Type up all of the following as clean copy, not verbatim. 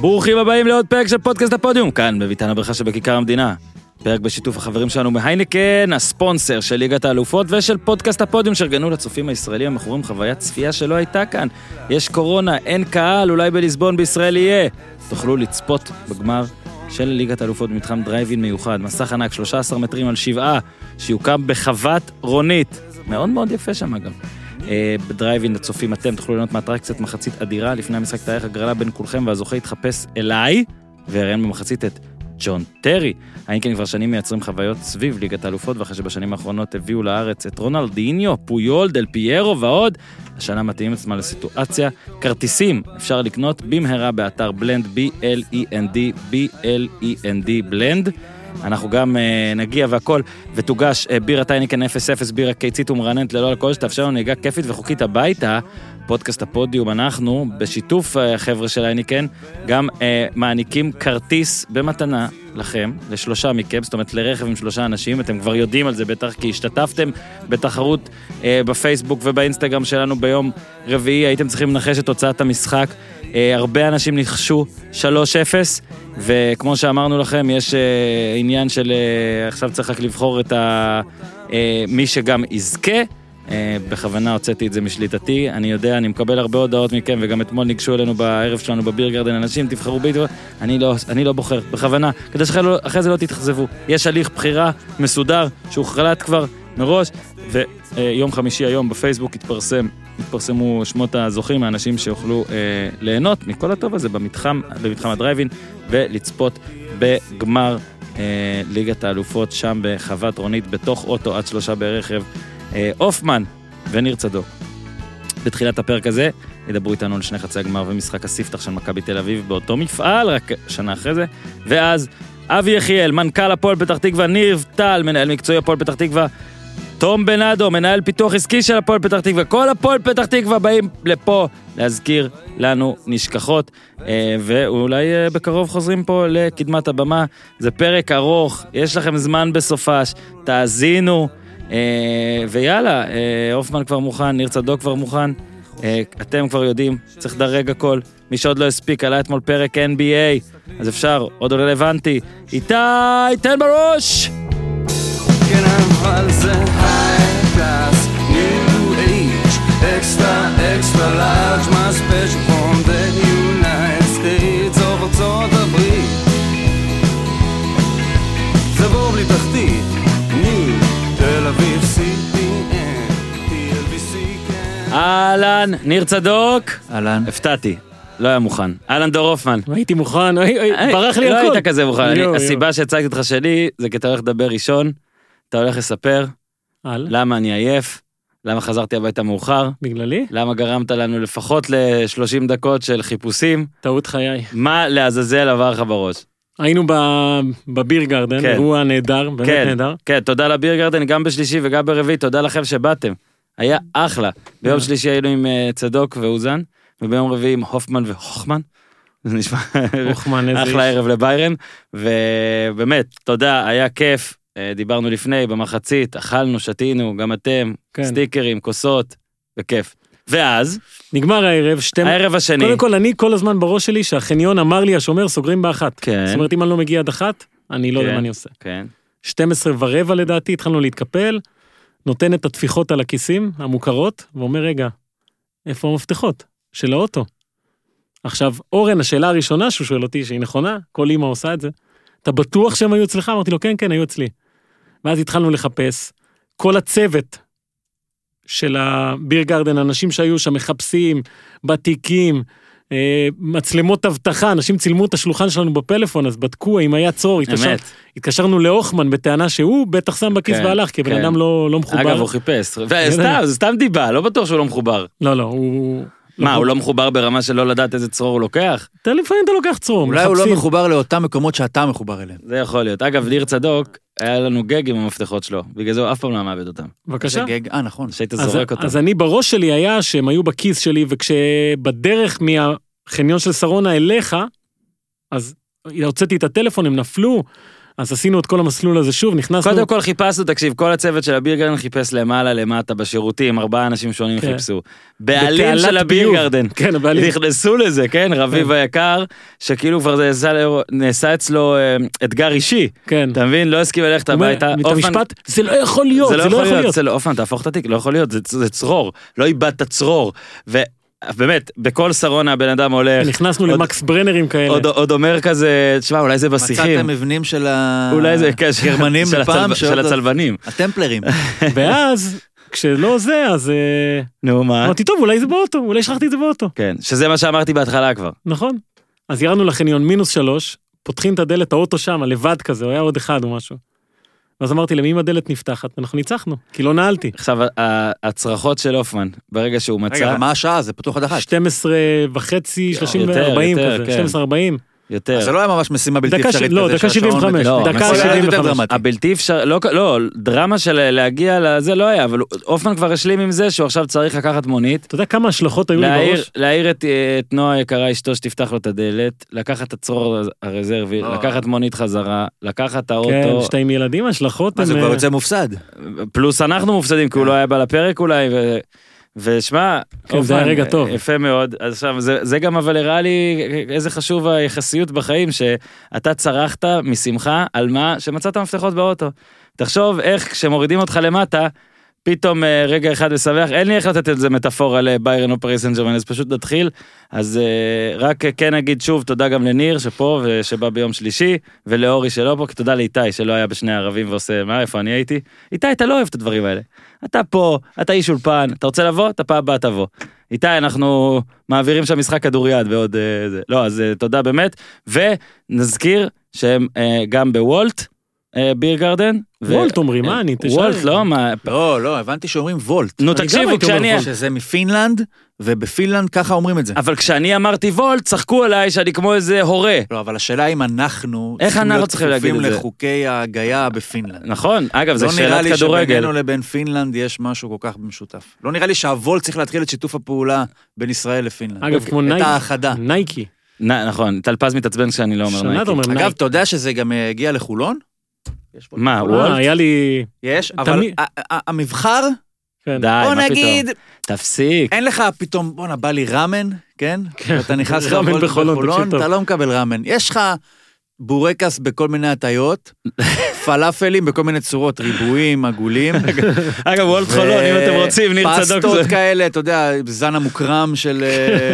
ברוכים הבאים לעוד פרק של פודקאסט הפודיום, כאן בביתן הברכה שבכיכר המדינה. פרק בשיתוף החברים שלנו מהיינקן, הספונסר של ליגת האלופות ושל פודקאסט הפודיום, שארגנו לצופים הישראלים המכורים חוויית צפייה שלא הייתה כאן. יש קורונה, אין קהל, אולי בליסבון בישראל יהיה. תוכלו לצפות בגמר של ליגת האלופות במתחם דרייבין מיוחד, מסך ענק 13 מטרים על 7, שיוקם בחוות רונית. מאוד מאוד יפה שם אגב. בדרייבין לצופים אתם תוכלו ליהנות מאטרקציית מחצית אדירה. לפני המשחק תארך הגרלה בין כולכם, והזוכה יתחפש אליי והראיין במחצית את ג'ון טרי. היינקן כבר שנים מייצרים חוויות סביב ליגת האלופות, ואחרי שבשנים האחרונות הביאו לארץ את רונלדיניו, פויול, דל פיירו ועוד, השנה מתאימים עצמה לסיטואציה. כרטיסים אפשר לקנות במהרה באתר בלנד, BLEND בלנד. אנחנו גם נגיע והכל, ותוגש בירת היינקן 0-0, בירה קיצית ומרעננת ללא אלכוהול, שתאפשר לנו נהיגה כיפית וחוקית הביתה. פודקאסט הפודיום, אנחנו בשיתוף החבר'ה של היינקן גם מעניקים כרטיס במתנה לכם, לשלושה מכם, זאת אומרת לרכב עם 3 אנשים. אתם כבר יודעים על זה בטח, כי השתתפתם בתחרות בפייסבוק ובאינסטגרם שלנו ביום רביעי. הייתם צריכים לנחש את תוצאת המשחק. הרבה אנשים ניחשו 3-0, וכמו שאמרנו לכם, יש עניין של עכשיו צריך רק לבחור את מי שגם יזכה. בכוונה הוצאתי את זה משליטתי, אני יודע, אני מקבל הרבה הודעות מכם, וגם אתמול ניגשו אלינו בערב שלנו בביר גרדן, אנשים תבחרו בי, אני לא בוחר, בכוונה, כדי שאחרי זה לא תתחזבו. יש הליך בחירה מסודר, שהוא חלט כבר מראש, ויום חמישי היום בפייסבוק התפרסמו שמות הזוכים, האנשים שיוכלו ליהנות מכל הטוב הזה במתחם הדרייבין, ולצפות בגמר ליגת האלופות שם בחוות רונית, בתוך אוטו עד 3 ברכב. אופמן וניר צדוק. בתחילת הפרק הזה ידברו איתנו על 2 חצי הגמר ומשחק הספתח של מכבי תל אביב באותו מפעל, רק שנה אחרי זה. ואז אבי יחיאל, מנכ"ל הפועל פתח תקווה, ניר טל, מנהל מקצועי הפועל פתח תקווה, תום בנאדו, מנהל פיתוח עסקי של הפועל פתח תקווה. כל הפועל פתח תקווה באים לפה להזכיר לנו נשכחות, ואולי בקרוב חוזרים פה לקדמת הבמה. זה פרק ארוך, יש לכם זמן בסופש, תאזינו. ויאללה, אופמן כבר מוכן, ניר צדוק כבר מוכן, אתם כבר יודעים, צריך לדרג הכל. מי שעוד לא הספיק, עלה אתמול פרק NBA, אז אפשר, עוד רלוונטי. איתי, תן בראש! כן, אבל זה high class, new age, extra large, my special from the United States of ארצות הברית. זה בור בלי תחתית, תל אביב, CPN, TLBC, כן. אהלן, ניר צדוק. אהלן. הפתעתי, לא היה מוכן. אהלן דור הופמן. הייתי מוכן, ברח לי לא הכל. היית כזה מוכן. הסיבה שהצגתי אותך שלי, זה כי אתה הולך לדבר ראשון, אתה הולך לספר למה אני עייף, למה חזרתי הביתה מאוחר. בגללי? למה גרמת לנו לפחות ל-30 דקות של חיפושים. טעות חיי. מה לעזאזל עבר לך בראש? היינו בביר גרדן, אירוע נהדר, באמת נהדר. כן, תודה לביר גרדן, גם בשלישי וגם ברביעי, תודה לכם שבאתם. היה אחלה. ביום שלישי היינו עם צדוק ואוזן, וביום רביעי עם הופמן והוחמן. זה נשמע אחלה ערב לביירן, ובאמת, תודה, היה כיף. דיברנו לפני, במחצית, אכלנו, שתינו, גם אתם, סטיקרים, כוסות, וכיף. ואז נגמר הערב השני. קודם כל, אני כל הזמן בראש שלי שהחניון אמר לי, השומר, סוגרים ב1. כן. זאת אומרת, אם אני לא מגיע עד 1, אני לא יודע מה אני עושה. כן. 12:15 לדעתי, התחלנו להתקפל, נותן את התפיחות על הכיסים המוכרות, ואומר, רגע, איפה המפתחות? של האוטו. עכשיו, אורן, השאלה הראשונה שהוא שואל אותי, שהיא נכונה, כל אמא עושה את זה, אתה בטוח שהם היו אצלך? אמרתי לו, כן, היו אצלי. ואז התחלנו לחפש, כל הצוות של הביר גרדן, אנשים שהיו שם מחפשים, בתיקים, מצלמות אבטחה, אנשים צילמו את השולחן שלנו בפלאפון, אז בדקו אם היה צור, התקשרנו לאוחמן בטענה שהוא בטח שם בכיס והלך, כי הבן אדם לא מחובר. אגב, הוא חיפש, זה סתם דיבה, לא בטוח שהוא לא מחובר. לא, הוא... מה, הוא לא מחובר ברמה של לא לדעת איזה צרור הוא לוקח? לפעמים אתה לוקח צרור, אולי הוא לא מחובר לאותם מקומות שאתה מחובר אליהם. זה יכול להיות. אגב, ניר צדוק, היה לנו גג עם המפתחות שלו, בגלל זה הוא אף פעם לא מאבד אותם. בבקשה. נכון. שהיית זורק אותם. אז אני בראש שלי היה שהם היו בכיס שלי, וכשבדרך מהחניון של שרונה אליך, אז הוצאתי את הטלפון, הם נפלו, אז עשינו את כל המסלול הזה שוב, נכנסנו... קודם כל חיפשנו, תקשיב, כל הצוות של הבירגרדן חיפש למעלה, למטה, בשירותים, 4 אנשים שונים חיפשו. בעלים של הבירגרדן. כן, הבעלים. נכנסו לזה, כן, רביב היקר, שכאילו כבר נעשה אצלו אתגר אישי. כן. אתה מבין? לא הסכים ללכת הביתה. את המשפט, זה לא יכול להיות, זה לא יכול להיות. אופן, תהפוך את התיק, לא יכול להיות, זה צרור. לא איבדת צרור. באמת, בכל שרונה הבן אדם הולך. נכנסנו למקס ברנרים כאלה. עוד אומר כזה, תשמע, אולי זה בשיחים. מצאתם מבנים של הגרמנים בפעם, של הצלבנים. הטמפלרים. ואז, כשלא זה, אז... נו, מה? אמרתי, טוב, אולי זה באוטו, אולי שכחתי את זה באוטו. כן, שזה מה שאמרתי בהתחלה כבר. נכון. אז ירדנו לחניון -3, פותחים את הדלת, האוטו שם, לבד כזה, הוא היה עוד אחד או משהו. ואז אמרתי, למי אם הדלת נפתחת? אנחנו ניצחנו, כי לא נעלתי. עכשיו, הצרחות של אופמן, ברגע שהוא מצא... רגע, מה השעה? זה פתוח עד אחת. 12:30, 30, 40 כזה, 12:40. יותר. אז זה לא היה ממש משימה בלתי אפשרית. לא, דקה 75. דקה 75. הבלתי אפשר, לא, דרמה של להגיע לזה לא היה, אבל אופמן כבר השלים עם זה שהוא עכשיו צריך לקחת מונית. אתה יודע כמה השלכות היו לי בראש? להעיר את נועה היקרה אשתו שתפתח לו את הדלת, לקחת את הצרור הרזרבי, לקחת מונית חזרה, לקחת את האוטו. כן, 2 ילדים, השלכות מה זה כבר יוצא מופסד? פלוס אנחנו מופסדים, כי הוא לא היה בא לפרק אולי, ושמע, כן, זה היה רגע טוב. יפה מאוד. אז עכשיו, זה גם אבל הראה לי איזה חשוב היחסיות בחיים, שאתה צרחת משמחה על מה שמצאת מפתחות באוטו. תחשוב איך כשמורידים אותך למטה, פתאום רגע אחד מסבך, אין לי איך לתת את זה מטאפורה לביירן או פריס סן ז'רמן, אז פשוט נתחיל. אז רק כן אגיד שוב, תודה גם לניר שפה ושבא ביום שלישי, ולאורי שלא פה, כי תודה לאיתי שלא היה בשני הערבים ועושה, מה, איפה אני הייתי? איתי, אתה לא אוהב את הדברים האלה. אתה פה, אתה איש אולפן, אתה רוצה לבוא? אתה פעם הבאה תבוא. איתי, אנחנו מעבירים שם משחק כדוריד ועוד זה. לא, אז תודה באמת, ונזכיר שהם גם בוולט, בירגרדן. וולט אומרים, מה אני תשאל? וולט, לא, מה... לא, הבנתי שאומרים וולט. נו, תקשיבו, כשאני... שזה מפינלנד, ובפינלנד ככה אומרים את זה. אבל כשאני אמרתי וולט, צחקו עליי שאני כמו איזה הורה. לא, אבל השאלה אם אנחנו... איך אנחנו צריכים להגיד את זה? לחוקי ההגייה בפינלנד. נכון, אגב, זה שאלת כדורגל. לא נראה לי שבינינו לבין פינלנד יש משהו כל כך במשותף. לא נראה לי שהוולט צריך להתחיל את שיתוף הפעולה בין ישראל לפינלנד. אגב, כמו את האחדה. נייקי. נכון, טלפז מתעצבן כשאני לא אומר נייקי. אגב, אתה יודע שזה גם הגיע לחולון? מה, וולט? היה לי... יש, אבל המבחר, די, בוא נגיד, תפסיק. אין לך פתאום, בוא נבא לי רמן, כן? אתה נכנס לך רמן בחולון, אתה לא מקבל רמן. יש לך בורקס בכל מיני הטיות, פלאפלים בכל מיני צורות, ריבועים, עגולים. אגב, וולט חולון, אם אתם רוצים, ניר צדוק. פסטות כאלה, אתה יודע, זן המוקרם של...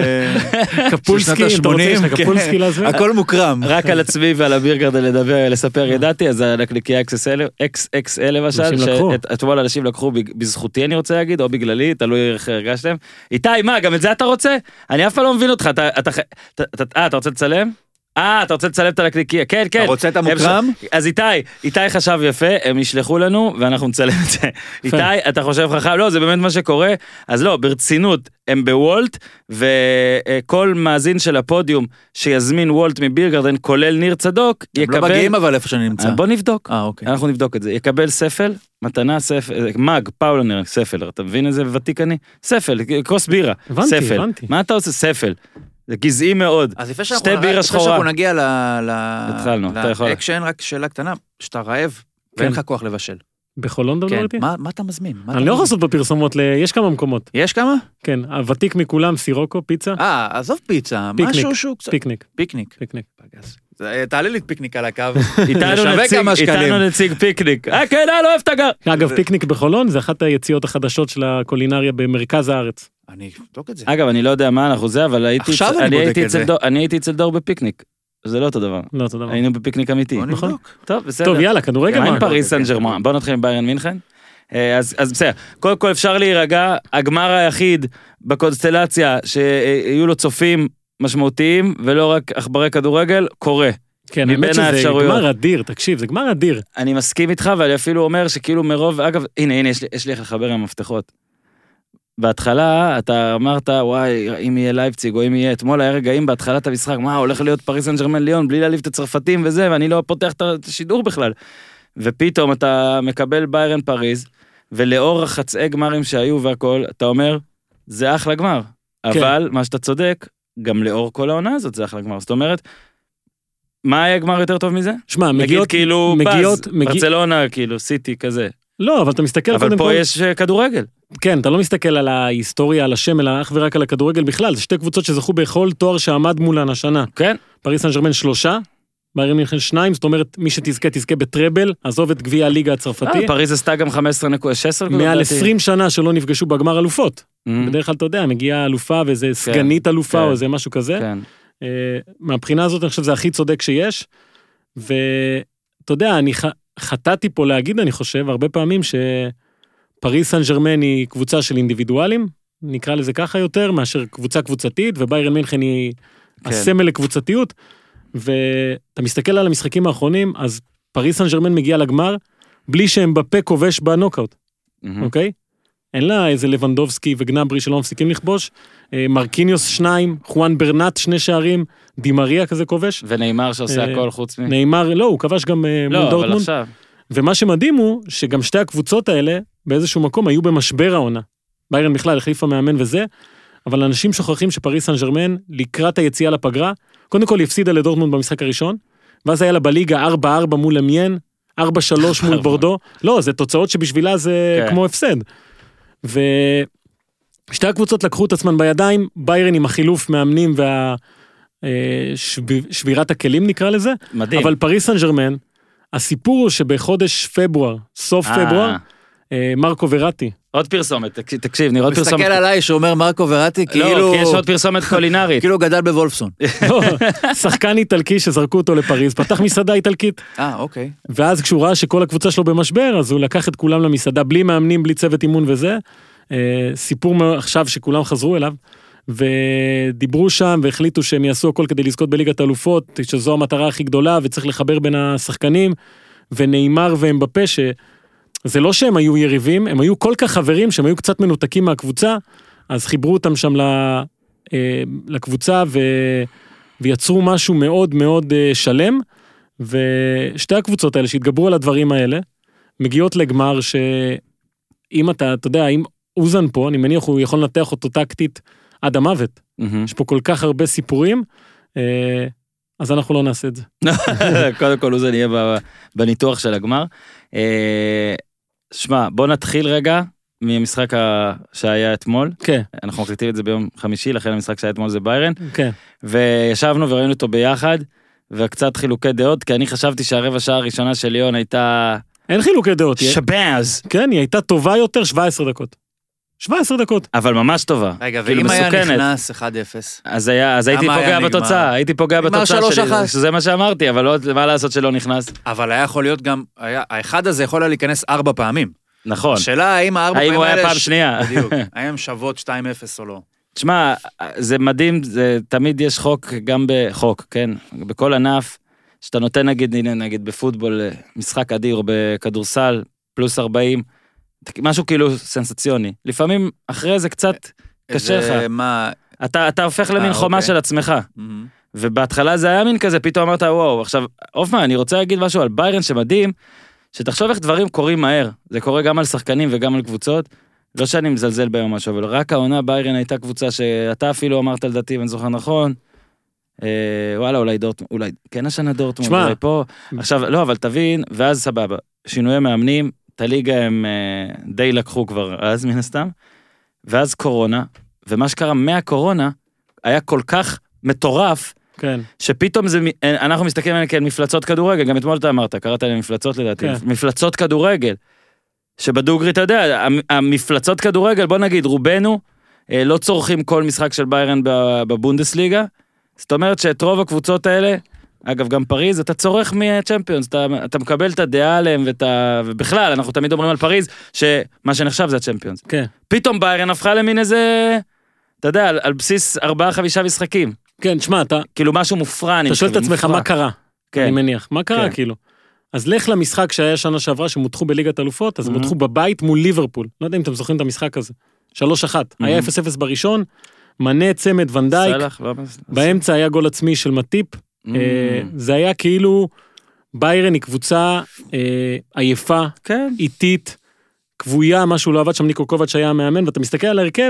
קפולסקי, אתה רוצה יש לך קפולסקי לזה? הכל מוקרם. רק על עצמי ועל הבירגרד לספר ידעתי, אז הנקניקיה XXL למשל, שאתמול אנשים לקחו בזכותי אני רוצה להגיד, או בגללי, תלוי איך הרגשתם. איתי, מה, גם את זה אתה רוצה? אני אף פעם לא מבין אותך, אתה רוצה לצלם? אתה רוצה לצלם את הנקניקיה, כן, כן. אתה רוצה את המוקרם? אז איתי חשב יפה, הם ישלחו לנו, ואנחנו נצלם את זה. איתי, אתה חושב חכם? לא, זה באמת מה שקורה. אז לא, ברצינות, הם בוולט, וכל מאזין של הפודיום שיזמין וולט מבירגרדן, כולל ניר צדוק, יקבל... הם לא מגיעים אבל איפה שאני נמצא. בוא נבדוק. אוקיי. אנחנו נבדוק את זה. יקבל ספל, מתנה ספל, מג, פאולנר, ספל, אתה מבין איזה ותיק אני? ספל, כוס בירה. הבנתי. מה אתה עושה? ספל. זה גזעי מאוד. אז לפני שאנחנו נגיע התחלנו, אתה יכול. לאקשן, רק שאלה קטנה, שאתה רעב ואין לך כוח לבשל. בחולון דבר איתי? מה אתה מזמין? אני לא יכול לעשות בפרסומות, יש כמה מקומות. יש כמה? כן, הוותיק מכולם, סירוקו, פיצה. עזוב פיצה, משהו שהוא קצת... פיקניק. תעלה לי פיקניק על הקו. איתנו נציג פיקניק. כן, לא אוהב את הגר. אגב, פיקניק בחולון זה אחת היציאות החדשות של הקולינריה במרכז הארץ. אני אבדוק את זה. אגב, אני לא יודע מה אנחנו זה, אבל אני הייתי אצל דור בפיקניק. זה לא אותו דבר. לא אותו דבר. היינו בפיקניק אמיתי. נכון. טוב, בסדר. טוב, יאללה, כדורגל. מה עם פריס סן ז'רמן? בוא נתחיל עם ביירן מינכן. אז בסדר. קודם כל אפשר להירגע, הגמר היחיד בקונסטלציה שיהיו לו צופים משמעותיים, ולא רק עכברי כדורגל, קורה. כן, האמת שזה גמר אדיר, תקשיב, זה גמר אדיר. אני מסכים איתך, ואני אפילו אומר שכאילו מרוב, אגב, הנה, יש לי איך לחבר עם המפתחות. בהתחלה אתה אמרת, וואי, אם יהיה לייפציג, או אם יהיה אתמול, היה רגעים בהתחלת המשחק, מה, הולך להיות פריס סן ז'רמן ליון, בלי להעליב את הצרפתים וזה, ואני לא פותח את השידור בכלל. ופתאום אתה מקבל ביירן פריז, ולאור החצאי גמרים שהיו והכל, אתה אומר, זה אחלה גמר. אבל, מה שאתה צודק, גם לאור כל העונה הזאת זה אחלה גמר. זאת אומרת, מה היה גמר יותר טוב מזה? שמע, נגיד כאילו באז, ברצלונה, כאילו, סיטי, כזה. לא, אבל אתה מסתכל קודם כל... אבל פה יש כדורגל. כן, אתה לא מסתכל על ההיסטוריה, על השם, אלא אך ורק על הכדורגל בכלל. זה שתי קבוצות שזכו בכל תואר שעמד מולן השנה. כן. פריס סן ז'רמן 3, ביירן מינכן 2, זאת אומרת, מי שתזכה, תזכה בטראבל, עזוב את גביע הליגה הצרפתי. פריז עשתה גם 16 מעל 20 שנה שלא נפגשו בגמר אלופות. בדרך כלל, אתה יודע, מגיעה אלופה ואיזה סגנית אלופה או איזה משהו כזה. מהבחינה הזאת, אני חושב, זה הכי צודק שיש. ואתה יודע, אני חטאתי פה להגיד, אני חושב, הרבה פעמים שפריס סן ז'רמן היא קבוצה של אינדיבידואלים, נקרא לזה ככה יותר, מאשר קבוצה קבוצתית, וביירן מינכן היא הסמל לקבוצתיות, ואתה מסתכל על המשחקים האחרונים, אז פריס סן ז'רמן מגיע לגמר, בלי שאמבפה כובש בנוקאוט, אוקיי? אין לה איזה לבנדובסקי וגנברי שלא מפסיקים לכבוש, מרקיניוס 2, חואן ברנט 2 שערים, דימריה כזה כובש. וניימר שעושה הכל חוץ מ... ניימר, לא, הוא כבש גם מול דורטמונד. ומה שמדהים הוא, שגם שתי הקבוצות האלה, באיזשהו מקום, היו במשבר העונה. ביירן בכלל החליפה מאמן וזה, אבל אנשים שוכחים שפריס סן ז'רמן, לקראת היציאה לפגרה, קודם כל הפסידה לדורטמונד במשחק הראשון, ואז היה לה בליגה 4-4 מול למיין, 4-3 מול בורדו. לא, זה תוצאות שבשבילה זה כמו הפסד. ושתי הקבוצות לקחו את עצמן בידיים, ביירן עם החילוף מאמנים שבירת הכלים נקרא לזה, מדהים. אבל פריס סן ז'רמן, הסיפור הוא שבחודש פברואר, סוף פברואר, מרקו וראטי. עוד פרסומת, תקשיב, נראה עוד פרסומת. מסתכל עליי שאומר מרקו וראטי, כאילו... לא, כי יש עוד פרסומת קולינרית. כאילו גדל בוולפסון. שחקן איטלקי שזרקו אותו לפריז, פתח מסעדה איטלקית. אוקיי. ואז כשהוא ראה שכל הקבוצה שלו במשבר, אז הוא לקח את כולם למסעדה, בלי מאמנים, בלי צוות אימון וזה. סיפור עכשיו שכולם חזרו אליו, ודיברו שם והחליטו שהם יעשו הכל כדי לזכות בליגת האלופות, שזו המטרה הכי גדולה, וצריך לחבר בין השחקנים, וניימר ואמבפה, שזה לא שהם היו יריבים, הם היו כל כך חברים, שהם היו קצת מנותקים מהקבוצה, אז חיברו אותם שם לקבוצה, ויצרו משהו מאוד מאוד שלם, ושתי הקבוצות האלה שהתגברו על הדברים האלה, מגיעות לגמר שאם אתה יודע, אם אוזן פה, אני מניח הוא יכול לנתח אותו טקטית עד המוות. יש פה כל כך הרבה סיפורים, אז אנחנו לא נעשה את זה. קודם כל אוזן יהיה בניתוח של הגמר. שמע, בוא נתחיל רגע מהמשחק שהיה אתמול. כן. אנחנו מקליטים את זה ביום חמישי, לכן המשחק שהיה אתמול זה ביירן. כן. וישבנו וראינו אותו ביחד, וקצת חילוקי דעות, כי אני חשבתי שהרבע שעה הראשונה של ליאון הייתה... אין חילוקי דעות. שבאז. כן, היא הייתה טובה יותר 17 דקות. 17 דקות. אבל ממש טובה. רגע, ואם היה נכנס 1-0? אז הייתי פוגע בתוצאה, הייתי פוגע בתוצאה שלי, שזה מה שאמרתי, אבל מה לעשות שלא נכנס? אבל היה יכול להיות גם, האחד הזה יכול היה להיכנס 4 פעמים. נכון. השאלה האם 4 פעמים האם הוא היה פעם שנייה. בדיוק, האם שוות 2-0 או לא. תשמע, זה מדהים, תמיד יש חוק, גם בחוק, כן? בכל ענף, שאתה נותן נגיד בפוטבול, משחק אדיר, או בכדורסל, פלוס 40, משהו כאילו סנסציוני. לפעמים אחרי זה קצת קשה לך. אתה הופך למין חומה של עצמך. ובהתחלה זה היה מין כזה, פתאום אמרת, וואו, עכשיו, אופמה, אני רוצה להגיד משהו על ביירן שמדהים, שתחשוב איך דברים קורים מהר. זה קורה גם על שחקנים וגם על קבוצות. לא שאני מזלזל בהם משהו, אבל רק העונה ביירן הייתה קבוצה שאתה אפילו אמרת לדעתי, ואני זוכר נכון, וואלה, אולי דורטמונד, אולי כן השנה דורטמונד, אולי פה. עכשיו, לא, אבל תבין, ואז סבבה, שינויי מאמנים, את הליגה הם די לקחו כבר אז מן הסתם, ואז קורונה, ומה שקרה מהקורונה, היה כל כך מטורף, כן. שפתאום זה, אנחנו מסתכלים עליהם כאל מפלצות כדורגל, גם אתמול אתה אמרת, קראת עליהם מפלצות לדעתי, כן. מפלצות כדורגל, שבדוגרי אתה יודע, המפלצות כדורגל, בוא נגיד, רובנו לא צורכים כל משחק של ביירן בבונדסליגה, זאת אומרת שאת רוב הקבוצות האלה, אגב, גם פריז, אתה צורך מהצ'מפיונס, אתה מקבל את הדעה עליהם, ובכלל, אנחנו תמיד אומרים על פריז, שמה שנחשב זה הצ'מפיונס. כן. פתאום ביירן הפכה למין איזה, אתה יודע, על בסיס 4-5 משחקים. כן, שמה, אתה... כאילו משהו מופרע, אתה שואל את עצמך, מה קרה? כן. אני מניח, מה קרה כאילו? אז לך למשחק שהיה שנה שעברה, שמותחו בליגת אלופות, אז מותחו בבית מול ליברפול. לא יודע אם אתם זוכרים את המשחק הזה. 3-1. היה 0-0 בראשון, מנה צמד ונדייק, באמצע היה גול עצמי של מטיפ, זה היה כאילו, ביירן היא קבוצה עייפה, איטית, קבויה, משהו לא עבד שם, ניקו קובץ' היה המאמן, ואתה מסתכל על הרכב,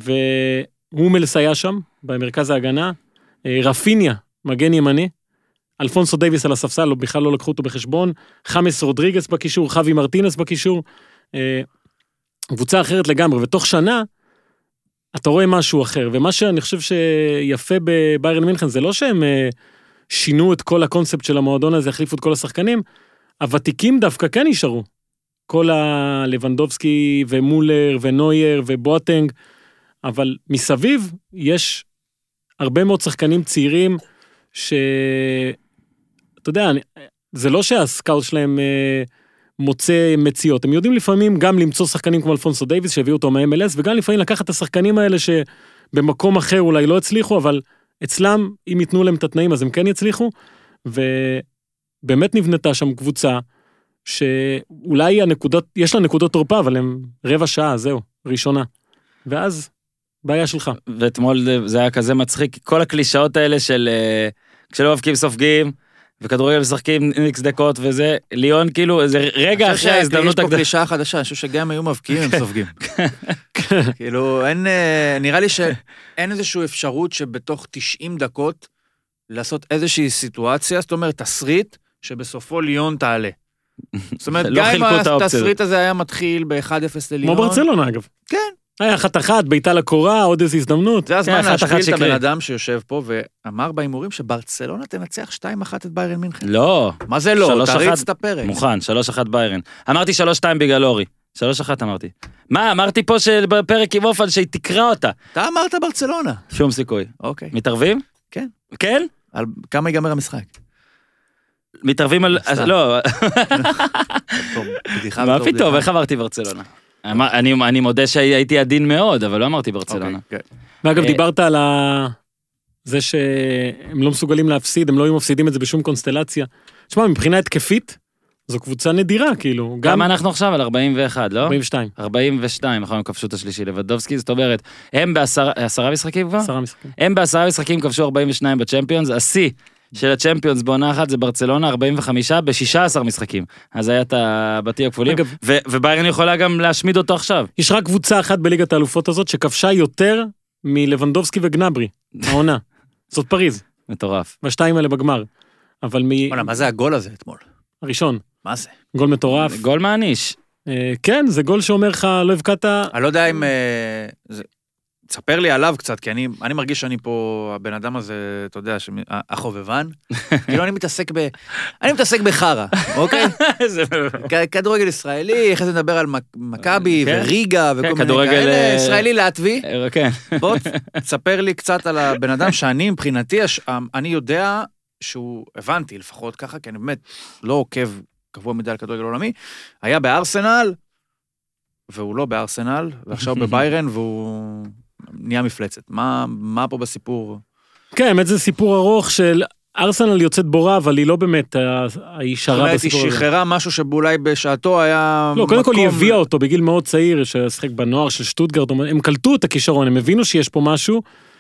והומלס היה שם, במרכז ההגנה, רפיניה, מגן ימני, אלפונסו דייביס על הספסל, לא, בכלל לא לקחו אותו בחשבון, חמאס רודריגס בקישור, חווי מרטינס בקישור, קבוצה אחרת לגמרי, ותוך שנה, אתה רואה משהו אחר, ומה שאני חושב שיפה בביירן מינכן, זה לא שהם שינו את כל הקונספט של המועדון הזה, החליפו את כל השחקנים, הוותיקים דווקא כן נשארו, כל הלבנדובסקי ומולר ונויר ובואטנג, אבל מסביב יש הרבה מאוד שחקנים צעירים, שאתה יודע, זה לא שהסקאוט שלהם מוצא מציאות, הם יודעים לפעמים גם למצוא שחקנים כמו אלפונסו דייביס, שהביאו אותו מה-MLS, וגם לפעמים לקחת את השחקנים האלה שבמקום אחר אולי לא הצליחו, אבל אצלם, אם ייתנו להם את התנאים, אז הם כן יצליחו, ובאמת נבנתה שם קבוצה, שאולי יש לה נקודות תורפה, אבל הם רבע שעה, זהו, ראשונה. ואז, בעיה שלך. ואתמול זה היה כזה מצחיק, כל הקלישאות האלה של כשלא מבקיעים סופגים, וכדורגל משחקים איקס דקות וזה, ליון כאילו, זה רגע אחרי ההזדמנות יש פה קלישה חדשה, אני חושב שגם היו מבקיעים הם סופגים. כאילו, נראה לי שאין איזושהי אפשרות שבתוך 90 דקות, לעשות איזושהי סיטואציה, זאת אומרת, תסריט, שבסופו ליון תעלה. זאת אומרת, גם אם התסריט הזה היה מתחיל ב-1-0 לליון. כמו ברצלונה, אגב. כן. היה אחת, ביתה לקורה, עוד איזו הזדמנות. זה הזמן להשפיל את הבן אדם שיושב פה, ואמר בהימורים שברצלונה תנצח 2-1 את ביירן מינכן. לא. מה זה לא? תריץ את הפרק. מוכן, 3-1 ביירן. אמרתי 3-2 בגלל אורי. 3-1 אמרתי. מה, אמרתי פה שבפרק עם אופן שהיא תקרא אותה. אתה אמרת ברצלונה. שום סיכוי. אוקיי. מתערבים? כן. כן? על כמה ייגמר המשחק? מתערבים על... לא. מה פתאום, איך אמרתי ברצלונה? אני מודה שהייתי עדין מאוד, אבל לא אמרתי ברצלונה. ואגב, דיברת על זה שהם לא מסוגלים להפסיד, הם לא היו מפסידים את זה בשום קונסטלציה. תשמע, מבחינה התקפית, זו קבוצה נדירה, כאילו. גם אנחנו עכשיו על 41, לא? 42. 42, אחרי הם כבשו את השלישי לבדובסקי, זאת אומרת, הם ב10 משחקים כבר? 10 משחקים. הם ב10 משחקים כבשו 42 בצ'מפיונס, השיא של הצ'מפיונס בעונה אחת זה ברצלונה 45 ב16 משחקים. אז היה את הבתי הכפולים, וביירן יכולה גם להשמיד אותו עכשיו. יש רק קבוצה אחת בליגת האלופות הזאת שכבשה יותר מלבנדובסקי וגנברי, העונה. זאת פריז. מטורף. והשתיים האלה בגמר. אבל מה זה הגול הזה אתמול? הראשון. מה זה? גול מטורף. גול מעניש. כן, זה גול שאומר לך, לא הבקעת... אני לא יודע אם... תספר לי עליו קצת, כי אני מרגיש שאני פה, הבן אדם הזה, אתה יודע, החובבן, כאילו אני מתעסק בחרה, אוקיי? כדורגל ישראלי, אחרי זה נדבר על מכבי וריגה וכל מיני כאלה, ישראלי להטבי. בוא, תספר לי קצת על הבן אדם שאני מבחינתי, אני יודע שהוא, הבנתי לפחות ככה, כי אני באמת לא עוקב קבוע מדי על כדורגל עולמי, היה בארסנל, והוא לא בארסנל, ועכשיו בביירן, והוא... נהיה מפלצת. מה פה בסיפור? כן, באמת זה סיפור ארוך של ארסנל יוצאת בורה, אבל היא לא באמת הישרה בסיפור הזה. היא שחררה משהו שאולי בשעתו היה... לא, קודם כל היא הביאה אותו בגיל מאוד צעיר, ששחק בנוער של שטוטגרט, הם קלטו את הכישרון, הם הבינו שיש פה משהו,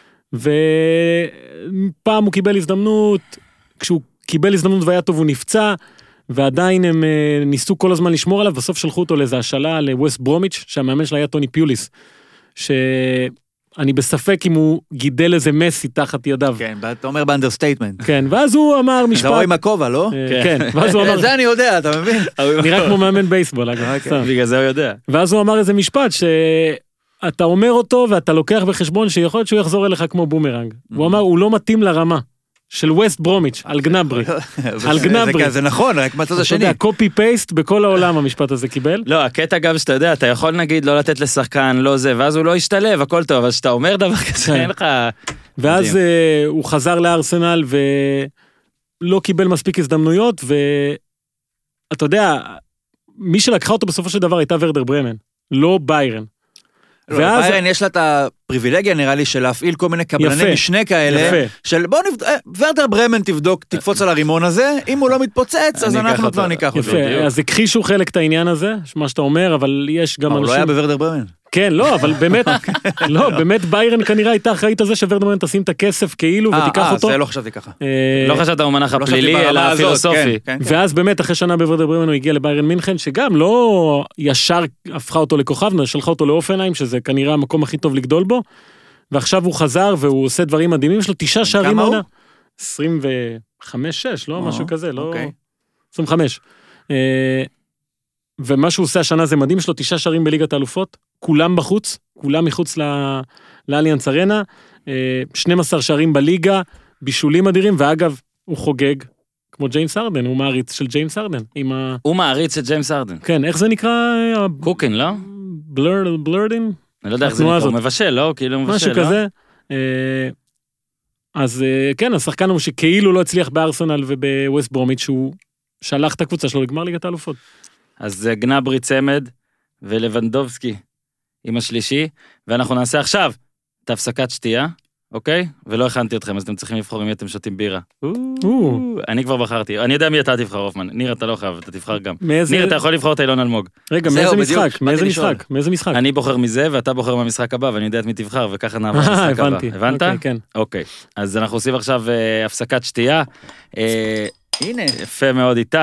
ופעם הוא קיבל הזדמנות, כשהוא קיבל הזדמנות והיה טוב הוא נפצע, ועדיין הם ניסו כל הזמן לשמור עליו, בסוף שלחו אותו לאיזו השאלה לווסט ברומיץ', שהמאמן שלה היה טוני פיוליס, שאני בספק אם הוא גידל איזה מסי תחת ידיו. כן, אתה אומר באנדרסטייטמנט. כן, ואז הוא אמר משפט... זה רואה עם הכובע, לא? כן, ואז הוא אמר... זה אני יודע, אתה מבין? נראה כמו מאמן בייסבול, אגב. בגלל זה הוא יודע. ואז הוא אמר איזה משפט שאתה אומר אותו ואתה לוקח בחשבון שיכול להיות שהוא יחזור אליך כמו בומרנג. הוא אמר, הוא לא מתאים לרמה. של ווסט ברומיץ', על גנברי. על גנברי. זה נכון, רק מהצד השני. אתה יודע, קופי פייסט בכל העולם המשפט הזה קיבל. לא, הקטע גם שאתה יודע, אתה יכול נגיד לא לתת לשחקן, לא זה, ואז הוא לא ישתלב, הכל טוב, אבל שאתה אומר דבר כזה, אין לך... ואז הוא חזר לארסנל ולא קיבל מספיק הזדמנויות, ואתה יודע, מי שלקחה אותו בסופו של דבר הייתה ורדר ברמן, לא ביירן. ביירן יש לה את הפריבילגיה נראה לי של להפעיל כל מיני קבלני משנה כאלה, של בוא ורדר ברמן תקפוץ על הרימון הזה, אם הוא לא מתפוצץ אז אנחנו כבר ניקח אותו. יפה, אז הכחישו חלק את העניין הזה, מה שאתה אומר, אבל יש גם אנשים... הוא לא היה בוורדר ברמן. כן, לא, אבל באמת, לא, באמת ביירן כנראה הייתה אחראית על זה שוורדר ברמן תשים את הכסף כאילו ותיקח אותו. זה לא חשבתי ככה. לא חשבת הוא מנח הפלילי, אלא פילוסופי. ואז באמת אחרי שנה בוורדר ברמן הוא הגיע לביירן מינכן, שגם לא ישר הפכה אותו לכוכב, שלחה אותו לאופנהיים, שזה כנראה המקום הכי טוב לגדול בו, ועכשיו הוא חזר והוא עושה דברים מדהימים, יש לו 9 שערים העונה. 25 5-6, לא משהו כזה, לא... אוקיי. 25. ומה שהוא עושה השנה זה מדהים, יש לו 9 שערים בליגת האלופות, כולם בחוץ, כולם מחוץ לאליאנס ארנה, 12 שערים בליגה, בישולים אדירים, ואגב, הוא חוגג, כמו ג'יימס ארדן, הוא מעריץ של ג'יימס ארדן. הוא מעריץ של ג'יימס ארדן. כן, איך זה נקרא? קוקין, לא? בלרדין? אני לא יודע איך זה נקרא, הוא מבשל, לא? כאילו הוא מבשל, משהו כזה. אז כן, השחקן הוא שכאילו לא הצליח בארסנל ובווסט ברומיץ' שהוא שלח את הקבוצה שלו לגמר ליגת האלופות. אז גנברי צמד ולבנדובסקי עם השלישי, ואנחנו נעשה עכשיו את הפסקת שתייה, אוקיי? ולא הכנתי אתכם, אז אתם צריכים לבחור אם אתם שותים בירה. אני כבר בחרתי, אני יודע מי אתה תבחר, הופמן. ניר, אתה לא חייב, אתה תבחר גם. ניר, אתה יכול לבחור את אילון אלמוג. רגע, מאיזה משחק? אני בוחר מזה, ואתה בוחר מהמשחק הבא, ואני יודע את מי תבחר, וככה נעבור למשחק הבא. הבנת? כן. אוקיי. אז אנחנו עושים עכשיו הפסקת שתייה. הנה. יפה מאוד, איתי.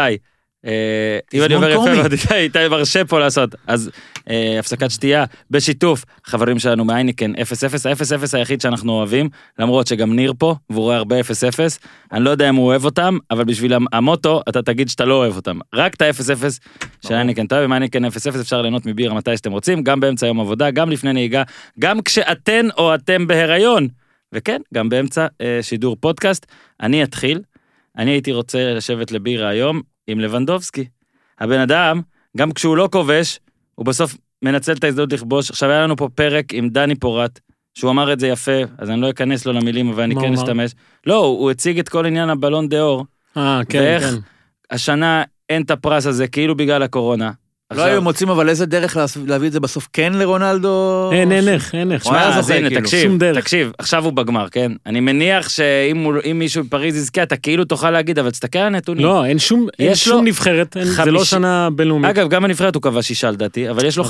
אם אני אומר יפה מאוד, איתי מרשה פה לעשות. אז הפסקת שתייה בשיתוף חברים שלנו מהייניקן 0-0, ה-0-0 היחיד שאנחנו אוהבים, למרות שגם ניר פה, והוא רואה הרבה 0-0, אני לא יודע אם הוא אוהב אותם, אבל בשביל המוטו, אתה תגיד שאתה לא אוהב אותם. רק את ה-0-0 של הייניקן, אתה אוהב עם הייניקן 0-0 אפשר ליהנות מבירה מתי שאתם רוצים, גם באמצע יום עבודה, גם לפני נהיגה, גם כשאתן או אתם בהיריון, וכן, גם באמצע שידור פודקאסט. אני אתחיל, אני הייתי רוצה לשבת לבירה היום עם לבנדובסקי. הבן אדם, גם כשהוא לא כובש, הוא בסוף מנצל את ההזדמנות לכבוש. עכשיו היה לנו פה פרק עם דני פורט, שהוא אמר את זה יפה, אז אני לא אכנס לו למילים, אבל אני כן אשתמש. לא, הוא הציג את כל עניין הבלון דאור, ואיך השנה אין את הפרס הזה, כאילו בגלל הקורונה. לא היו מוצאים, אבל איזה דרך להביא את זה בסוף כן לרונלדו? אין איך. תקשיב, עכשיו הוא בגמר, כן? אני מניח שאם מישהו בפריז יזכה, אתה כאילו תוכל להגיד, אבל תסתכל על הנתונים. לא, אין שום נבחרת, זה לא שנה בינלאומית. אגב, גם הנבחרת הוא קבע 6 לדעתי, אבל יש לו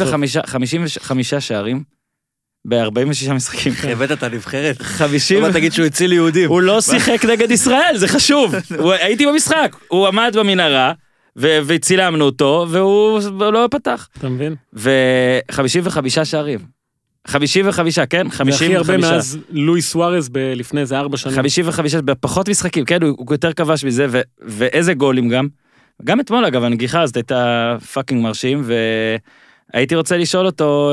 55 שערים, ב-46 משחקים. הבאת את הנבחרת? 50. אבל תגיד שהוא הציל יהודים. הוא לא שיחק נגד ישראל, זה חשוב. הייתי במשחק, הוא עמד במנהרה, וצילמנו אותו, והוא לא פתח. אתה מבין? ו55 שערים. 55, כן? 55. זה הכי הרבה מאז לואי סוארז לפני איזה 4 שנים. 55, בפחות משחקים, כן? הוא יותר כבש מזה, ואיזה גולים גם. גם אתמול, אגב, הנגיחה הזאת הייתה פאקינג מרשים, והייתי רוצה לשאול אותו,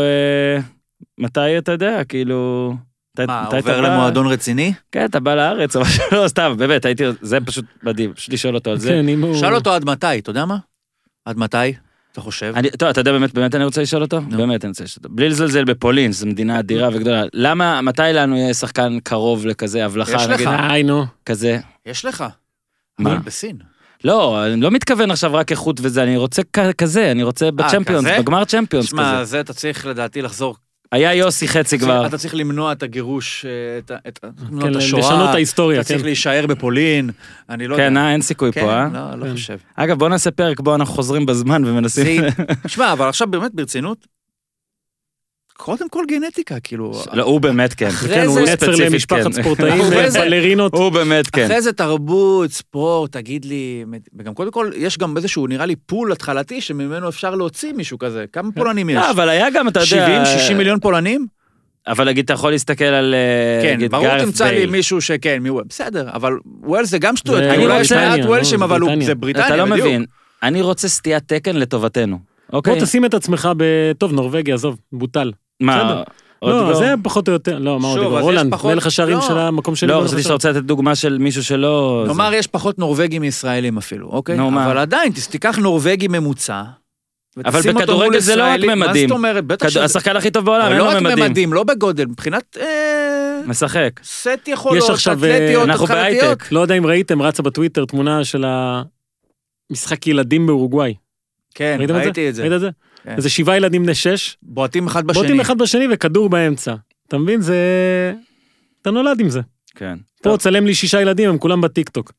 מתי אתה יודע, כאילו... מה, עובר למועדון רציני? כן, אתה בא לארץ, אבל לא, סתם, באמת, זה פשוט מדהים, פשוט לשאול אותו על זה. שאל אותו עד מתי, אתה יודע מה? עד מתי, אתה חושב? טוב, אתה יודע באמת אני רוצה לשאול אותו? באמת אני רוצה לשאול אותו. בלי לזלזל בפולין, זו מדינה אדירה וגדולה. למה, מתי לנו יהיה שחקן קרוב לכזה, הבלחה? יש לך. כזה. יש לך. מה? בסין. לא, אני לא מתכוון עכשיו רק איכות וזה, אני רוצה כזה, אני רוצה בצ'מפיונס, בגמר צ'מפיונס כזה. שמע, זה אתה צריך לדעתי לחזור. היה יוסי חצי כבר. אתה צריך למנוע את הגירוש, את השואה. לשנות את ההיסטוריה. אתה צריך להישאר בפולין. אני לא יודע. כן, אין סיכוי פה, אה? לא חושב. אגב, בוא נעשה פרק, בוא אנחנו חוזרים בזמן ומנסים. תשמע, אבל עכשיו באמת ברצינות, קודם כל גנטיקה, כאילו... לא, הוא באמת כן. כן, הוא נצר למשפחת ספורטאים, בלרינות. הוא באמת כן. אחרי זה תרבות, ספורט, תגיד לי, וגם קודם כל, יש גם איזשהו, נראה לי, פול התחלתי, שממנו אפשר להוציא מישהו כזה. כמה פולנים יש? לא, אבל היה גם, אתה יודע... 70-60 מיליון פולנים? אבל נגיד, אתה יכול להסתכל על... כן, ברור תמצא לי מישהו שכן, בסדר, אבל ווילס זה גם שטויות. אולי יש מעט ווילשים, אבל זה בריטניה, אתה לא מבין. אני רוצה סטיית תקן לטובתנו. בוא תשים את עצמך טוב, נורווגיה, עזוב, בוטל. מה? לא, זה פחות או יותר, לא, מה עוד דבר? רולנד, מלך השערים של המקום שלי. לא, חשבתי שאתה רוצה לתת דוגמה של מישהו שלא... נאמר, יש פחות נורווגים מישראלים אפילו, אוקיי? אבל עדיין, תיקח נורווגי ממוצע, אבל בכדורגל זה לא רק ממדים. מה זאת אומרת? השחקן הכי טוב בעולם, אין לו ממדים. לא רק ממדים, לא בגודל, מבחינת... משחק. סט יכולות, אתלטיות, אנחנו בהייטק. לא יודע אם ראיתם, רצה בטוויטר תמונה של המשחק ילדים באורוגוואי. כן, ראיתי את זה. ראית את זה? איזה 7 ילדים בני 6. בועטים אחד בשני וכדור באמצע. אתה מבין? זה... אתה נולד עם זה. כן. פה צלם לי 6 ילדים, הם כולם בטיקטוק.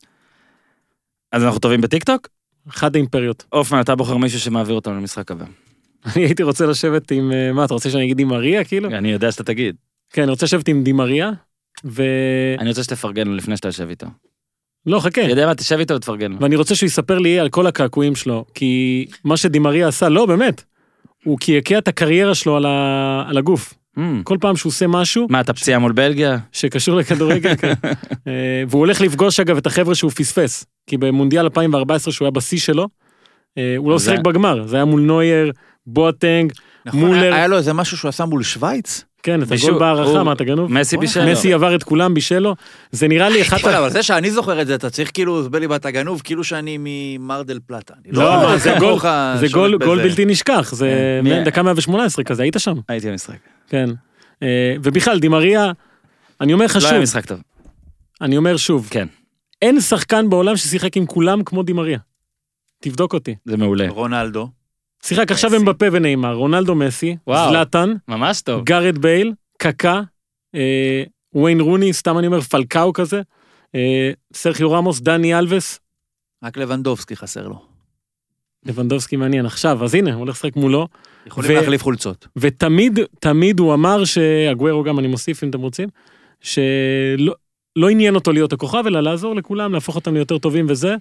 אז אנחנו טובים בטיקטוק? אחד האימפריות. אופן, אתה בוחר מישהו שמעביר אותנו למשחק הבא. אני הייתי רוצה לשבת עם... מה, אתה רוצה שאני אגיד דימריה, כאילו? אני יודע שאתה תגיד. כן, אני רוצה לשבת עם דימריה, אני רוצה שתפרגן לו לפני שאתה יושב איתו. לא, חכה. יודע מה, תשב איתו ותפרגן לו. ואני רוצה שהוא יספר לי על כל הקעקועים שלו, כי מה שדימריה עשה, לא, באמת, הוא קעקע את הקריירה שלו על הגוף. כל פעם שהוא עושה משהו... מה, אתה פציעה מול בלגיה? שקשור לכדורגל, כן. והוא הולך לפגוש אגב את החבר'ה שהוא פספס, כי במונדיאל 2014 שהוא היה בשיא שלו, הוא לא שיחק בגמר, זה היה מול נוייר, בואטנג, מולר. היה לו איזה משהו שהוא עשה מול שוויץ? כן, את הגול בהערכה, מה אתה גנוב? מסי בישלו. מסי עבר את כולם בישלו, זה נראה לי אחת... אבל זה שאני זוכר את זה, אתה צריך כאילו, זבלי בת הגנוב, כאילו שאני ממרדל פלטה. לא, זה גול בלתי נשכח, זה דקה 118 כזה, היית שם? הייתי במשחק. כן. ובכלל, דימריה, אני אומר לך שוב. לא היה משחק טוב. אני אומר שוב. כן. אין שחקן בעולם ששיחק עם כולם כמו דימריה. תבדוק אותי. זה מעולה. רונלדו. שיחק עכשיו אמבפה ונאמר, רונלדו מסי, זלאטן, ממש טוב. גארד בייל, קקה, וויין רוני, סתם אני אומר, פלקאו כזה, סרחיו רמוס, דני אלבס. רק לבנדובסקי חסר לו. לבנדובסקי מעניין עכשיו, אז הנה, הוא הולך לשחק מולו. יכולים להחליף חולצות. ותמיד הוא אמר שהגוורו גם, אני מוסיף אם אתם רוצים, שלא עניין אותו להיות הכוכב, אלא לעזור לכולם, להפוך אותם ליותר טובים וזה.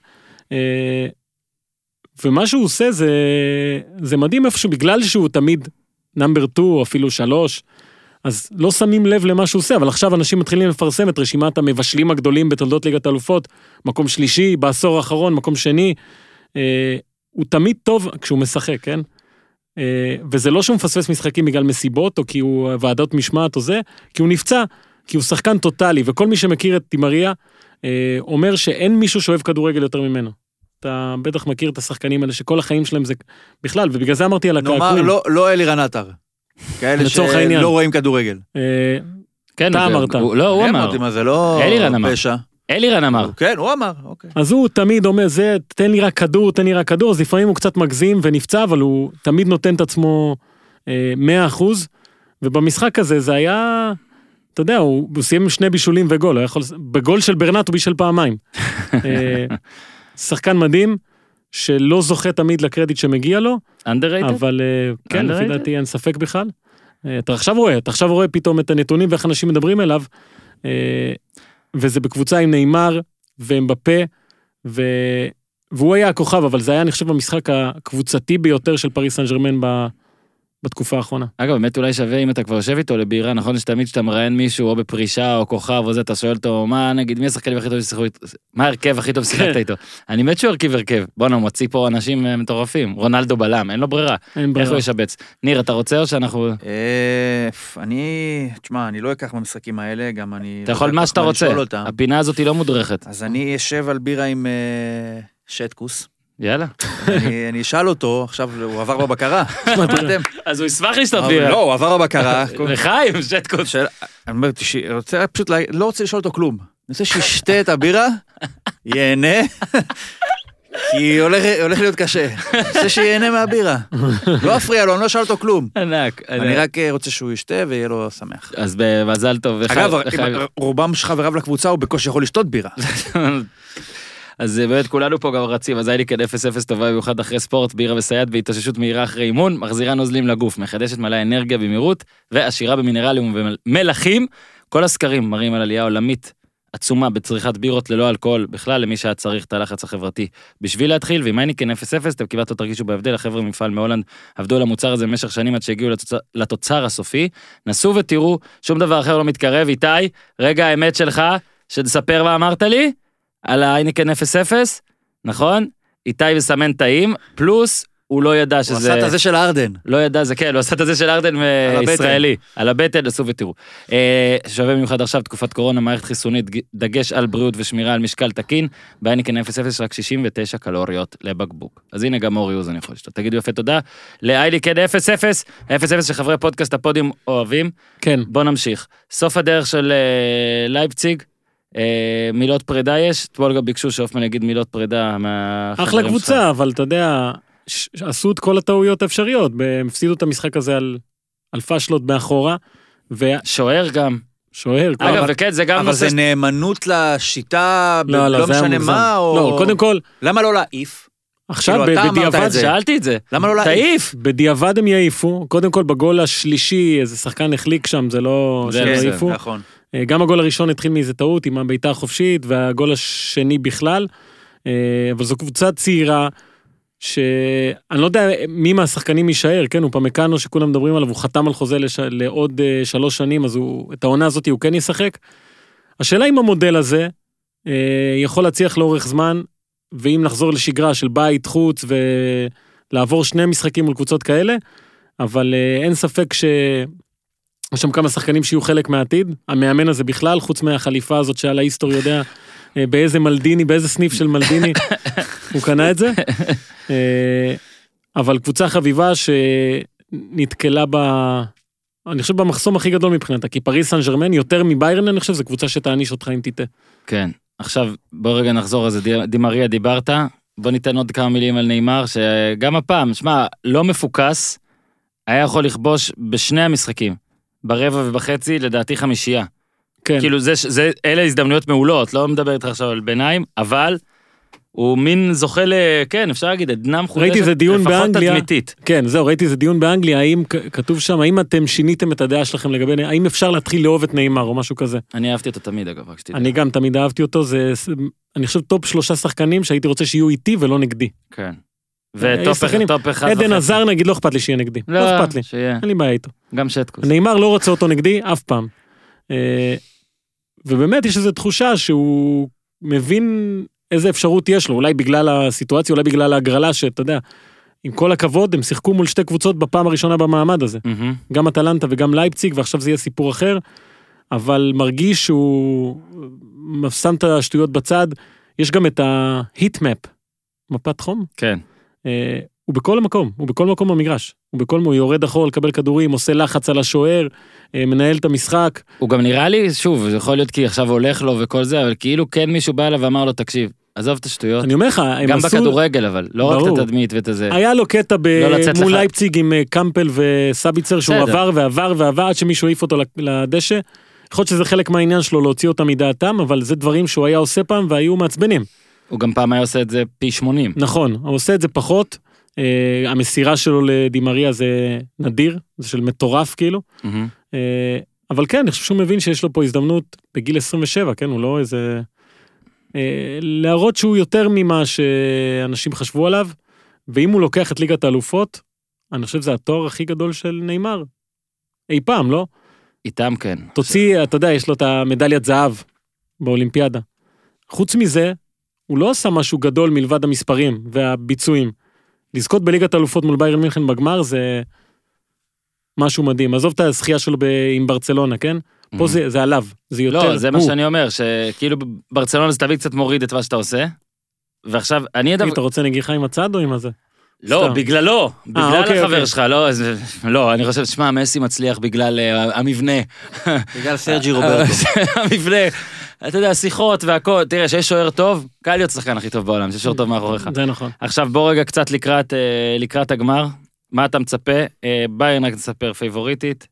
ומה שהוא עושה זה מדהים איפשהו, בגלל שהוא תמיד נאמבר 2 או אפילו 3, אז לא שמים לב למה שהוא עושה, אבל עכשיו אנשים מתחילים לפרסם את רשימת המבשלים הגדולים בתולדות ליגת האלופות, מקום שלישי, בעשור האחרון, מקום שני, הוא תמיד טוב כשהוא משחק, כן? וזה לא שהוא מפספס משחקים בגלל מסיבות, או כי הוא ועדות משמעת או זה, כי הוא נפצע, כי הוא שחקן טוטלי, וכל מי שמכיר את דימריה, אומר שאין מישהו שאוהב כדורגל יותר ממנו. אתה בטח מכיר את השחקנים האלה, שכל החיים שלהם זה בכלל, ובגלל זה אמרתי על הקעקועים. נאמר, לא אלירן עטר. כאלה שלא רואים כדורגל. כן, אתה אמרת. לא, הוא אמר. זה לא פשע. אלירן אמר. כן, הוא אמר, אוקיי. אז הוא תמיד אומר, תן לי רק כדור, אז לפעמים הוא קצת מגזים ונפצע, אבל הוא תמיד נותן את עצמו 100%, ובמשחק הזה זה היה, אתה יודע, הוא סיים 2 בישולים וגול, בגול של ברנט הוא בישל פעמיים. שחקן מדהים, שלא זוכה תמיד לקרדיט שמגיע לו, underrated? אבל כן, לפי דעתי אין ספק בכלל. אתה עכשיו רואה פתאום את הנתונים ואיך אנשים מדברים אליו, וזה בקבוצה עם נאמר ואמבפה, והוא היה הכוכב, אבל זה היה, אני חושב, המשחק הקבוצתי ביותר של פריס סן ז'רמן בתקופה האחרונה. אגב, באמת אולי שווה אם אתה כבר יושב איתו לבירה, נכון שתמיד שאתה מראיין מישהו או בפרישה או כוכב או זה, אתה שואל אותו, מה נגיד, מי השחקנים הכי טוב ששיחקו איתו? מה הרכב הכי טוב שיחקת איתו? אני מת שהוא הרכב. בואו מוציא פה אנשים מטורפים. רונלדו בלם, אין לו ברירה. איך הוא ישבץ? ניר, אתה רוצה או שאנחנו... תשמע, אני לא אקח במשחקים האלה, גם אני... אתה יכול מה שאתה רוצה. הפינה הזאת היא לא מודרכת. אז אני אשב על בירה עם שטקוס. יאללה. אני אשאל אותו, עכשיו הוא עבר בבקרה. אז הוא ישמח לשתות בירה. לא, הוא עבר בבקרה. לחיים, שטקוס. אני אומר, פשוט לא רוצה לשאול אותו כלום. אני רוצה שישתה את הבירה, ייהנה, כי הולך להיות קשה. אני רוצה שיהנה מהבירה. לא אפריע לו, אני לא אשאל אותו כלום. ענק. אני רק רוצה שהוא ישתה ויהיה לו שמח. אז במזל טוב. אגב, רובם חבריו לקבוצה הוא בקושי יכול לשתות בירה. אז באמת כולנו פה גם רצים, אז היילי כאן 0-0 טובה במיוחד אחרי ספורט, בירה וסייעת בהתאוששות מהירה אחרי אימון, מחזירה נוזלים לגוף, מחדשת מלא אנרגיה במהירות, ועשירה במינרלים ומלחים. כל הסקרים מראים על עלייה עולמית עצומה בצריכת בירות ללא אלכוהול, בכלל למי שהיה צריך את הלחץ החברתי. בשביל להתחיל, ועם הייניקן 0-0, אתם כמעט לא תרגישו בהבדל, החבר'ה מפעל מהולנד עבדו על המוצר הזה במשך שנים עד שהגיעו לתוצר הסופי. נסו ותראו, שום דבר אחר לא מתקרב. איתי, רגע האמת שלך, שתספר מה אמרת לי? על הייניקן 0-0, נכון? איתי מסמן טעים, פלוס הוא לא ידע שזה... הוא עשה את הזה של ארדן. לא ידע, זה כן, הוא עשה את הזה של ארדן ישראלי. על הבטן, נסו ותראו. שווה במיוחד עכשיו, תקופת קורונה, מערכת חיסונית, דגש על בריאות ושמירה על משקל תקין, בהייניקן 0-0 רק 69 קלוריות לבקבוק. אז הנה גם אוריוז אני יכול לשתות. תגידו יפה תודה. להייניקן 0-0, 0-0 שחברי פודקאסט הפודיום אוהבים. כן. בוא נמשיך. סוף הדרך של לייפציג, מילות פרידה יש, אתמול גם ביקשו שאופמן יגיד מילות פרידה אחלה קבוצה, אבל אתה יודע, עשו את כל הטעויות האפשריות, הם הפסידו את המשחק הזה על פשלות מאחורה, שוער גם. שוער, אגב, וכן, זה גם אבל זה נאמנות לשיטה, לא משנה מה, לא, קודם כל, למה לא להעיף? עכשיו בדיעבד, שאלתי את זה, למה לא להעיף? בדיעבד הם יעיפו, קודם כל בגול השלישי, איזה שחקן החליק שם, זה לא יעיפו. נכון. גם הגול הראשון התחיל מאיזה טעות עם הביתה החופשית, והגול השני בכלל, אבל זו קבוצה צעירה, שאני לא יודע מי מהשחקנים יישאר, כן, הוא פמקנו שכולם מדברים עליו, הוא חתם על חוזה לעוד 3 שנים, אז את העונה הזאת הוא כן ישחק. השאלה אם המודל הזה יכול להצליח לאורך זמן, ואם נחזור לשגרה של בית, חוץ, ולעבור 2 משחקים מול קבוצות כאלה, אבל אין ספק יש שם כמה שחקנים שיהיו חלק מהעתיד, המאמן הזה בכלל, חוץ מהחליפה הזאת שעל ההיסטורי יודע באיזה מלדיני, באיזה סניף של מלדיני הוא קנה את זה. אבל קבוצה חביבה שנתקלה אני חושב במחסום הכי גדול מבחינתה, כי פריס סן ז'רמן יותר מביירן, אני חושב, זו קבוצה שתעניש אותך אם תיתה. כן, עכשיו בוא רגע נחזור על זה, דימריה דיברת, בוא ניתן עוד כמה מילים על ניימר, שגם הפעם, שמע, לא מפוקס, היה יכול לכבוש בשני המשחקים, ברבע ובחצי, לדעתי 5. כן. כאילו אלה הזדמנויות מעולות, לא מדבר איתך עכשיו על ביניים, אבל הוא מין זוכה כן, אפשר להגיד, עדנה מחודשת, לפחות תדמיתית. כן, זהו, ראיתי איזה דיון באנגליה, האם כתוב שם, האם אתם שיניתם את הדעה שלכם לגבי, האם אפשר להתחיל לאהוב את ניימר או משהו כזה? אני אהבתי אותו תמיד, אגב, רק שתדע. אני גם תמיד אהבתי אותו, אני חושב טופ 3 שחקנים שהייתי רוצה שיהיו איתי ולא נגדי. כן. וטופ 1.5. עדן עזר נגיד, לא אכפת לי שיהיה נגדי. לא אכפת לי. אין לי בעיה איתו. גם שטקוס. ניימר לא רוצה אותו נגדי אף פעם. ובאמת יש איזו תחושה שהוא מבין איזה אפשרות יש לו, אולי בגלל הסיטואציה, אולי בגלל ההגרלה שאתה יודע, עם כל הכבוד, הם שיחקו מול 2 קבוצות בפעם הראשונה במעמד הזה. גם אטלנטה וגם לייפציג, ועכשיו זה יהיה סיפור אחר, אבל מרגיש שהוא שם את השטויות בצד, יש גם את ההיט-מפ, מפת חום. כן. הוא בכל המקום, הוא בכל מקום במגרש. הוא יורד אחורה לקבל כדורים, עושה לחץ על השוער, מנהל את המשחק. הוא גם נראה לי, שוב, זה יכול להיות כי עכשיו הולך לו וכל זה, אבל כאילו כן מישהו בא אליו ואמר לו, תקשיב, עזוב את השטויות. אני אומר לך, גם בכדורגל אבל, לא רק את התדמית ואת הזה. היה לו קטע מול לייפציג עם קמפל וסביצר, שהוא עבר, עד שמישהו העיף אותו לדשא. יכול להיות שזה חלק מהעניין שלו להוציא אותם מדעתם, אבל זה דברים שהוא היה עושה פעם והיו מעצבנים. הוא גם פעם היה עושה את זה פי 80. נכון, הוא עושה את זה פחות. המסירה שלו לדימריה זה נדיר, זה של מטורף כאילו. אבל כן, אני חושב שהוא מבין שיש לו פה הזדמנות בגיל 27, כן, הוא לא איזה... להראות שהוא יותר ממה שאנשים חשבו עליו, ואם הוא לוקח את ליגת האלופות, אני חושב שזה התואר הכי גדול של ניימר. אי פעם, לא? איתם כן. תוציא, אתה יודע, יש לו את המדליית זהב באולימפיאדה. חוץ מזה, הוא לא עושה משהו גדול מלבד המספרים והביצועים. לזכות בליגת האלופות מול ביירן מינכן בגמר זה משהו מדהים. עזוב את הזכייה שלו עם ברצלונה, כן? פה זה עליו, זה יותר... לא, זה מה שאני אומר, שכאילו ברצלונה זה תמיד קצת מוריד את מה שאתה עושה, ועכשיו, אני... אתה רוצה נגיחה עם הצד או עם הזה? לא, בגללו, בגלל החבר שלך, לא, אני חושב, שמה, מסי מצליח בגלל המבנה. בגלל סרג'י רוברטו. המבנה, אתה יודע, שיחות והכל, תראה, שיש שוער טוב, קל להיות שחקן הכי טוב בעולם, שיש שוער טוב מאחוריך. זה נכון. עכשיו בוא רגע קצת לקראת הגמר, מה אתה מצפה? ביירן רק תספר פייבוריטית,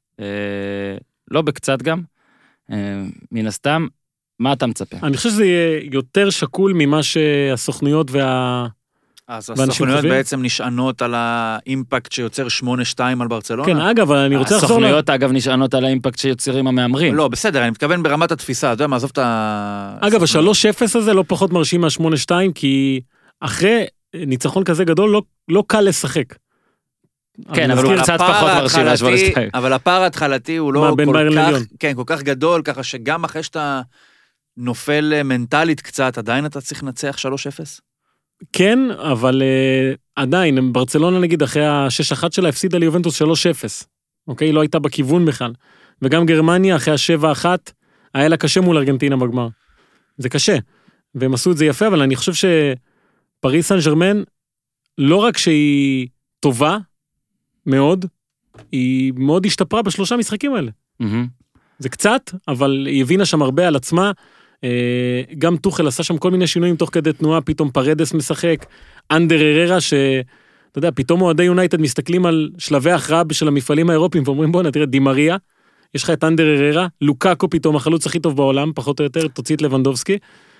לא בקצת גם, מן הסתם, מה אתה מצפה? אני חושב שזה יהיה יותר שקול ממה שהסוכנויות אז הסוכנויות בעצם נשענות על האימפקט שיוצר 8-2 על ברצלונה? כן, אגב, אני רוצה לחזור... הסוכנויות, אגב, נשענות על האימפקט שיוצרים המאמרים. לא, בסדר, אני מתכוון ברמת התפיסה, אתה יודע מה, עזוב את ה... אגב, ה-3-0 הזה לא פחות מרשים מה-8-2, כי אחרי ניצחון כזה גדול, לא קל לשחק. כן, אבל הוא קצת פחות מרשים מה-8-2. אבל הפער ההתחלתי הוא לא כל כך גדול, ככה שגם אחרי שאתה נופל מנטלית קצת, עדיין אתה צריך לנצח 3-0? כן, אבל עדיין, ברצלונה נגיד אחרי ה-6-1 שלה הפסידה ליובנטוס 3-0, אוקיי? לא הייתה בכיוון בכלל. וגם גרמניה אחרי ה-7-1 היה לה קשה מול ארגנטינה בגמר. זה קשה. והם עשו את זה יפה, אבל אני חושב שפריס סן ז'רמן, לא רק שהיא טובה מאוד, היא מאוד השתפרה ב3 משחקים האלה. זה קצת, אבל היא הבינה שם הרבה על עצמה, גם טוחל עשה שם כל מיני שינויים תוך כדי תנועה, פתאום פרדס משחק, אנדר הררה, שאתה יודע, פתאום אוהדי יונייטד מסתכלים על שלבי ההכרעה של המפעלים האירופיים, ואומרים בוא נתראה, דימריה, יש לך את אנדר הררה, לוקאקו פתאום, החלוץ הכי טוב בעולם, פחות או יותר, תוציא את לבנדובסקי.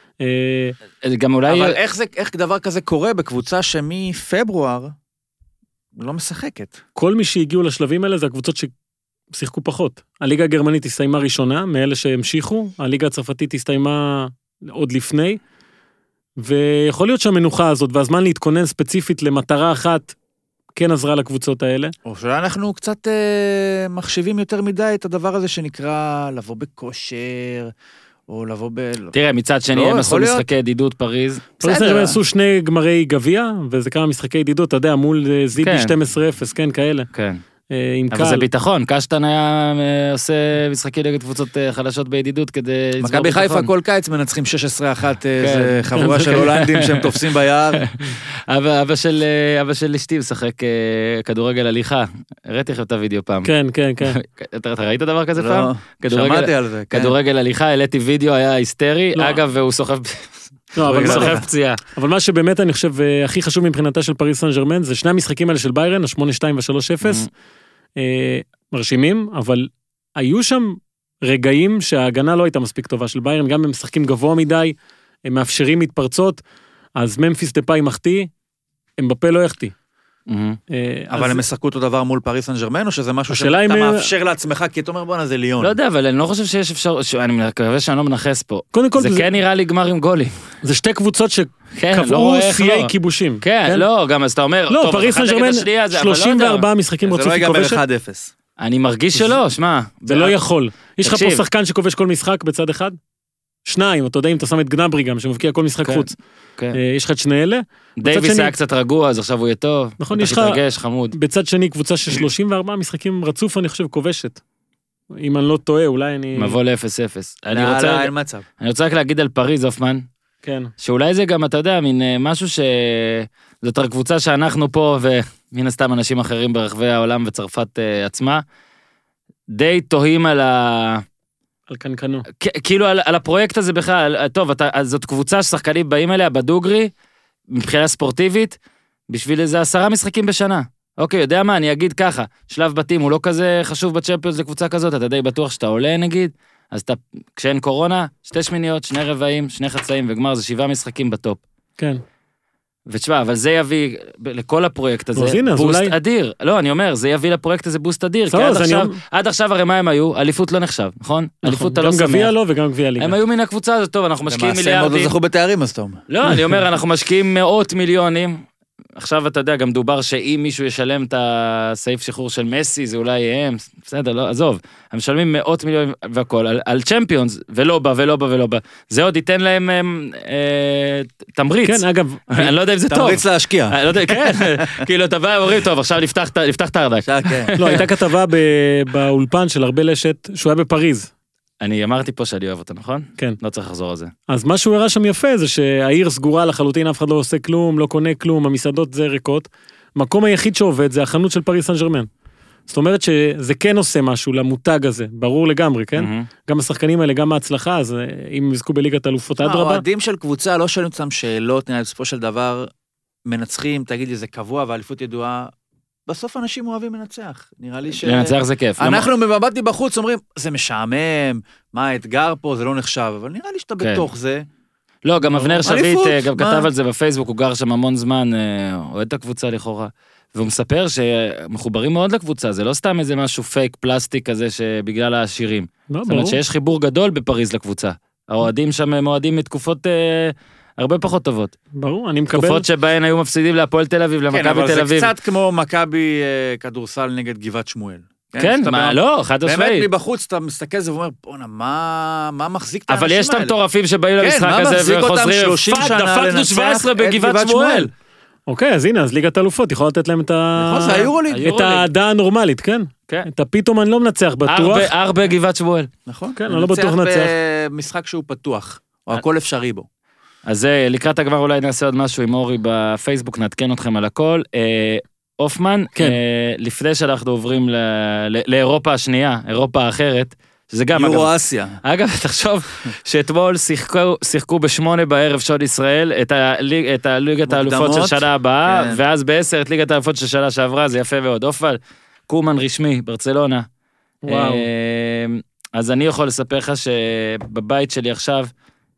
גם אולי... אבל איך דבר כזה קורה בקבוצה שמפברואר לא משחקת? כל מי שהגיעו לשלבים האלה זה הקבוצות שיחקו פחות. הליגה הגרמנית הסתיימה ראשונה, מאלה שהמשיכו, הליגה הצרפתית הסתיימה עוד לפני, ויכול להיות שהמנוחה הזאת, והזמן להתכונן ספציפית למטרה אחת, כן עזרה לקבוצות האלה. או שאנחנו קצת מחשיבים יותר מדי את הדבר הזה שנקרא לבוא בכושר, או לבוא תראה, מצד שני, הם עשו משחקי ידידות פריז. פריז הם עשו 2 גמרי גביע, וזה כמה משחקי ידידות, אתה יודע, מול זידי 12-0, כן, כאלה. כן. אבל זה ביטחון, קשטן היה עושה משחקים נגד קבוצות חלשות בידידות כדי... מכבי חיפה כל קיץ מנצחים 16-1, זה חבורה של הולנדים שהם תופסים ביער. אבא של אשתי משחק כדורגל הליכה, הראיתי לכם את הוידאו פעם. כן, כן, כן. אתה ראית דבר כזה פעם? שמעתי על זה. כדורגל הליכה, העליתי וידאו, היה היסטרי, אגב, והוא סוחב... סוחב פציעה. אבל מה שבאמת אני חושב הכי חשוב מבחינתה של פריז סן ז'רמן, זה 2 המשחקים האלה של ביירן, ה-8-2 ו-3-0, מרשימים, אבל היו שם רגעים שההגנה לא הייתה מספיק טובה של ביירן, גם הם משחקים גבוה מדי, הם מאפשרים מתפרצות, אז ממפיס דפאי מחטיא, הם בפה לא יחטיא. אבל הם משחקו אותו דבר מול פריז סן ז'רמן, או שזה משהו שאתה מאפשר לעצמך, כי אתה אומר בואנה זה ליון. לא יודע, אבל אני לא חושב שיש אפשר, אני מקווה שאני לא מנחס פה. קודם כל זה כן נראה לי גמר עם גולים. זה 2 קבוצות שקבעו שיאי כיבושים. כן, לא, גם אז אתה אומר, לא, פריז סן ז'רמן 34 משחקים רצוף היא כובשת. זה לא ייגמר 1-0. אני מרגיש שלא, שמע. זה לא יכול. יש לך פה שחקן שכובש כל משחק בצד אחד? 2, אתה יודע אם אתה שם את גנברי גם, שמבקיע כל משחק חוץ. יש לך את שני אלה. דייביס היה קצת רגוע, אז עכשיו הוא יהיה טוב. נכון, יש לך בצד שני קבוצה של 34 משחקים רצוף, אני חושב, כובשת. אם אני לא טועה, אולי אני... מבוא ל-0-0. אני רוצה רק להגיד על פריז, אופמן. כן. שאולי זה גם, אתה יודע, מין משהו זאת הקבוצה שאנחנו פה, ומן הסתם אנשים אחרים ברחבי העולם וצרפת עצמה, די תוהים על קנקנו. כאילו על הפרויקט הזה בכלל, טוב, זאת קבוצה ששחקנים באים אליה בדוגרי, מבחינה ספורטיבית, בשביל איזה 10 משחקים בשנה. אוקיי, יודע מה, אני אגיד ככה, שלב בתים הוא לא כזה חשוב בצ'מפיונס לקבוצה כזאת, אתה די בטוח שאתה עולה נגיד, אז כשאין קורונה, 2 שמיניות, 2 רבעים, 2 חצאים, וגמר זה 7 משחקים בטופ. כן. ותשמע, אבל זה יביא לכל הפרויקט הזה בוסט אדיר. לא, אני אומר, זה יביא לפרויקט הזה בוסט אדיר, כי עד עכשיו הרי מה הם היו? אליפות לא נחשב, נכון? אליפות אתה לא שמח. גם גביע לא וגם גביע ליגה. הם היו מן הקבוצה הזאת, טוב, אנחנו משקיעים מיליארדים. למעשה הם עוד לא זכו בתארים, אז טוב. לא, אני אומר, אנחנו משקיעים 100 מיליונים. עכשיו אתה יודע, גם דובר שאם מישהו ישלם את הסעיף שחרור של מסי, זה אולי הם, בסדר, לא, עזוב. הם משלמים 100 מיליונים והכל, על צ'מפיונס, ולא בא. זה עוד ייתן להם תמריץ. כן, אגב, אני לא יודע אם זה טוב. תמריץ להשקיע. כן, כאילו, אתה בא ואומרים, טוב, עכשיו נפתח את הרדק. לא, הייתה כתבה באולפן של הרבה לשת, שהוא היה בפריז. אני אמרתי פה שאני אוהב אותה, נכון? כן. לא צריך לחזור על זה. אז מה שהוא הראה שם יפה זה שהעיר סגורה לחלוטין, אף אחד לא עושה כלום, לא קונה כלום, המסעדות זה ריקות. המקום היחיד שעובד זה החנות של פריז סן ז'רמן. זאת אומרת שזה כן עושה משהו למותג הזה, ברור לגמרי, כן? גם השחקנים האלה, גם ההצלחה, אז אם הם יזכו בליגת אלופות עד רבה. האוהדים של קבוצה לא שואלים אותם שאלות, בסופו של דבר מנצחים, תגיד לי, זה קבוע והאליפות ידועה. בסוף אנשים אוהבים לנצח, נראה לי לנצח זה כיף. אנחנו מבטי בחוץ אומרים, זה משעמם, מה האתגר פה, זה לא נחשב, אבל נראה לי שאתה בתוך זה. לא, גם אבנר שביט, גם כתב על זה בפייסבוק, הוא גר שם המון זמן, אוהד את הקבוצה לכאורה, והוא מספר שמחוברים מאוד לקבוצה, זה לא סתם איזה משהו פייק פלסטיק כזה שבגלל העשירים. זאת אומרת שיש חיבור גדול בפריז לקבוצה. האוהדים שם מועדים מתקופות הרבה פחות טובות. ברור, אני מקבל... תקופות שבהן היו מפסידים להפועל תל אביב, למכבי תל אביב. כן, אבל זה קצת כמו מכבי כדורסל נגד גבעת שמואל. כן, מה, לא, חד משמעית. באמת מבחוץ אתה מסתכל על זה ואומר, בוא'נה, מה מחזיק את האנשים האלה? אבל יש את המטורפים שבאים למשחק הזה וחוזרים, כן, מה מחזיק אותם 30 שנה דפקנו 17 בגבעת שמואל. אוקיי, אז הנה, אז ליגת אלופות יכולה לתת להם את העדה הנורמלית, כן? את הפתאום אני לא מנצח בטוח. הרבה גבעת שמואל. נכון. כן, אני לא בטוח נצח. במשחק שהוא פתוח, או הכל אפשרי בו. אז לקראת הגמר אולי נעשה עוד משהו עם אורי בפייסבוק, נעדכן אתכם על הכל. אופמן, לפני שאנחנו עוברים לאירופה השנייה, אירופה האחרת, שזה גם... יורו-אסיה. אגב, תחשוב שאתמול שיחקו ב8 בערב שעון ישראל את הליגת האלופות של שנה הבאה, ואז ב10 את ליגת האלופות של שנה שעברה, זה יפה מאוד. אופל, קומן רשמי, ברצלונה. וואו. אז אני יכול לספר לך שבבית שלי עכשיו,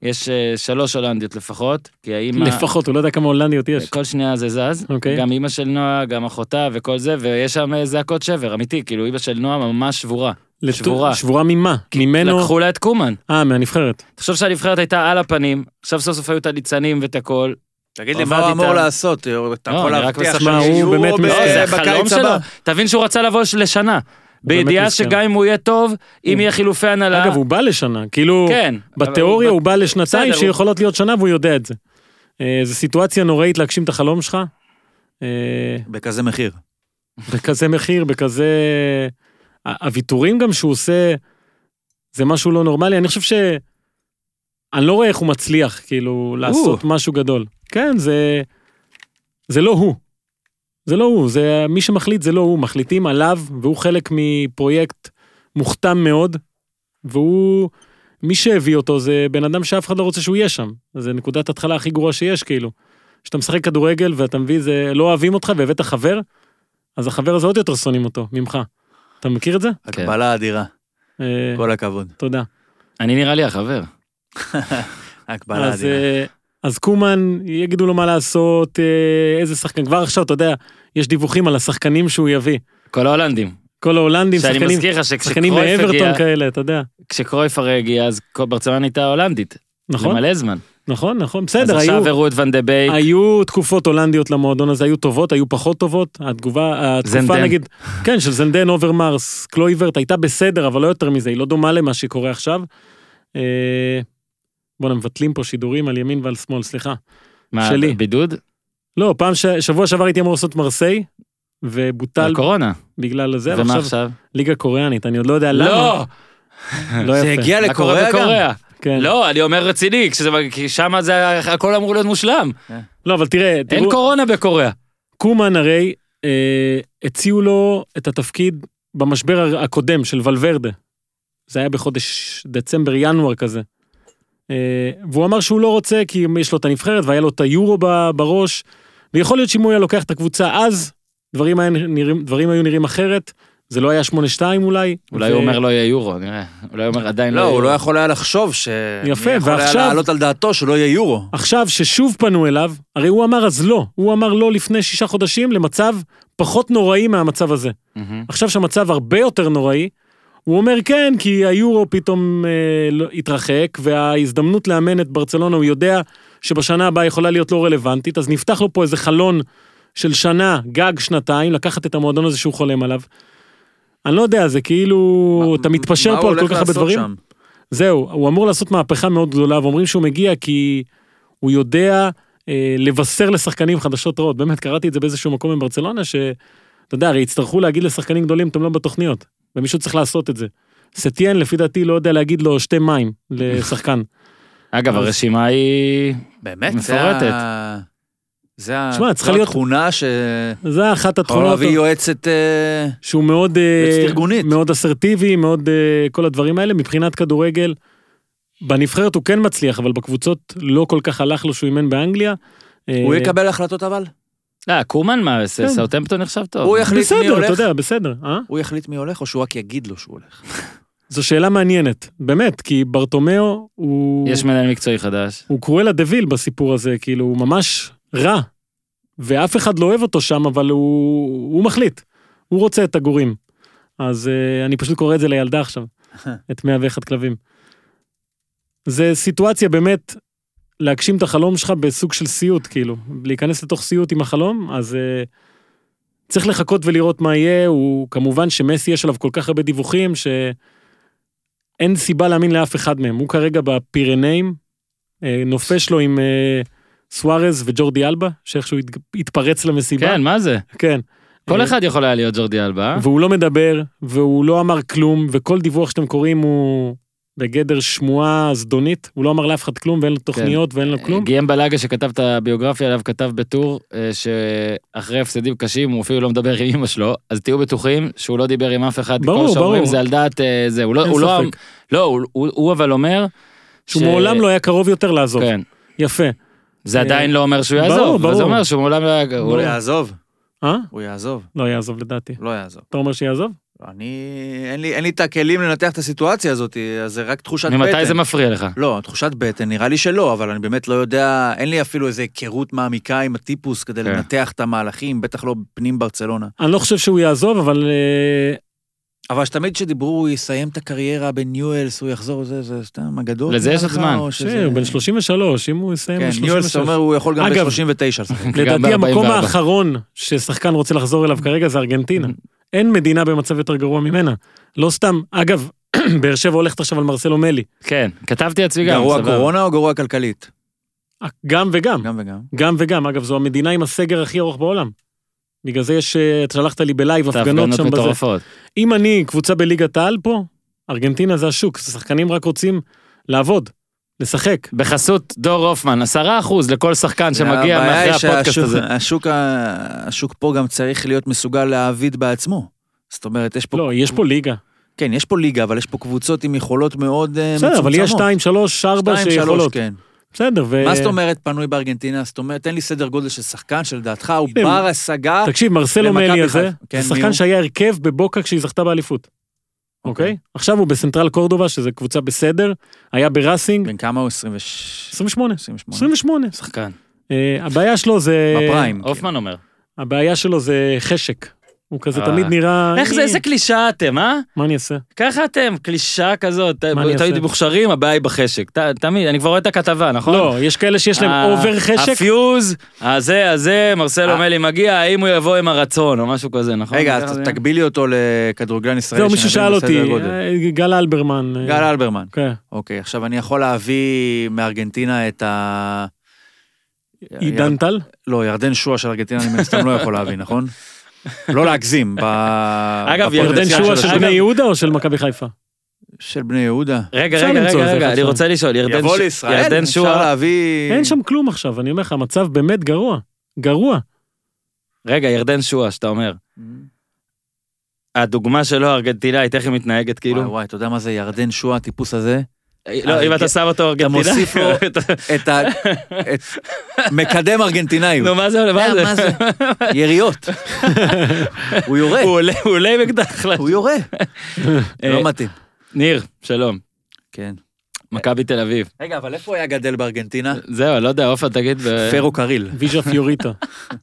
יש 3 הולנדיות לפחות, כי האמא... לפחות, הוא לא יודע כמה הולנדיות יש. כל שנייה זה זז, אוקיי. גם אמא של נועה, גם אחותה וכל זה, ויש שם זעקות שבר, אמיתי, כאילו אמא של נועה ממש שבורה. שבורה. שבורה ממה? ממנו... לקחו לה את קומן. מהנבחרת. תחשוב שהנבחרת הייתה על הפנים, עכשיו סוף סוף היו את הניצנים ואת הכל. תגיד לי, מה הוא אמור לעשות? אתה יכול להבטיח הוא באמת זה החלום שלו. תבין שהוא רצה לבוא לשנה. בידיעה שגם אם הוא יהיה טוב, אם יהיה חילופי הנהלה... אגב, הוא בא לשנה. כאילו, בתיאוריה הוא בא לשנתיים שיכולות להיות שנה והוא יודע את זה. זו סיטואציה נוראית להגשים את החלום שלך. בכזה מחיר. בכזה מחיר, בכזה... הוויתורים גם שהוא עושה, זה משהו לא נורמלי. אני חושב אני לא רואה איך הוא מצליח, כאילו, לעשות משהו גדול. כן, זה לא הוא. זה לא הוא, מי שמחליט זה לא הוא, מחליטים עליו, והוא חלק מפרויקט מוכתם מאוד, והוא, מי שהביא אותו זה בן אדם שאף אחד לא רוצה שהוא יהיה שם. זה נקודת התחלה הכי גרועה שיש, כאילו. כשאתה משחק כדורגל ואתה מביא, זה לא אוהבים אותך והבאת חבר, אז החבר הזה עוד יותר שונאים אותו, ממך. אתה מכיר את זה? הקבלה אדירה. כל הכבוד. תודה. אני נראה לי החבר. הקבלה אדירה. אז קומן, יגידו לו מה לעשות, איזה שחקן, כבר עכשיו, אתה יודע, יש דיווחים על השחקנים שהוא יביא. כל ההולנדים. כל ההולנדים, שאני מזכיר לך שחקנים מאברטון כאלה, אתה יודע. כשקרויף הרי הגיע, אז ברצלונה הייתה הולנדית. נכון. למלא זמן. נכון, בסדר. אז עכשיו הראו את ון דה בייק. היו תקופות הולנדיות למועדון הזה, היו טובות, היו פחות טובות. התקופה נגיד, כן, של זנדן, אוברמרס, קלויברט, הייתה בסדר, אבל לא יותר מזה, היא לא דומה למה שקורה עכשיו. בואו מבטלים פה שידורים על ימין ועל שמאל, סליחה. מה, שלי. בידוד? לא, שבוע שעבר הייתי אמור לעשות מרסיי, ובוטל... הקורונה. בגלל זה. ומה עכשיו? ליגה קוריאנית, אני עוד לא יודע למה. לא זה הגיע לקוריאה גם? כן. לא, אני אומר רציני, כי שם זה הכל אמור להיות מושלם. לא, אבל תראה... אין קורונה בקוריאה. קומן הרי הציעו לו את התפקיד במשבר הקודם של ולוורדה. זה היה בחודש דצמבר, ינואר כזה. והוא אמר שהוא לא רוצה, כי יש לו את הנבחרת, והיה לו את היורו בראש, ויכול להיות שאם הוא היה לוקח את הקבוצה אז, דברים היו נראים אחרת, זה לא היה 8-2 אולי. אולי הוא אומר לא יהיה יורו, נראה. אולי הוא אומר עדיין לא יהיה יורו. לא, הוא לא יכול היה לחשוב יפה, יכול היה לעלות על דעתו שלא יהיה יורו. עכשיו ששוב פנו אליו, הרי הוא אמר אז לא, הוא אמר לא לפני 6 חודשים, למצב פחות נוראי מהמצב הזה. עכשיו שהמצב הרבה יותר נוראי, הוא אומר כן, כי היורו פתאום התרחק, וההזדמנות לאמן את ברצלונה, הוא יודע שבשנה הבאה יכולה להיות לא רלוונטית, אז נפתח לו פה איזה חלון של שנה, גג שנתיים, לקחת את המועדון הזה שהוא חולם עליו. אני לא יודע, זה כאילו, אתה מתפשר פה על כל כך הרבה דברים. זהו, הוא אמור לעשות מהפכה מאוד גדולה, ואומרים שהוא מגיע כי הוא יודע לבשר לשחקנים חדשות רעות. באמת, קראתי את זה באיזשהו מקום בברצלונה, שאתה יודע, הרי יצטרכו להגיד לשחקנים גדולים, אתם לא בתוכניות, ומישהו צריך לעשות את זה. סטיין, לפי דעתי, לא יודע להגיד לו 2 מים לשחקן. אגב, הרשימה היא באמת מפורטת. זה התכונה ש... זה אחת התכונות... יכול להביא יועצת... שהוא מאוד... ארגונית. מאוד אסרטיבי, מאוד כל הדברים האלה. מבחינת כדורגל, בנבחרת הוא כן מצליח, אבל בקבוצות לא כל כך הלך לו שהוא אימן באנגליה. הוא יקבל החלטות אבל? קומן מה? סאוטהמפטון נחשב טוב. הוא יחליט מי הולך? אתה יודע, בסדר. הוא יחליט מי הולך או שהוא רק יגיד לו שהוא הולך? זו שאלה מעניינת, באמת, כי ברטומיאו הוא... יש מנהל מקצועי חדש. הוא קרואלה דוויל בסיפור הזה, כאילו הוא ממש רע, ואף אחד לא אוהב אותו שם, אבל הוא מחליט, הוא רוצה את הגורים. אז אני פשוט קורא את זה לילדה עכשיו, את 101 כלבים. זה סיטואציה באמת, להגשים את החלום שלך בסוג של סיוט, כאילו, להיכנס לתוך סיוט עם החלום, אז צריך לחכות ולראות מה יהיה, הוא כמובן שמסי יש עליו כל כך הרבה דיווחים, שאין סיבה להאמין לאף אחד מהם, הוא כרגע בפירנאים, נופש לו עם סוארז וג'ורדי אלבה, שאיכשהו התפרץ למסיבה. כן, מה זה? כן. כל אחד יכול היה להיות ג'ורדי אלבה. והוא לא מדבר, והוא לא אמר כלום, וכל דיווח שאתם קוראים הוא בגדר שמועה זדונית, הוא לא אמר לאף אחד כלום, ואין לו תוכניות ואין לו כלום. גיים בלאגה שכתב את הביוגרפיה עליו, כתב בטור, שאחרי הפסדים קשים, הוא אפילו לא מדבר עם אמא שלו, אז תהיו בטוחים שהוא לא דיבר עם אף אחד, כל שאומרים זה על דעת זה, הוא אבל אומר, שהוא מעולם לא היה קרוב יותר לעזוב. כן. יפה. זה עדיין לא אומר שהוא יעזוב, אבל זה אומר שהוא מעולם לא... הוא יעזוב. הוא יעזוב. לא יעזוב לדעתי. לא יעזוב. אתה אומר שיעזוב? אין לי את הכלים לנתח את הסיטואציה הזאת, אז זה רק תחושת בטן. ממתי זה מפריע לך? לא, תחושת בטן, נראה לי שלא, אבל אני באמת לא יודע, אין לי אפילו איזה היכרות מעמיקה עם הטיפוס כדי לנתח את המהלכים, בטח לא פנים ברצלונה. אני לא חושב שהוא יעזוב, אבל... אבל שתמיד שדיברו, הוא יסיים את הקריירה בניואלס, הוא יחזור, זה סתם אגדות. לזה יש זמן. הוא בן 33, אם הוא יסיים ב-36. כן, ניואלס אומר, הוא יכול גם ב-39. לדעתי המקום האחרון ששחקן רוצה לחזור אליו כרגע זה ארגנטינה. אין מדינה במצב יותר גרוע ממנה. לא סתם, אגב, באר שבע הולכת עכשיו על מרסלו מלי. כן, כתבתי עצמי גם. גרוע קורונה או גרוע כלכלית? גם וגם. גם וגם. גם וגם, אגב, זו המדינה עם הסגר הכי ארוך בעולם. בגלל זה יש, אתה שלחת לי בלייב הפגנות שם בזה. אם אני קבוצה בליגת העל פה, ארגנטינה זה השוק, שחקנים רק רוצים לעבוד, לשחק. בחסות דור הופמן, 10% לכל שחקן שמגיע מאחרי הפודקאסט הזה. השוק פה גם צריך להיות מסוגל להעביד בעצמו. זאת אומרת, יש פה... לא, יש פה ליגה. כן, יש פה ליגה, אבל יש פה קבוצות עם יכולות מאוד מצומצמות. בסדר, אבל יש 2, 3, 4 שיכולות. כן. בסדר, מה זאת אומרת פנוי בארגנטינה? זאת אומרת, תן לי סדר גודל של שחקן שלדעתך, הוא בר השגה. תקשיב, מרסלו מלי הזה, זה שחקן שהיה הרכב בבוקה כשהיא זכתה באליפות. אוקיי? עכשיו הוא בסנטרל קורדובה, שזה קבוצה בסדר, היה בראסינג. בן כמה הוא? 28. 28. שחקן. הבעיה שלו זה... בפריים. הופמן אומר. הבעיה שלו זה חשק. הוא כזה תמיד נראה... איך זה, איזה קלישה אתם, אה? מה אני אעשה? ככה אתם, קלישה כזאת, תמיד מוכשרים, הבעיה היא בחשק. תמיד, אני כבר רואה את הכתבה, נכון? לא, יש כאלה שיש להם אובר חשק. הפיוז, הזה, מרסלו מלי מגיע, האם הוא יבוא עם הרצון, או משהו כזה, נכון? רגע, אז תגבילי אותו לכדורגלן ישראלי. זהו, מישהו שאל אותי, גל אלברמן. גל אלברמן. כן. אוקיי, עכשיו אני יכול להביא מארגנטינה את ה... עידן טל? לא, ירדן שועה של ארגנטינה, אני סתם לא יכול להביא, נכון? לא להגזים. אגב, ירדן שועה של בני יהודה או של מכבי חיפה? של בני יהודה. רגע, אני רוצה לשאול, יבוא לישראל, אפשר להביא... אין שם כלום עכשיו, אני אומר לך, המצב באמת גרוע. גרוע. רגע, ירדן שועה, שאתה אומר. הדוגמה שלו, ארגנטינאית, איך היא מתנהגת, כאילו? וואי, אתה יודע מה זה ירדן שועה, הטיפוס הזה? לא, אם אתה שם אותו ארגנטינאי. אתה מוסיף לו את מקדם ארגנטינאי. נו, מה זה? מה זה? יריות. הוא יורה. הוא עולה עם אקדח. הוא יורה. לא מתאים. ניר, שלום. כן. מכבי תל אביב. רגע, אבל איפה היה גדל בארגנטינה? זהו, לא יודע, אופה, תגיד. פרו קריל. ויז'ה פיוריטה.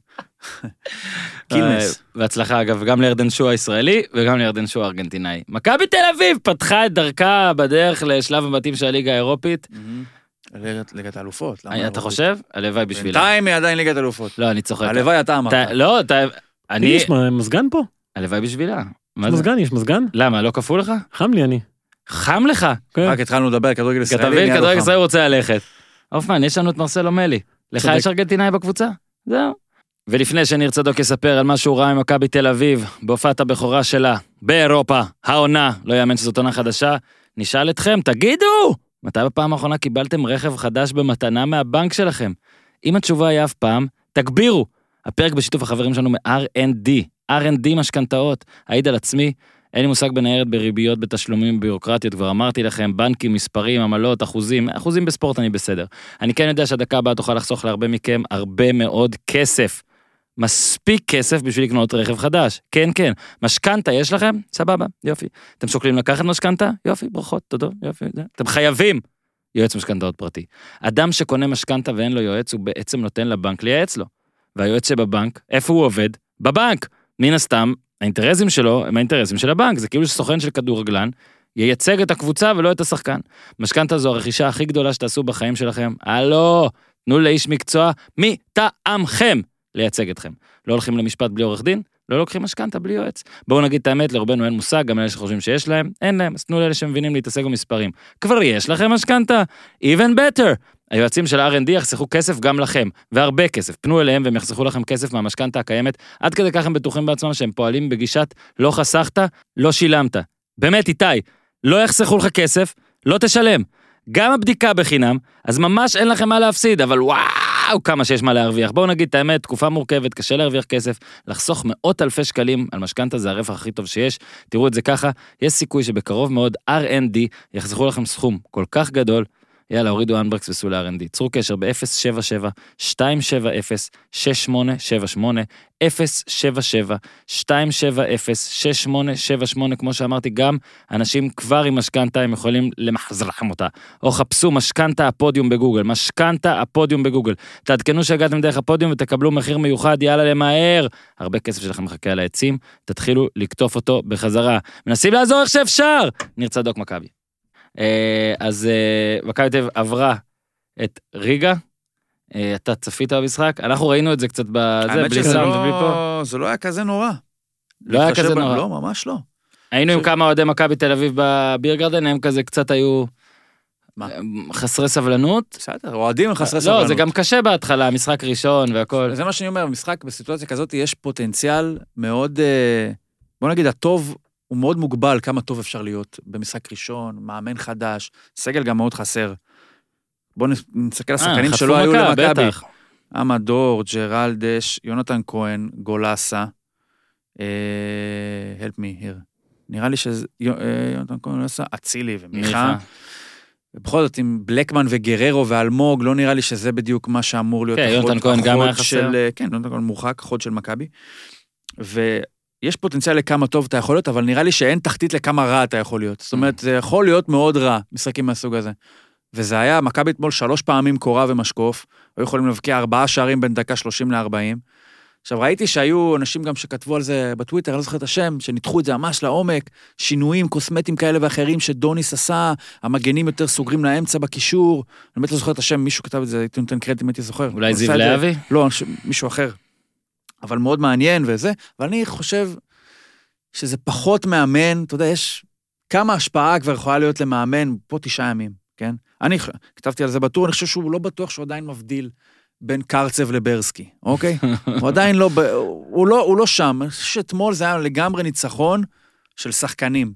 קילנס. והצלחה, אגב, גם לירדן שועה הישראלי, וגם לירדן שועה ארגנטינאי. מכבי תל אביב פתחה את דרכה בדרך לשלב הבתים של הליגה האירופית. ליגת האלופות. אתה חושב? הלוואי בשבילה. בינתיים היא עדיין ליגת האלופות. לא, אני צוחק. הלוואי אתה אמרת. לא, אני... יש מזגן פה? הלוואי בשבילה. יש מזגן? למה, לא כפו לך? חם לי אני. חם לך? רק התחלנו לדבר, כדורגל ישראלי. כתבין, כדורגל ישראלי רוצה ללכת. אופמן, יש לנו את מרסלו מלי. לך יש ארגנטינאי בקבוצה? זהו. ולפני שניר צדוק יספר על מה שהוא ראה עם מכבי תל אביב, בהופעת הבכורה שלה, באירופה, העונה, לא יאמן שזאת עונה חדשה, נשאל אתכם, תגידו, מתי בפעם האחרונה קיבלתם רכב חדש במתנה מהבנק שלכם? אם התשובה היא אף פעם, תגבירו. הפרק בשיתוף החברים שלנו R&D משכנתאות, העיד על עצמי, אין לי מושג בניירת בריביות, בתשלומים, ביורוקרטיות, כבר אמרתי לכם, בנקים, מספרים, עמלות, אחוזים בספורט אני בסדר. אני כן יודע שהדקה הבאה תוכל לחסוך להרבה מכם הרבה מאוד כסף. מספיק כסף בשביל לקנות רכב חדש. כן, כן. משכנתה יש לכם? סבבה, יופי. אתם שוקלים לקחת משכנתה? יופי, ברכות, תודו, יופי. אתם חייבים יועץ משכנתאות פרטי. אדם שקונה משכנתה ואין לו יועץ, הוא בעצם נותן לבנק לייעץ לו. והיועץ שבבנק, איפה הוא עובד? בבנק. מן הסתם, האינטרסים שלו הם האינטרסים של הבנק. זה כאילו שסוכן של כדורגלן ייצג את הקבוצה ולא את השחקן. משכנתה זו הרכישה הכי גדולה שתעשו בחיים שלכם. הלו, תנו לאיש מקצוע מטעמכם לייצג אתכם. לא הולכים למשפט בלי עורך דין, לא לוקחים משכנתה בלי יועץ. בואו נגיד את האמת, לרובנו אין מושג, גם אלה שחושבים שיש להם, אין להם, אז תנו לאלה שמבינים להתעסק במספרים. כבר יש לכם משכנתה, even better. היועצים של R&D יחסכו כסף גם לכם, והרבה כסף. פנו אליהם והם יחסכו לכם כסף מהמשכנתה הקיימת, עד כדי כך הם בטוחים בעצמם שהם פועלים בגישת לא חסכת, לא שילמת. באמת איתי, לא יחסכו לך כסף, לא תשלם. גם הבדיקה בחינם, אז ממש אין לכם מה להפסיד, אבל וואו, כמה שיש מה להרוויח. בואו נגיד את האמת, תקופה מורכבת, קשה להרוויח כסף, לחסוך מאות אלפי שקלים על משכנתה, זה הרווח הכי טוב שיש. תראו את זה ככה, יש סיכוי שבקרוב מאוד R&D יחסכו לכם סכום כל כך גדול, יאללה, הורידו אנברקס וסעו ל-R&D. צרו קשר ב-077-270-6878, 077-270-6878, כמו שאמרתי, גם אנשים כבר עם משכנתה, הם יכולים למחזר לכם אותה. או חפשו משכנתה הפודיום בגוגל, משכנתה הפודיום בגוגל. תעדכנו שהגעתם דרך הפודיום ותקבלו מחיר מיוחד, יאללה למהר. הרבה כסף שלכם מחכה על העצים, תתחילו לקטוף אותו בחזרה. מנסים לעזור איך שאפשר. ניר צדוק מכבי. אז מכבי תל אביב עברה את ריגה, אתה צפית במשחק? אנחנו ראינו את זה קצת בלי סאונד ובלי פה. זה לא היה כזה נורא. לא היה כזה נורא. לא, ממש לא. היינו עם כמה אוהדי מכבי תל אביב בבירגרדן, הם כזה קצת היו חסרי סבלנות. בסדר, אוהדים חסרי סבלנות. לא, זה גם קשה בהתחלה, משחק ראשון והכל. זה מה שאני אומר, במשחק, בסיטואציה כזאת, יש פוטנציאל מאוד, בוא נגיד, הטוב הוא מאוד מוגבל, כמה טוב אפשר להיות במשחק ראשון, מאמן חדש, סגל גם מאוד חסר. בואו נסתכל על השחקנים שלא היו למכבי. אמדור, ג'רלדש, יונתן כהן, גולסה, help me here. נראה לי שזה יונתן כהן, גולסה, אצילי ומיכה. ובכל זאת, עם בלקמן וגררו ואלמוג, לא נראה לי שזה בדיוק מה שאמור להיות. כן, יונתן כהן גם היה חסר. כן, יונתן כהן מורחק, חוד של מכבי. ויש פוטנציאל לכמה טוב אתה יכול להיות, אבל נראה לי שאין תחתית לכמה רע אתה יכול להיות. זאת אומרת, זה יכול להיות מאוד רע, משחקים מהסוג הזה. וזה היה, מכבי אתמול 3 פעמים קורה ומשקוף, היו יכולים לבקיע 4 שערים בין דקה 30 ל-40. עכשיו, ראיתי שהיו אנשים גם שכתבו על זה בטוויטר, אני לא זוכר את השם, שניתחו את זה ממש לעומק, שינויים קוסמטיים כאלה ואחרים שדוניס עשה, המגנים יותר סוגרים לאמצע בקישור, אני באמת לא זוכר את השם, מישהו כתב את זה, הייתי נותן קרדיט אם הייתי זוכר. אולי זיו להבי? לא, מישהו אחר. אבל מאוד מעניין וזה, אבל אני חושב שזה פחות מאמן, אתה יודע, יש כמה השפעה כבר יכולה להיות למאמן פה 9 ימים, כן? אני כתבתי על זה בטור, אני חושב שהוא לא בטוח שהוא עדיין מבדיל בין קרצב לברסקי, אוקיי? הוא עדיין לא, הוא לא שם. אני חושב שאתמול זה היה לגמרי ניצחון של שחקנים.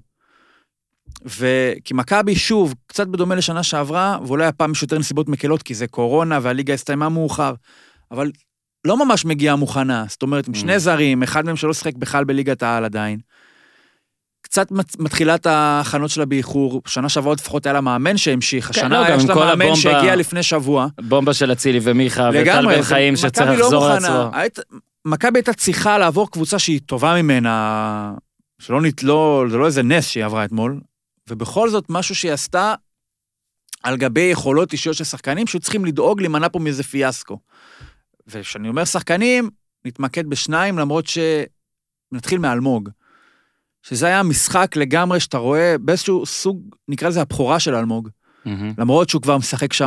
וכי מכבי שוב, קצת בדומה לשנה שעברה, ואולי הפעם יש יותר נסיבות מקלות, כי זה קורונה והליגה הסתיימה מאוחר, אבל לא ממש מגיעה מוכנה. זאת אומרת, עם 2 זרים, אחד מהם שלא שחק בכלל בליגת העל עדיין, קצת מתחילת ההכנות שלה באיחור, שנה שעברה עוד לפחות היה לה מאמן שהמשיך, השנה יש לה מאמן שהגיע לפני שבוע. בומבה של אצילי ומיכה וטל בן חיים שצריך לחזור לעצמו. מכבי הייתה צריכה לעבור קבוצה שהיא טובה ממנה, זה לא איזה נס שהיא עברה אתמול, ובכל זאת משהו שהיא עשתה על גבי יכולות אישיות של שחקנים, שצריכים לדאוג להימנע פה מאיזה פיאסקו. וכשאני אומר שחקנים, נתמקד ב2, למרות שנתחיל מאלמוג. שזה היה משחק לגמרי שאתה רואה באיזשהו סוג, נקרא לזה הבכורה של אלמוג. למרות שהוא כבר משחק שם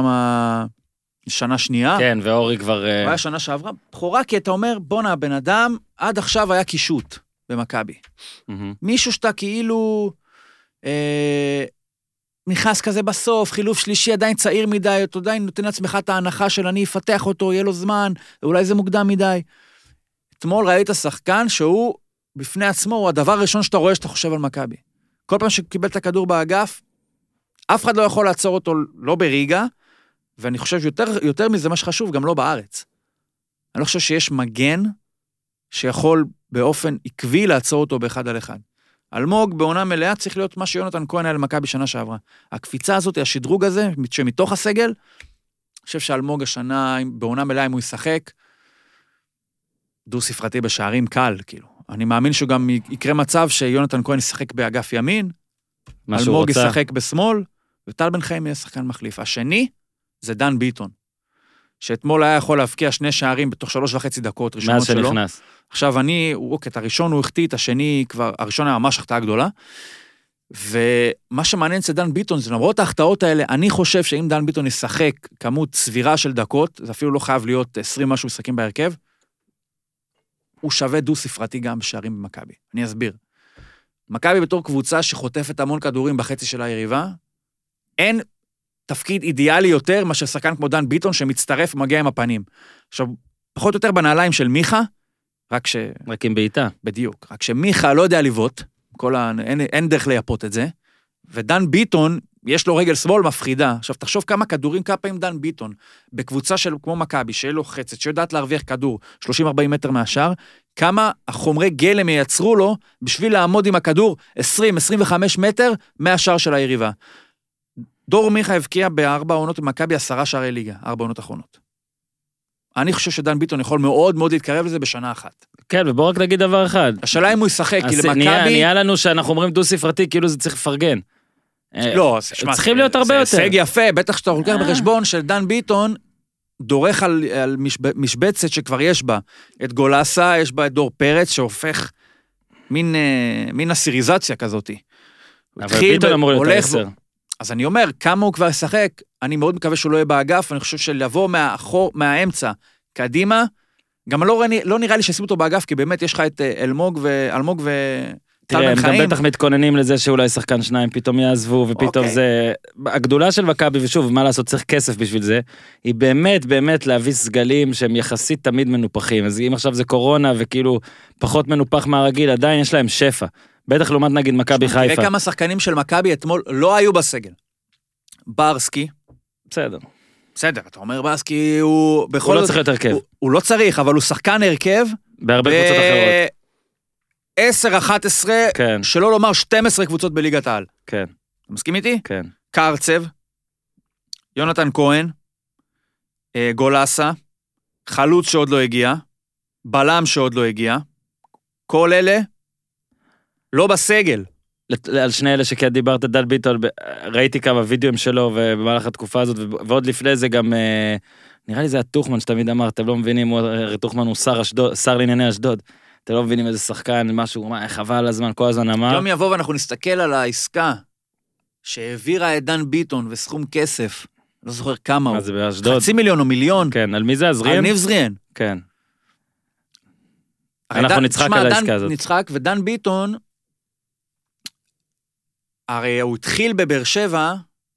שנה שנייה. כן, ואורי כבר... הוא היה שנה שעברה. בכורה כי אתה אומר, בונה, הבן אדם עד עכשיו היה קישוט במכבי. מישהו שאתה כאילו נכנס כזה בסוף, חילוף שלישי, עדיין צעיר מדי, אתה עדיין נותן לעצמך את ההנחה של אני אפתח אותו, יהיה לו זמן, אולי זה מוקדם מדי. אתמול ראית שחקן שהוא בפני עצמו, הוא הדבר הראשון שאתה רואה שאתה חושב על מכבי. כל פעם שקיבל את הכדור באגף, אף אחד לא יכול לעצור אותו לא בריגה, ואני חושב יותר מזה מה שחשוב, גם לא בארץ. אני לא חושב שיש מגן שיכול באופן עקבי לעצור אותו באחד על אחד. אלמוג בעונה מלאה צריך להיות מה שיונתן כהן היה למכבי שנה שעברה. הקפיצה הזאת, השדרוג הזה, שמתוך הסגל, אני חושב שאלמוג השנה, בעונה מלאה אם הוא ישחק, דו ספרתי בשערים קל, כאילו. אני מאמין שגם יקרה מצב שיונתן כהן ישחק באגף ימין, אלמוג ישחק בשמאל, וטל בן חיים יהיה שחקן מחליף. השני זה דן ביטון, שאתמול היה יכול להבקיע 2 שערים בתוך 3.5 דקות ראשונות שלו. מאז שנכנס. עכשיו את הראשון הוא החטיא, את השני כבר, הראשון היה ממש החטאה גדולה, ומה שמעניין אצל דן ביטון זה למרות ההחטאות האלה, אני חושב שאם דן ביטון ישחק כמות סבירה של דקות, זה אפילו לא חייב להיות 20 משהו משחקים בהרכב, הוא שווה דו ספרתי גם בשערים במכבי. אני אסביר. מכבי בתור קבוצה שחוטפת המון כדורים בחצי של היריבה, אין תפקיד אידיאלי יותר מאשר שחקן כמו דן ביטון שמצטרף ומגיע עם הפנים. עכשיו, פחות או יותר בנעליים של מיכה, רק עם בעיטה. בדיוק. רק שמיכה לא יודע לבעוט, אין דרך לייפות את זה, ודן ביטון, יש לו רגל שמאל מפחידה. עכשיו, תחשוב כמה כדורים, כמה פעמים דן ביטון, בקבוצה של כמו מכבי, שיהיה לו חצת, שיודעת להרוויח כדור 30-40 מטר מהשאר, כמה החומרי גלם ייצרו לו, בשביל לעמוד עם הכדור 20-25 מטר מהשאר של היריבה. דור מיכה הבקיע ב4 עונות במכבי 10 שערי ליגה, 4 עונות אחרונות. אני חושב שדן ביטון יכול מאוד מאוד להתקרב לזה בשנה אחת. כן, ובוא רק נגיד דבר אחד. השאלה אם הוא ישחק, כי למכבי... נהיה לנו שאנחנו אומרים דו ספרתי, כאילו זה צריך לפרגן. לא, צריכים להיות הרבה יותר. זה הישג יפה, בטח שאתה לוקח בחשבון של דן ביטון, דורך על משבצת שכבר יש בה את גולסה, יש בה את דור פרץ, שהופך מין אסיריזציה כזאת. אבל ביטון אמור להיות 10. אז אני אומר, כמה הוא כבר ישחק, אני מאוד מקווה שהוא לא יהיה באגף, אני חושב שלבוא מהאמצע, קדימה, גם לא נראה לי שישימו אותו באגף, כי באמת יש לך את אלמוג תראה, הם גם בטח מתכוננים לזה שאולי שחקן שניים פתאום יעזבו, ופתאום זה... הגדולה של מכבי, ושוב, מה לעשות, צריך כסף בשביל זה, היא באמת להביא סגלים שהם יחסית תמיד מנופחים. אז אם עכשיו זה קורונה, וכאילו פחות מנופח מהרגיל, עדיין יש להם שפע. בטח לעומת נגיד מכבי חיפה. תראה כמה שחקנים של מכבי אתמול לא היו בסגל. ברסקי. בסדר, אתה אומר ברסקי הוא... הוא לא צריך יותר הרכב. הוא לא צריך, אבל הוא שחקן הרכב. בהרבה קבוצות אחרות. 10, 11, כן. שלא לומר 12 קבוצות בליגת העל. כן. אתה מסכים איתי? כן. קרצב, יונתן כהן, גולסה, חלוץ שעוד לא הגיע, בלם שעוד לא הגיע, כל אלה לא בסגל. על שני אלה שכן דיברת, דל ביטון, ראיתי כמה וידאוים שלו במהלך התקופה הזאת, ועוד לפני זה גם, נראה לי זה הטוחמן שתמיד אמר, אתם לא מבינים, טוחמן הוא שר לענייני אשדוד. אתם לא מבינים איזה שחקן, משהו, חבל הזמן, כל הזמן אמר. יום יבוא ואנחנו נסתכל על העסקה שהעבירה את דן ביטון וסכום כסף, לא זוכר כמה הוא. זה באשדוד. 500,000 או מיליון. כן, על מי זה? זריאן? על ניב זריאן. כן. אנחנו נצחק על העסקה הזאת. נצחק, ודן ביטון, הרי הוא התחיל בבאר שבע,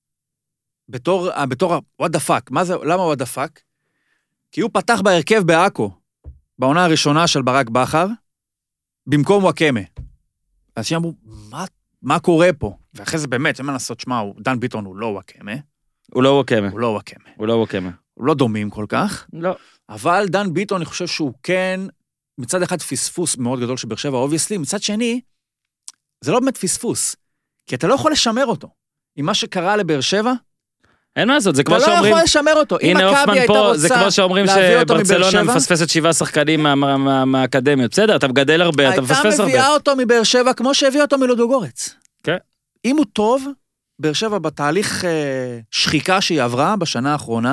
בתור what the fuck. מה זה, למה what the fuck? כי הוא פתח בהרכב בעכו. בעונה הראשונה של ברק בכר, במקום וואקמה. אז שאמרו, מה קורה פה? ואחרי זה באמת, אין מה לעשות, שמה, דן ביטון הוא לא וואקמה. הוא לא וואקמה. הוא לא וואקמה. הוא לא וואקמה. הוא לא דומים כל כך. לא. אבל דן ביטון, אני חושב שהוא כן, מצד אחד פספוס מאוד גדול של באר שבע, obviously, מצד שני, זה לא באמת פספוס, כי אתה לא יכול לשמר אותו. עם מה שקרה לבאר שבע, אין מה לעשות, זה כמו שאומרים... אתה לא יכול לשמר אותו. הנה אופמן פה, זה כמו שאומרים שברצלונה מפספסת 7 שחקנים מהאקדמיות. בסדר, אתה מגדל הרבה, אתה מפספס הרבה. הייתה מביאה אותו מבאר שבע כמו שהביאה אותו מלודוגורץ. כן. אם הוא טוב, באר שבע בתהליך שחיקה שהיא עברה בשנה האחרונה,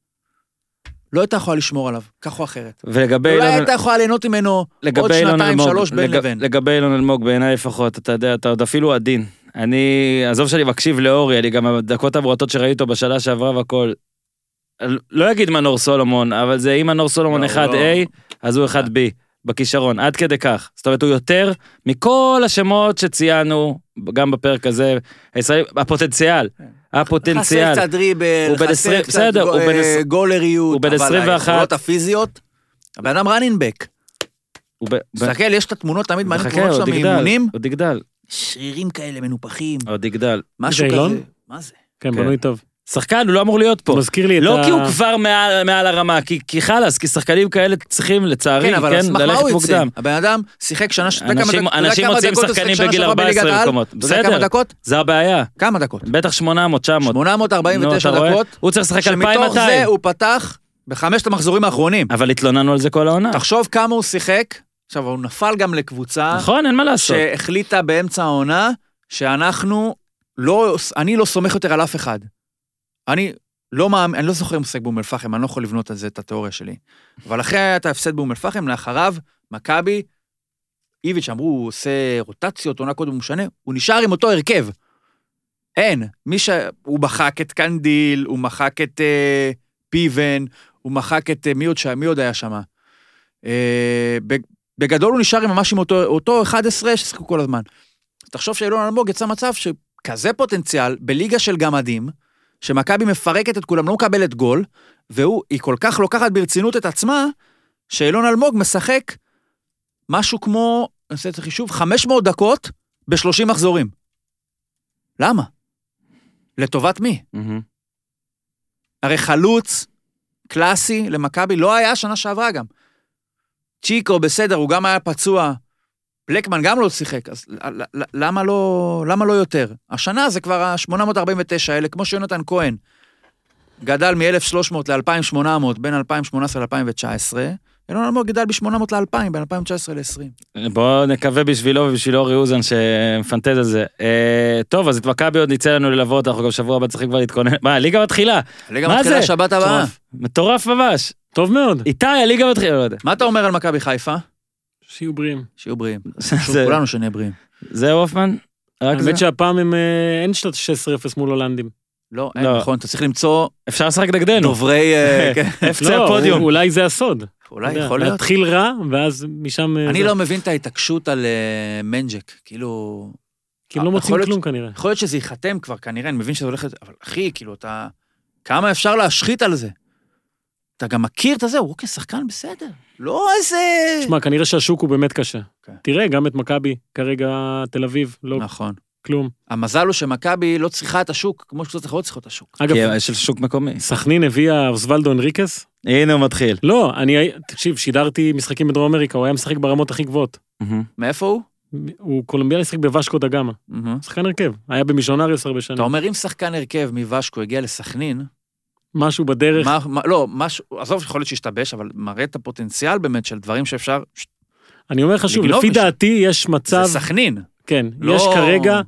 לא הייתה יכולה לשמור עליו, כך או אחרת. אולי הייתה יכולה ליהנות ממנו עוד 2-3 בין לבין. לגבי אילון אלמוג, בעיניי לפחות, אתה יודע, אתה עוד אפילו עדין. עזוב שאני מקשיב לאורי, אני גם הדקות המועטות שראיתי אותו בשנה שעברה והכל, לא אגיד מנור סולומון, אבל זה אם מנור סולומון 1A, אז הוא 1B, בכישרון, עד כדי כך. זאת אומרת, הוא יותר מכל השמות שציינו, גם בפרק הזה, הפוטנציאל. חסר קצת דריבל, חסר קצת גולריות, אבל היכולות הפיזיות, הבן אדם רנינבק. תסתכל, יש את התמונות, תמיד מעניין תמונות של המאימונים. הוא דגדל. שרירים כאלה מנופחים. עוד יגדל. משהו כזה. מה זה? כן, בנוי טוב. שחקן, הוא לא אמור להיות פה. מזכיר לי את לא כי הוא כבר מעל הרמה, כי חלס, כי שחקנים כאלה צריכים לצערי, ללכת מוקדם. הבן אדם שיחק שנה... אנשים מוצאים שחקנים בגיל 14 מקומות. בסדר, זה הבעיה. כמה דקות? בטח 800, 900. 849 דקות. הוא צריך לשחק 2,200. שמתוך זה הוא פתח בחמשת המחזורים האחרונים. אבל התלוננו על זה כל העונה. תחשוב כמה הוא שיחק. עכשיו, הוא נפל גם לקבוצה... נכון, אין מה לעשות. שהחליטה באמצע העונה, שאנחנו לא... אני לא סומך יותר על אף אחד. אני לא זוכר אם עוסק באום אל-פחם, אני לא יכול לבנות על זה את התיאוריה שלי. אבל אחרי את ההפסד באום אל-פחם, לאחריו, מכבי, איביץ' אמרו, הוא עושה רוטציות, עונה קודם הוא משנה, הוא נשאר עם אותו הרכב. אין. הוא מחק את קנדיל, הוא מחק את פיבן, הוא מחק את... מי עוד היה שם? בגדול הוא נשאר ממש עם אותו 11 ששחקו כל הזמן. תחשוב שאילון אלמוג יצא מצב שכזה פוטנציאל, בליגה של גמדים, שמכבי מפרקת את כולם, לא מקבלת גול, והיא כל כך לוקחת ברצינות את עצמה, שאילון אלמוג משחק משהו כמו, אני עושה את החישוב, 500 דקות ב-30 מחזורים. למה? לטובת מי? הרי חלוץ קלאסי למכבי לא היה שנה שעברה גם. צ'יקו בסדר, הוא גם היה פצוע בלקמן גם לא שיחק, אז למה לא יותר? השנה זה כבר ה-849 האלה, כמו שיונתן כהן, גדל מ-1300 ל-2800, בין 2018 ל-2019, אלון אלמוג גדל ב-800 ל-2000, בין 2019 ל-20. בואו נקווה בשבילו ובשבילו אורי אוזן שמפנטז על זה. טוב, אז את מכבי עוד ניצא לנו ללוות, אנחנו גם שבוע הבא צריכים כבר להתכונן. מה, הליגה מתחילה? הליגה מתחילה שבת הבאה. מטורף ממש. טוב מאוד. איתי, הליגה מתחילה, לא יודע. מה אתה אומר על מכבי חיפה? שיהיו בריאים. שיהיו בריאים. כולנו שנהיה בריאים. זהו, אופמן? האמת שהפעם הם אין 16-0 מול הולנדים. לא, אין, נכון, אתה צריך למצוא... אפשר לשחק נגדנו. דוברי... אפצה הפודיום. אולי זה הסוד. אולי יכול להיות. להתחיל רע, ואז משם... אני לא מבין את ההתעקשות על מנג'ק, כאילו... כי הם לא מוצאים כלום כנראה. יכול להיות שזה ייחתם כבר, כנראה, אני מבין שזה הולך... אבל אחי, כאילו, אתה... כמה אפשר להשחית על זה? אתה גם מכיר את זה, הוא כשחקן בסדר. לא איזה... תשמע, כנראה שהשוק הוא באמת קשה. תראה, גם את מכבי, כרגע תל אביב, לא כלום. המזל הוא שמכבי לא צריכה את השוק, כמו שקצת אחרות צריכות את השוק. כי יש שוק מקומי. סכנין הביאה אוסוולדו אנריקס. הנה הוא מתחיל. לא, תקשיב, שידרתי משחקים בדרום אמריקה, הוא היה משחק ברמות הכי גבוהות. מאיפה הוא? הוא קולומביאלי שחק בוושקו דה גאמה. שחקן הרכב, היה במישונריוס הרבה שנים. אתה אומר, אם שחקן הרכב מוושקו הגיע לסכנין, משהו בדרך. לא, משהו, עזוב, יכול להיות שישתבש, אבל מראה את הפוטנציאל באמת של דברים שאפשר... אני אומר לך שוב, לפי דעתי יש מצב... זה סכנין. כן, יש כרגע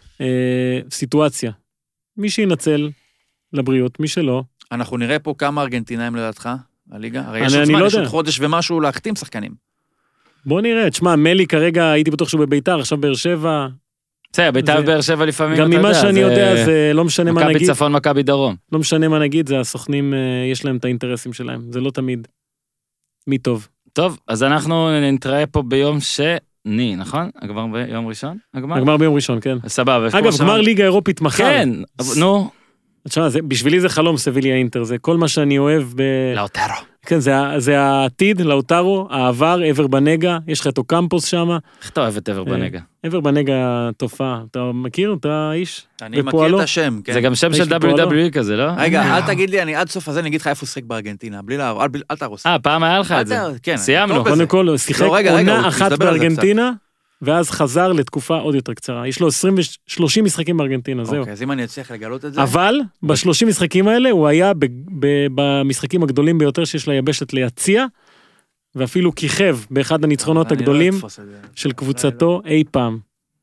סיטואציה. מי שינצל לבריאות, מי שלא. אנחנו נראה פה כמה ארגנטינאים לדעתך, הליגה. הרי יש עוד זמן, יש עוד חודש ומשהו להחתים שחקנים. בוא נראה, תשמע, מלי כרגע הייתי בטוח שהוא בביתר, עכשיו באר שבע... בסדר, ביתר ובאר שבע לפעמים, גם ממה שאני יודע, זה לא משנה מה נגיד. מכבי צפון, מכבי דרום. לא משנה מה נגיד, זה הסוכנים, יש להם את האינטרסים שלהם. זה לא תמיד מי טוב. טוב, אז אנחנו נתראה פה ביום שני, נכון? הגמר ביום ראשון? הגמר ביום ראשון, כן. סבבה. אגב, גמר ליגה אירופית מחר. כן, נו. תשמע, בשבילי זה חלום סביליה אינטר, זה כל מה שאני אוהב לאוטרו. כן, זה העתיד, לאוטרו, העבר, עבר בנגה, יש לך את אוקמפוס שם. איך אתה אוהב את עבר בנגה? עבר בנגה תופעה, אתה מכיר את האיש? אני מכיר את השם, כן. זה גם שם של WWE כזה, לא? רגע, אל תגיד לי, אני עד סוף הזה אני אגיד לך איפה הוא שחק בארגנטינה, בלי אל תהרוס. פעם היה לך את זה. כן. סיימנו. קודם כל, שיחק עונה אחת בארגנטינה, ואז חזר לתקופה עוד יותר קצרה. יש לו 30 משחקים בארגנטינה, זהו. אוקיי, אז אם אני אצליח לגלות את זה... אבל ב-30 משחקים האלה הוא היה במשחקים הגדולים ביותר שיש ליבשת להציע, ואפילו כיכב באחד הניצחונות הגדולים של קבוצתו אי פעם.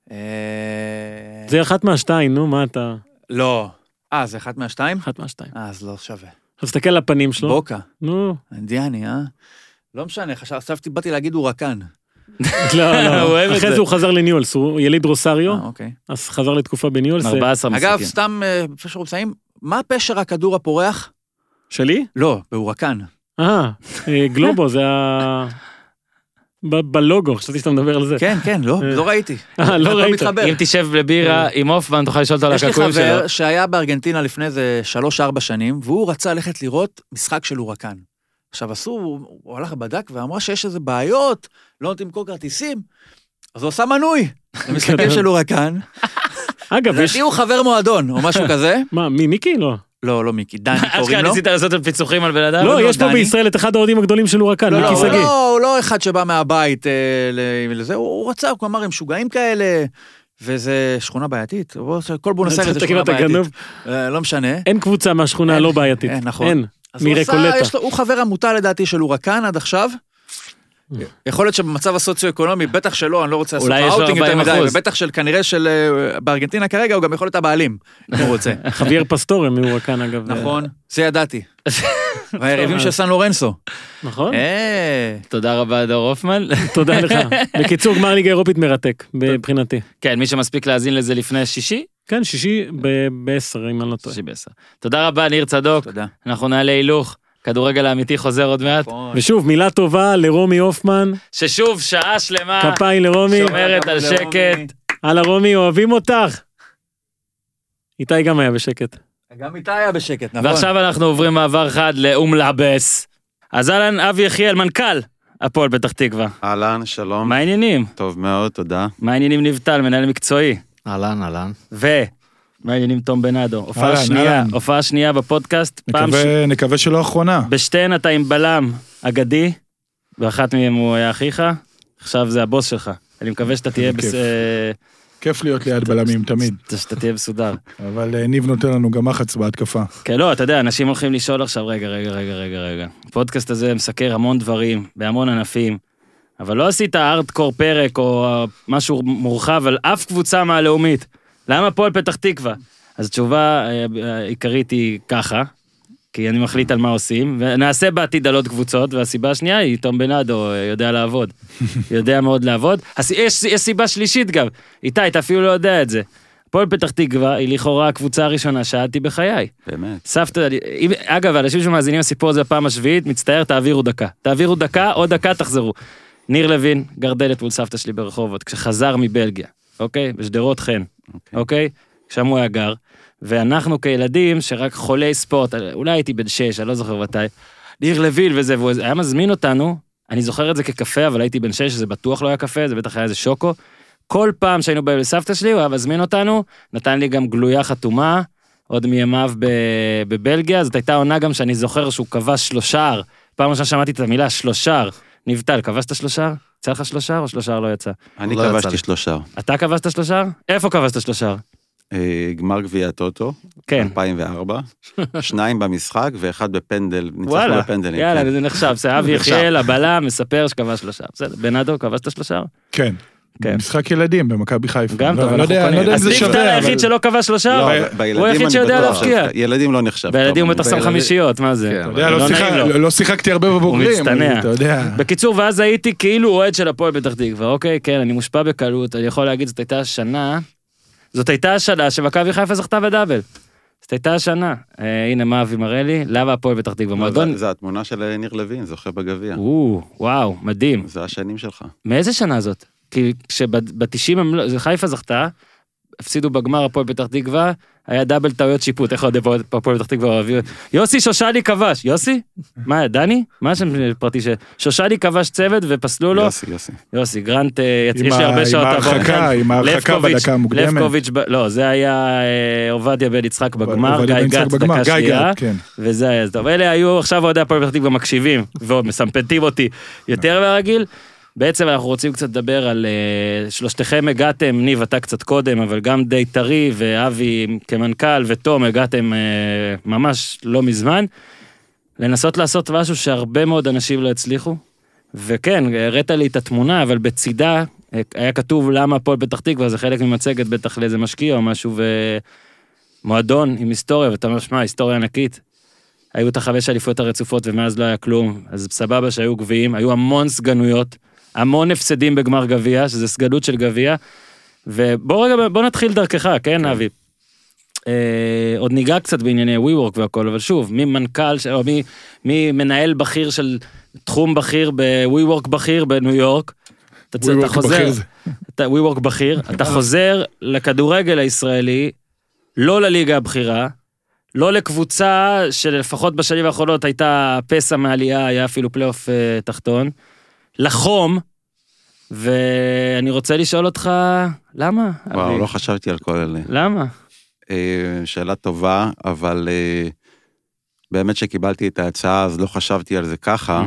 זה אחת מהשתיים, נו, מה אתה... לא. זה אחת מהשתיים? אחת מהשתיים. אז לא שווה. אז תסתכל על הפנים שלו. בוקה. נו. אינדיאני, לא משנה, חשבתי, באתי להגיד הוא רקן. לא, אחרי זה הוא חזר לניולס, הוא יליד רוסריו, אוקיי. אז חזר לתקופה בניולס. 14 משחקים. אגב, סתם, פשר רוצאים, מה פשר הכדור הפורח? שלי? לא, הוא רקן. גלובו, זה בלוגו, חשבתי שאתה מדבר על זה. כן, כן, לא ראיתי. לא ראית. אם תשב לבירה עם אופמן, תוכל לשאול אותו על הקעקועים שלו. יש לי חבר שהיה בארגנטינה לפני איזה 3-4 שנים, והוא רצה ללכת לראות משחק של הורקן. עכשיו הוא הלך בדק ואמרה שיש איזה בעיות, לא נותנים כל כרטיסים, אז הוא עושה מנוי, למשחקים של הורקן. אגב, לדעתי הוא חבר מועדון, או משהו כזה. מה, מיקי? לא. לא מיקי, דני קוראים אשכרה לו. ניסית לעשות על פיצוחים על בן אדם? לא, יש פה בישראל את אחד האוהדים הגדולים של הורקן, מיקי שגיא. הוא לא אחד שבא מהבית לזה, הוא רצה, הוא אמר, הם משוגעים כאלה, וזה שכונה בעייתית, כל בונוסאיירס זה שכונה בעייתית. לא משנה. אין קבוצה מהשכונה לא בעייתית. נכון. אין. הוא חבר עמותה לדעתי של הורקן עד עכשיו. יכול להיות שבמצב הסוציו-אקונומי, בטח שלא, אני לא רוצה לעשות אאוטינג יותר מדי, ובטח של כנראה של בארגנטינה כרגע, הוא גם יכול להיות הבעלים, אם הוא רוצה. חוויאר פסטורם מהורקן אגב. נכון, זה ידעתי. והיריבים של סן לורנסו. נכון. תודה רבה דור הופמן. תודה לך. בקיצור, גמר ליגה אירופית מרתק, מבחינתי. כן, מי שמספיק להאזין לזה לפני שישי? כן, שישי ב-10, אם אני לא טועה. שישי ב-10. תודה רבה, ניר צדוק. תודה. אנחנו נעלה הילוך. כדורגל האמיתי חוזר עוד מעט. ושוב, מילה טובה לרומי הופמן. ששוב, שעה שלמה. כפיים לרומי. שומרת על שקט. הלאה רומי, אוהבים אותך. איתי גם היה בשקט. גם איתי היה בשקט, נכון. ועכשיו אנחנו עוברים מעבר חד לאום-לבס. אז אהלן, אבי יחיאל, מנכ"ל הפועל פתח תקווה. אהלן, שלום. מה העניינים? טוב מאוד, תודה. מה העניינים נבטל, מנהל מקצועי? אהלן. מה העניינים תום בנאדו? אהלן. הופעה שנייה בפודקאסט. נקווה שלא אחרונה. בשתיהן אתה עם בלם אגדי, ואחת מהם הוא היה אחיך, עכשיו זה הבוס שלך. אני מקווה שאתה תהיה כיף להיות ליד בלמים, תמיד. שאתה תהיה מסודר. אבל ניב נותן לנו גם מחץ בהתקפה. כן, לא, אתה יודע, אנשים הולכים לשאול עכשיו, רגע. הפודקאסט הזה מסקר המון דברים, בהמון ענפים, אבל לא עשית ארטקור פרק או משהו מורחב על אף קבוצה מהלאומית. למה הפועל פתח תקווה? אז התשובה העיקרית היא ככה, כי אני מחליט על מה עושים, ונעשה בעתיד על עוד קבוצות, והסיבה השנייה היא, תום בנאדו יודע לעבוד. יודע מאוד לעבוד. יש סיבה שלישית גם. איתי, אתה אפילו לא יודע את זה. הפועל פתח תקווה היא לכאורה הקבוצה הראשונה שעדתי בחיי. באמת. סבתא, אגב, אנשים שמאזינים לסיפור הזה הפעם השביעית, מצטער, תעבירו דקה, עוד דקה תחזרו. ניר לוין, גרדלת מול סבתא שלי ברחובות, כשחזר מבלגיה, אוקיי? בשדרות חן, אוקיי? שם הוא היה גר. ואנחנו כילדים שרק חולי ספורט, אולי הייתי בן 6, אני לא זוכר מתי, ניר לוין וזה, והוא היה מזמין אותנו, אני זוכר את זה כקפה, אבל הייתי בן 6, זה בטוח לא היה קפה, זה בטח היה איזה שוקו, כל פעם שהיינו באים לסבתא שלי, הוא היה מזמין אותנו, נתן לי גם גלויה חתומה, עוד מימיו בבלגיה, זאת הייתה עונה גם שאני זוכר שהוא כבש 3 שער, פעם ראשונה שמעתי את המילה 3 שער, נבטל, כבשת 3 שער? יצא לך 3 שער או 3 שער לא יצא? אני כבשתי 3 שער. אתה כבשת 3 שער? איפה כבשת 3 שער? גמר גביע טוטו, כן. 2004, 2 במשחק ואחד בפנדל, ניצחנו בפנדלים. יאללה, זה נחשב, זה אבי יחיאל, הבלם, מספר שכבש 3 שער. בסדר, בנאדו, כבשת 3 שער? כן. משחק ילדים במכבי חיפה. גם טוב, לא יודע אם זה שווה. אז נפטר היחיד שלא כבש 3 שער? הוא היחיד שיודע להפקיע. ילדים לא נחשב. בילדים הוא בטח שם 5, מה זה? אתה יודע, לא שיחקתי הרבה בבוגרים. הוא מצטנע. אתה יודע. בקיצור, ואז הייתי כאילו אוהד של הפועל פתח תקווה, אוקיי? כן, אני מושפע בקלות, אני יכול להגיד, זאת הייתה השנה שמכבי חיפה זכתה בדאבל. זאת הייתה השנה. הנה מה אבי מראה לי, למה הפועל פתח תקווה מועדון? זה התמונה של ניר לוין, זוכה בגביע. וואו, מדהים. זה השנים שלך. מאיזה שנה זאת? כי כשב-90 חיפה זכתה, הפסידו בגמר הפועל פתח תקווה, היה דאבל טעויות שיפוט, איך עוד הפועל פתח תקווה אוהבים? יוסי שושני כבש, יוסי? מה, דני? מה השם פרטי שושני כבש צוות ופסלו לו? יוסי, גרנט, יש לי הרבה שעות עבור. עם ההרחקה בדקה המוקדמת. לפקוביץ', לא, זה היה עובדיה בן יצחק בגמר, גיא גץ דקה שנייה, וזה היה טוב. אלה היו עכשיו אוהדי הפועל פתח תקווה מקשיבים, ומסמפטים אותי יותר מהרגיל. בעצם אנחנו רוצים קצת לדבר על שלושתכם הגעתם, ניב אתה קצת קודם, אבל גם די טרי ואבי כמנכ"ל ותום הגעתם ממש לא מזמן, לנסות לעשות משהו שהרבה מאוד אנשים לא הצליחו, וכן, הראת לי את התמונה, אבל בצידה היה כתוב למה הפועל פתח תקווה, זה חלק ממצגת בטח לאיזה משקיע או משהו, ומועדון עם היסטוריה, ואתה משמע, היסטוריה ענקית, היו את 5 אליפויות הרצופות ומאז לא היה כלום, אז סבבה שהיו גביעים, היו המון סגנויות, המון הפסדים בגמר גביע, שזה סגנות של גביע, ובוא נתחיל דרכך, כן אבי? עוד ניגע קצת בענייני WeWork והכל, אבל שוב, מי מנכ"ל, או מי מנהל בכיר של תחום בכיר ב-WeWork בכיר בניו יורק, אתה חוזר, WeWork בכיר, אתה חוזר לכדורגל הישראלי, לא לליגה הבכירה, לא לקבוצה שלפחות בשנים האחרונות הייתה פסע מעלייה, היה אפילו פלייאוף תחתון, לחום, ואני רוצה לשאול אותך, למה? וואו, לא חשבתי על כל אלה. למה? שאלה טובה, אבל באמת שקיבלתי את ההצעה, אז לא חשבתי על זה ככה,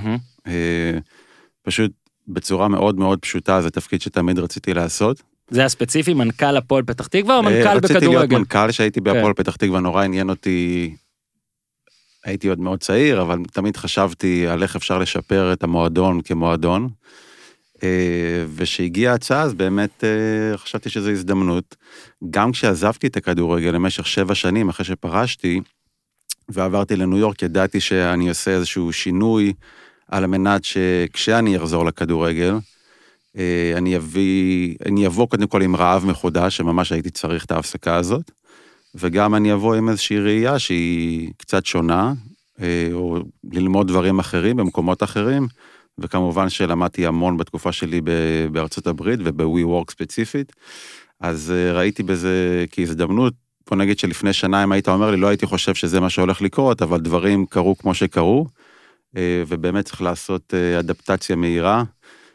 פשוט בצורה מאוד מאוד פשוטה, זה תפקיד שתמיד רציתי לעשות. זה היה ספציפי, מנכ"ל הפועל פתח תקווה או מנכ"ל בכדורגל? רציתי להיות מנכ"ל שהייתי בהפועל פתח תקווה, נורא עניין אותי, הייתי עוד מאוד צעיר, אבל תמיד חשבתי על איך אפשר לשפר את המועדון כמועדון, ושהגיעה ההצעה, אז באמת חשבתי שזו הזדמנות, גם כשעזבתי את הכדורגל למשך 7 שנים אחרי שפרשתי, ועברתי לניו יורק, ידעתי שאני עושה איזשהו שינוי, על המנת שכשאני אחזור לכדורגל, אני אבוא קודם כל עם רעב מחודש, שממש הייתי צריך את ההפסקה הזאת, וגם אני אבוא עם איזושהי ראייה שהיא קצת שונה, או ללמוד דברים אחרים במקומות אחרים, וכמובן שלמדתי המון בתקופה שלי בארצות הברית, וב-WeWork ספציפית, אז ראיתי בזה כהזדמנות, בוא נגיד שלפני שנה אם היית אומר לי, לא הייתי חושב שזה מה שהולך לקרות, אבל דברים קרו כמו שקרו, ובאמת צריך לעשות אדפטציה מהירה,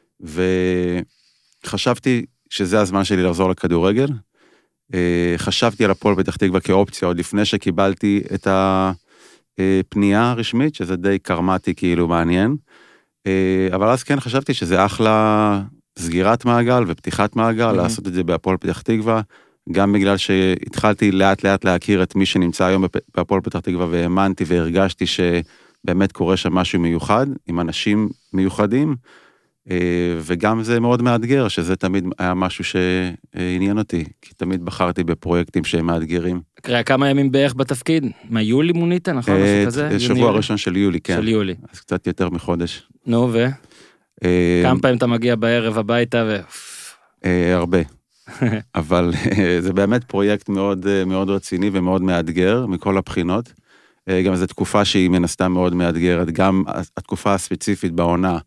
וחשבתי שזה הזמן שלי לחזור לכדורגל, חשבתי על הפועל פתח תקווה כאופציה, עוד לפני שקיבלתי את הפנייה הרשמית, שזה די קרמטי כאילו מעניין, אבל אז כן חשבתי שזה אחלה סגירת מעגל ופתיחת מעגל, לעשות את זה בהפועל פתח תקווה, גם בגלל שהתחלתי לאט לאט להכיר את מי שנמצא היום בהפועל פתח תקווה, והאמנתי והרגשתי שבאמת קורה שם משהו מיוחד, עם אנשים מיוחדים, וגם זה מאוד מאתגר, שזה תמיד היה משהו שעניין אותי, כי תמיד בחרתי בפרויקטים שהם מאתגרים. קרא כמה ימים בערך בתפקיד? מה, יולי מונית, נכון? משהו כזה? שבוע ראשון של יולי, כן. של יולי. אז קצת יותר מחודש. נו, כמה פעמים אתה מגיע בערב הביתה הרבה. אבל זה באמת פרויקט מאוד, מאוד רציני ומאוד מאתגר מכל הבחינות. גם זו תקופה שהיא מן הסתם מאוד מאתגרת, גם התקופה הספציפית בעונה,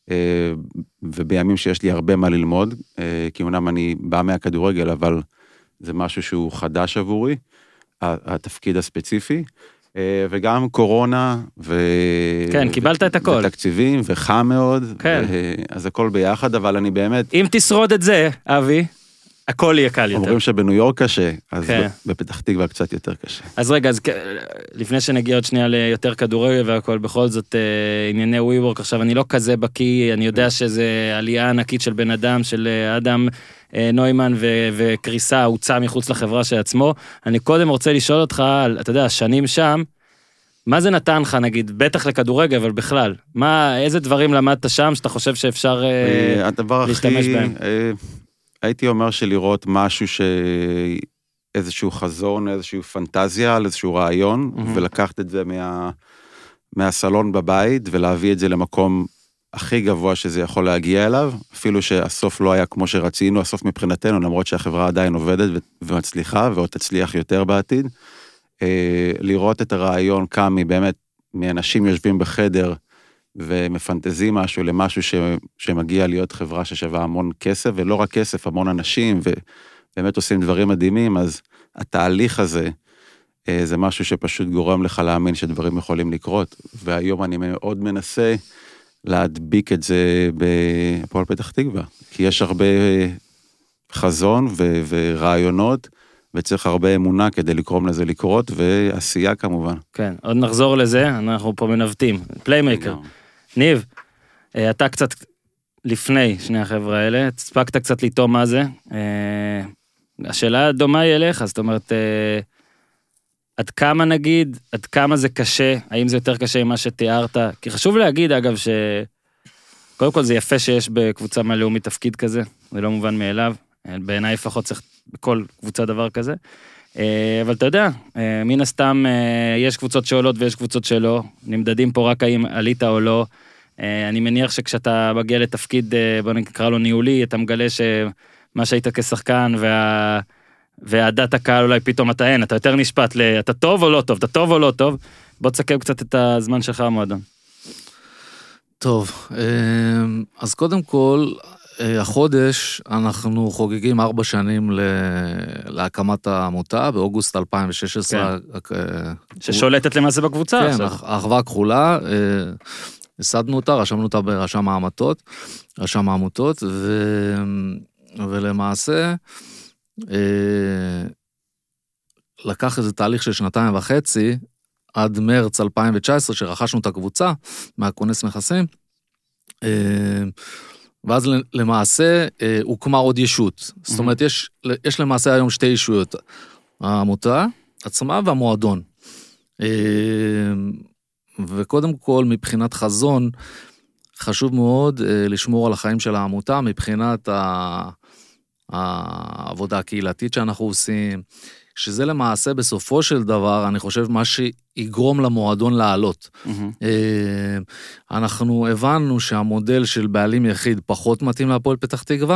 ובימים שיש לי הרבה מה ללמוד, כי אומנם אני בא מהכדורגל, אבל זה משהו שהוא חדש עבורי, התפקיד הספציפי, וגם קורונה, כן, קיבלת את הכל. ותקציבים, וחם מאוד, כן. אז הכל ביחד, אבל אני באמת... אם תשרוד את זה, אבי, הכל יהיה קל יותר. אומרים שבניו יורק קשה, אז בפתח תקווה קצת יותר קשה. אז רגע, לפני שנגיע עוד שנייה ליותר כדורגל והכל, בכל זאת ענייני WeWork, עכשיו אני לא כזה בקיא, אני יודע שזה עלייה ענקית של בן אדם, של אדם נוימן וקריסה, הוצא מחוץ לחברה של עצמו. אני קודם רוצה לשאול אותך, אתה יודע, שנים שם, מה זה נתן לך, נגיד, בטח לכדורגל, אבל בכלל, איזה דברים למדת שם שאתה חושב שאפשר להשתמש בהם? הייתי אומר שלראות משהו איזשהו חזון, איזשהו פנטזיה, על איזשהו רעיון, ולקחת את זה מהסלון בבית, ולהביא את זה למקום הכי גבוה שזה יכול להגיע אליו, אפילו שהסוף לא היה כמו שרצינו, הסוף מבחינתנו, למרות שהחברה עדיין עובדת ומצליחה, ועוד תצליח יותר בעתיד. לראות את הרעיון קם באמת, מאנשים יושבים בחדר, ומפנטזים משהו למשהו שמגיע להיות חברה ששווה המון כסף, ולא רק כסף, המון אנשים, ובאמת עושים דברים מדהימים, אז התהליך הזה, זה משהו שפשוט גורם לך להאמין שדברים יכולים לקרות, והיום אני מאוד מנסה להדביק את זה בהפועל פתח תקווה, כי יש הרבה חזון ורעיונות, וצריך הרבה אמונה כדי לקרום לזה לקרות, ועשייה כמובן. כן, עוד נחזור לזה, אנחנו פה מנווטים, פליימייקר. ניב, אתה קצת לפני שני החבר'ה האלה, הספקת קצת לטעום מה זה. השאלה דומה היא אליך, זאת אומרת, עד כמה נגיד, עד כמה זה קשה, האם זה יותר קשה ממה שתיארת? כי חשוב להגיד, אגב, קודם כל זה יפה שיש בקבוצה מהלאומית תפקיד כזה, זה לא מובן מאליו, בעיניי לפחות צריך בכל קבוצה דבר כזה, אבל אתה יודע, מן הסתם יש קבוצות שעולות ויש קבוצות שלא, נמדדים פה רק האם עלית או לא, אני מניח שכשאתה מגיע לתפקיד, בוא נקרא לו ניהולי, אתה מגלה שמה שהיית כשחקן והעדת הקהל אולי פתאום אתה אין, אתה יותר נשפט אתה טוב או לא טוב, אתה טוב או לא טוב, בוא תסכם קצת את הזמן שלך המועדון. טוב, אז קודם כל, החודש אנחנו חוגגים 4 שנים להקמת העמותה, באוגוסט 2016. ששולטת למעשה בקבוצה. כן, האחווה הכחולה, הסדנו אותה, רשמנו אותה ברשם העמותות, ולמעשה, לקח איזה תהליך של 2.5, עד מרץ 2019, שרכשנו את הקבוצה, מהכונס מכסים, ואז למעשה הוקמה עוד ישות. זאת אומרת, יש למעשה היום 2 ישויות, העמותה עצמה והמועדון. וקודם כל, מבחינת חזון, חשוב מאוד לשמור על החיים של העמותה, מבחינת העבודה הקהילתית שאנחנו עושים, שזה למעשה בסופו של דבר, אני חושב, מה שיגרום למועדון לעלות. אנחנו הבנו שהמודל של בעלים יחיד פחות מתאים להפועל פתח תקווה,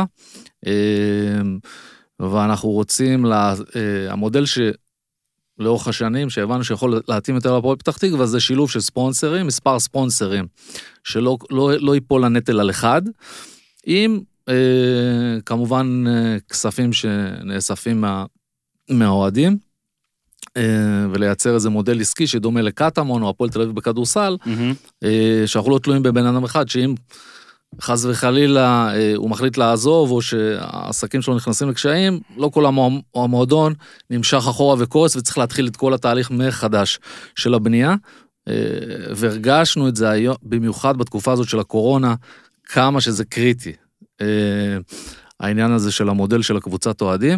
ואנחנו רוצים, המודל שלאורך השנים, שהבנו שיכול להתאים יותר להפועל פתח תקווה, זה שילוב של ספונסרים, מספר ספונסרים, שלא ייפול הנטל על אחד, עם כמובן כספים שנאספים מהאוהדים, ולייצר איזה מודל עסקי שדומה לקטמון או הפועל תל אביב בכדורסל, שאנחנו לא תלויים בבן אדם אחד, שאם חס וחלילה הוא מחליט לעזוב, או שהעסקים שלו נכנסים לקשיים, לא כל המועדון נמשך אחורה וקורס, וצריך להתחיל את כל התהליך מחדש של הבנייה, והרגשנו את זה היום, במיוחד בתקופה הזאת של הקורונה, כמה שזה קריטי. העניין הזה של המודל של הקבוצת אוהדים.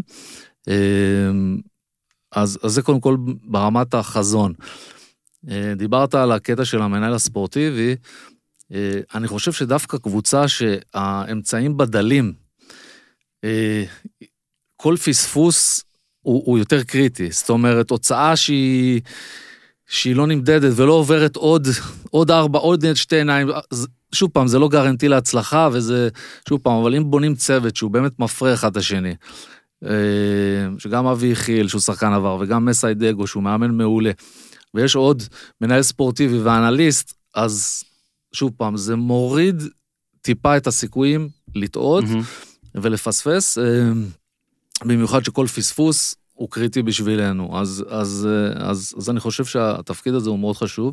אז זה קודם כל ברמת החזון. דיברת על הקטע של המנהל הספורטיבי, אני חושב שדווקא קבוצה שהאמצעים בדלים, כל פספוס הוא יותר קריטי, זאת אומרת, הוצאה שהיא לא נמדדת ולא עוברת עוד 4, עוד 2 עיניים, שוב פעם, זה לא גרנטי להצלחה, וזה, שוב פעם, אבל אם בונים צוות שהוא באמת מפרה אחד את השני, שגם אבי חיל, שהוא שחקן עבר, וגם מסי דגו, שהוא מאמן מעולה, ויש עוד מנהל ספורטיבי ואנליסט, אז שוב פעם, זה מוריד טיפה את הסיכויים לטעות ולפספס, במיוחד שכל פספוס הוא קריטי בשבילנו, אז אני חושב שהתפקיד הזה הוא מאוד חשוב.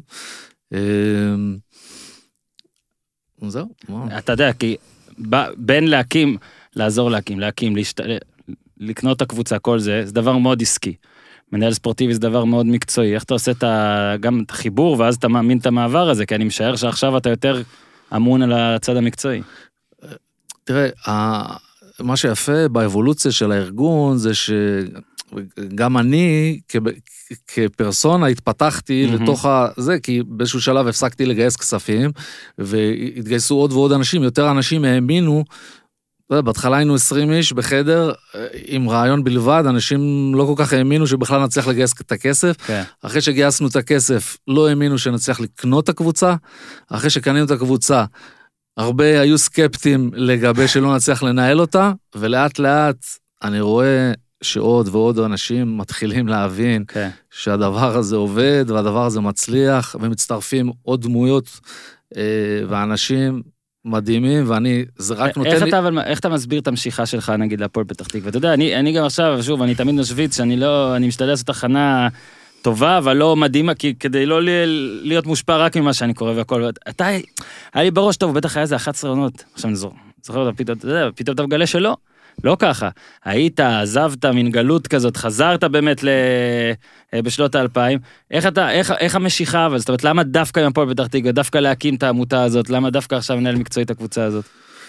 זהו. אתה יודע, כי בין לעזור להקים, לקנות את הקבוצה, כל זה דבר מאוד עסקי. מנהל ספורטיבי זה דבר מאוד מקצועי. איך אתה עושה גם את החיבור, ואז אתה מאמין את המעבר הזה, כי אני משער שעכשיו אתה יותר אמון על הצד המקצועי. תראה, מה שיפה באבולוציה של הארגון, זה שגם אני, כפרסונה, התפתחתי לתוך זה, כי באיזשהו שלב הפסקתי לגייס כספים, והתגייסו עוד ועוד אנשים, יותר אנשים האמינו, בהתחלה היינו 20 איש בחדר, עם רעיון בלבד, אנשים לא כל כך האמינו שבכלל נצליח לגייס את הכסף, אחרי שגייסנו את הכסף, לא האמינו שנצליח לקנות את הקבוצה, אחרי שקנינו את הקבוצה, הרבה היו סקפטים לגבי שלא נצליח לנהל אותה, ולאט לאט אני רואה שעוד ועוד אנשים מתחילים להבין שהדבר הזה עובד, והדבר הזה מצליח, ומצטרפים עוד דמויות ואנשים מדהימים, ואני, זה רק נותן לי... איך אתה מסביר את המשיכה שלך, נגיד, להפועל פתח תקווה? ואתה יודע, אני גם עכשיו, שוב, אני תמיד משוויץ, אני משתדל לעשות הכנה טובה, אבל לא מדהימה, כדי לא להיות מושפע רק ממה שאני קורא והכל. היה לי בראש טוב, בטח היה זה 11 עונות. עכשיו אני זוכר אותה, פתאום אתה מגלה שלא. לא ככה. היית, עזבת, מין גלות כזאת, חזרת באמת בשנות ה-2000. איך המשיכה, אבל זאת אומרת, למה דווקא עם הפועל פתח תקווה, דווקא להקים את העמותה הזאת, למה דווקא עכשיו מנהל מקצועי את הקבוצה הזאת?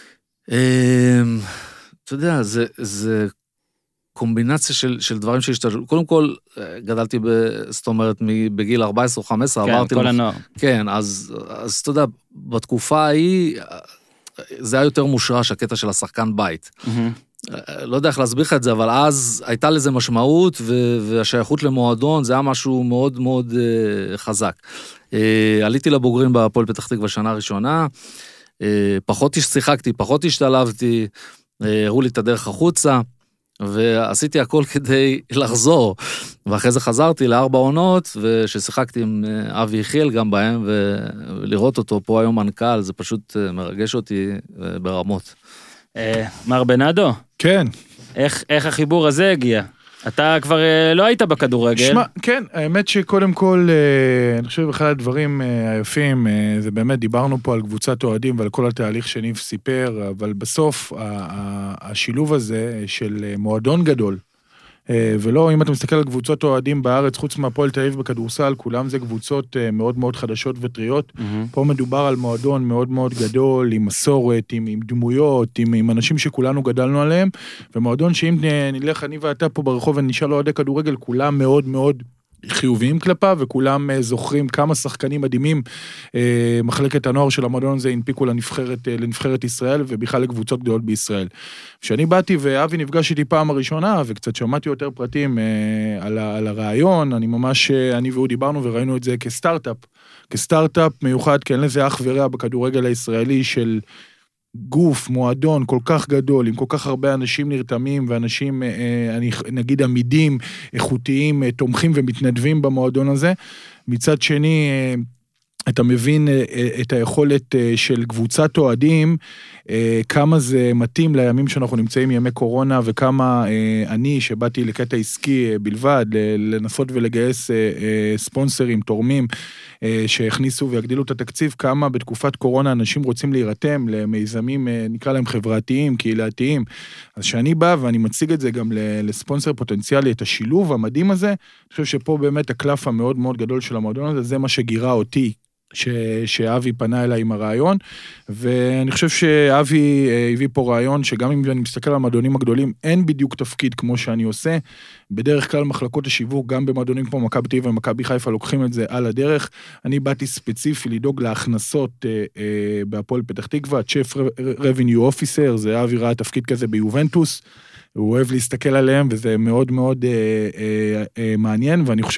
אתה יודע, זה קומבינציה של דברים שהשתלשלו. קודם כל, גדלתי, זאת אומרת, בגיל 14 או 15, כן, כל הנוער. כן, אז אתה יודע, בתקופה ההיא, זה היה יותר מושרש, הקטע של השחקן בית. לא יודע איך להסביר לך את זה, אבל אז הייתה לזה משמעות, והשייכות למועדון, זה היה משהו מאוד מאוד חזק. עליתי לבוגרים בהפועל פתח תקווה בשנה הראשונה, פחות שיחקתי, פחות השתלבתי, הראו לי את הדרך החוצה, ועשיתי הכל כדי לחזור, ואחרי זה חזרתי ל4 עונות, וששיחקתי עם אבי חיל גם בהם, ולראות אותו פה היום מנכ"ל, זה פשוט מרגש אותי ברמות. מר בנאדו? כן. איך החיבור הזה הגיע? אתה כבר לא היית בכדורגל. שמה, כן, האמת שקודם כל, אני חושב אחד הדברים היפים, זה באמת, דיברנו פה על קבוצת אוהדים ועל כל התהליך שניב סיפר, אבל בסוף השילוב הזה של מועדון גדול, ולא, אם אתה מסתכל על קבוצות אוהדים בארץ, חוץ מהפועל תל אביב בכדורסל, כולם זה קבוצות מאוד מאוד חדשות וטריות. פה מדובר על מועדון מאוד מאוד גדול, עם מסורת, עם דמויות, עם אנשים שכולנו גדלנו עליהם, ומועדון שאם נלך אני ואתה פה ברחוב ונשאל אוהדי כדורגל, כולם מאוד מאוד חיוביים כלפיו, וכולם זוכרים כמה שחקנים מדהימים, מחלקת הנוער של המועדון הזה הנפיקו לנבחרת ישראל, ובכלל לקבוצות גדולות בישראל. כשאני באתי ואבי נפגש איתי פעם הראשונה, וקצת שמעתי יותר פרטים על הרעיון, אני והוא דיברנו וראינו את זה כסטארט-אפ מיוחד, כי אין לזה אח ורע בכדורגל הישראלי של גוף, מועדון כל כך גדול, עם כל כך הרבה אנשים נרתמים, ואנשים, נגיד, עמידים, איכותיים, תומכים ומתנדבים במועדון הזה. מצד שני, אתה מבין את היכולת של קבוצת אוהדים, כמה זה מתאים לימים שאנחנו נמצאים ימי קורונה, וכמה אני שבאתי לקטע עסקי בלבד, לנסות ולגייס ספונסרים, תורמים, שהכניסו ויגדילו את התקציב, כמה בתקופת קורונה אנשים רוצים להירתם למיזמים, נקרא להם חברתיים, קהילתיים. אז שאני בא ואני מציג את זה גם לספונסר פוטנציאלי, את השילוב המדהים הזה, אני חושב שפה באמת הקלף המאוד מאוד גדול של המועדון הזה, זה מה שגירה אותי שאבי פנה אליי עם הרעיון, ואני חושב שאבי הביא פה רעיון, שגם אם אני מסתכל על המועדונים הגדולים, אין בדיוק תפקיד כמו שאני עושה, בדרך כלל מחלקות השיווק, גם במועדונים כמו מכבי תל אביב ומכבי חיפה, לוקחים את זה על הדרך, אני באתי ספציפי לדאוג להכנסות בהפועל פתח תקווה, Chief Revenue Officer, זה אבי ראה תפקיד כזה ביובנטוס, הוא אוהב להסתכל עליהם, וזה מאוד מאוד מעניין, ואני חושב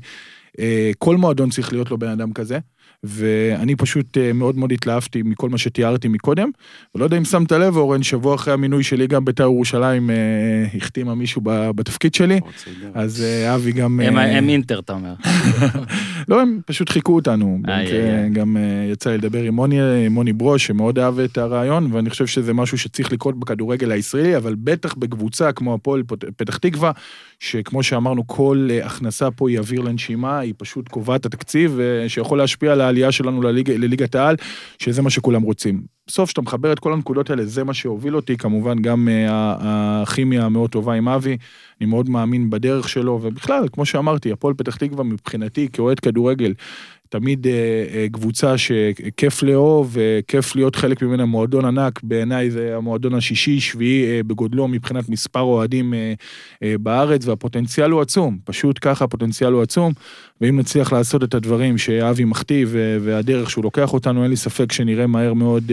שכל מועדון צריך להיות לו בן אדם כזה, ואני פשוט מאוד מאוד התלהבתי מכל מה שתיארתי מקודם, ולא יודע אם שמת לב, אורן, שבוע אחרי המינוי שלי, גם בית"ר ירושלים החתימה מישהו בתפקיד שלי, אז אבי גם... הם אינטר, אתה אומר. לא, הם פשוט חיכו אותנו, גם יצא לי לדבר עם מוני ברוש, שמאוד אהב את הרעיון, ואני חושב שזה משהו שצריך לקרות בכדורגל הישראלי, אבל בטח בקבוצה כמו הפועל פתח תקווה, שכמו שאמרנו, כל הכנסה פה היא אוויר לנשימה, היא פשוט קובעת התקציב, שיכול להשפיע על העלייה שלנו לליגת העל, שזה מה שכולם רוצים. בסוף שאתה מחבר את כל הנקודות האלה, זה מה שהוביל אותי, כמובן גם הכימיה המאוד טובה עם אבי, אני מאוד מאמין בדרך שלו, ובכלל, כמו שאמרתי, הפועל פתח תקווה מבחינתי, כאוהד כדורגל, תמיד קבוצה שכיף לאהוב, וכיף להיות חלק ממנה מועדון ענק, בעיניי זה המועדון השישי, שביעי בגודלו, מבחינת מספר אוהדים בארץ, והפוטנציאל הוא עצום, פשוט ככה הפוטנציאל הוא עצום, ואם נצליח לעשות את הדברים שאבי מכתיב, והדרך שהוא לוקח אותנו, אין לי ספק שנראה מהר מאוד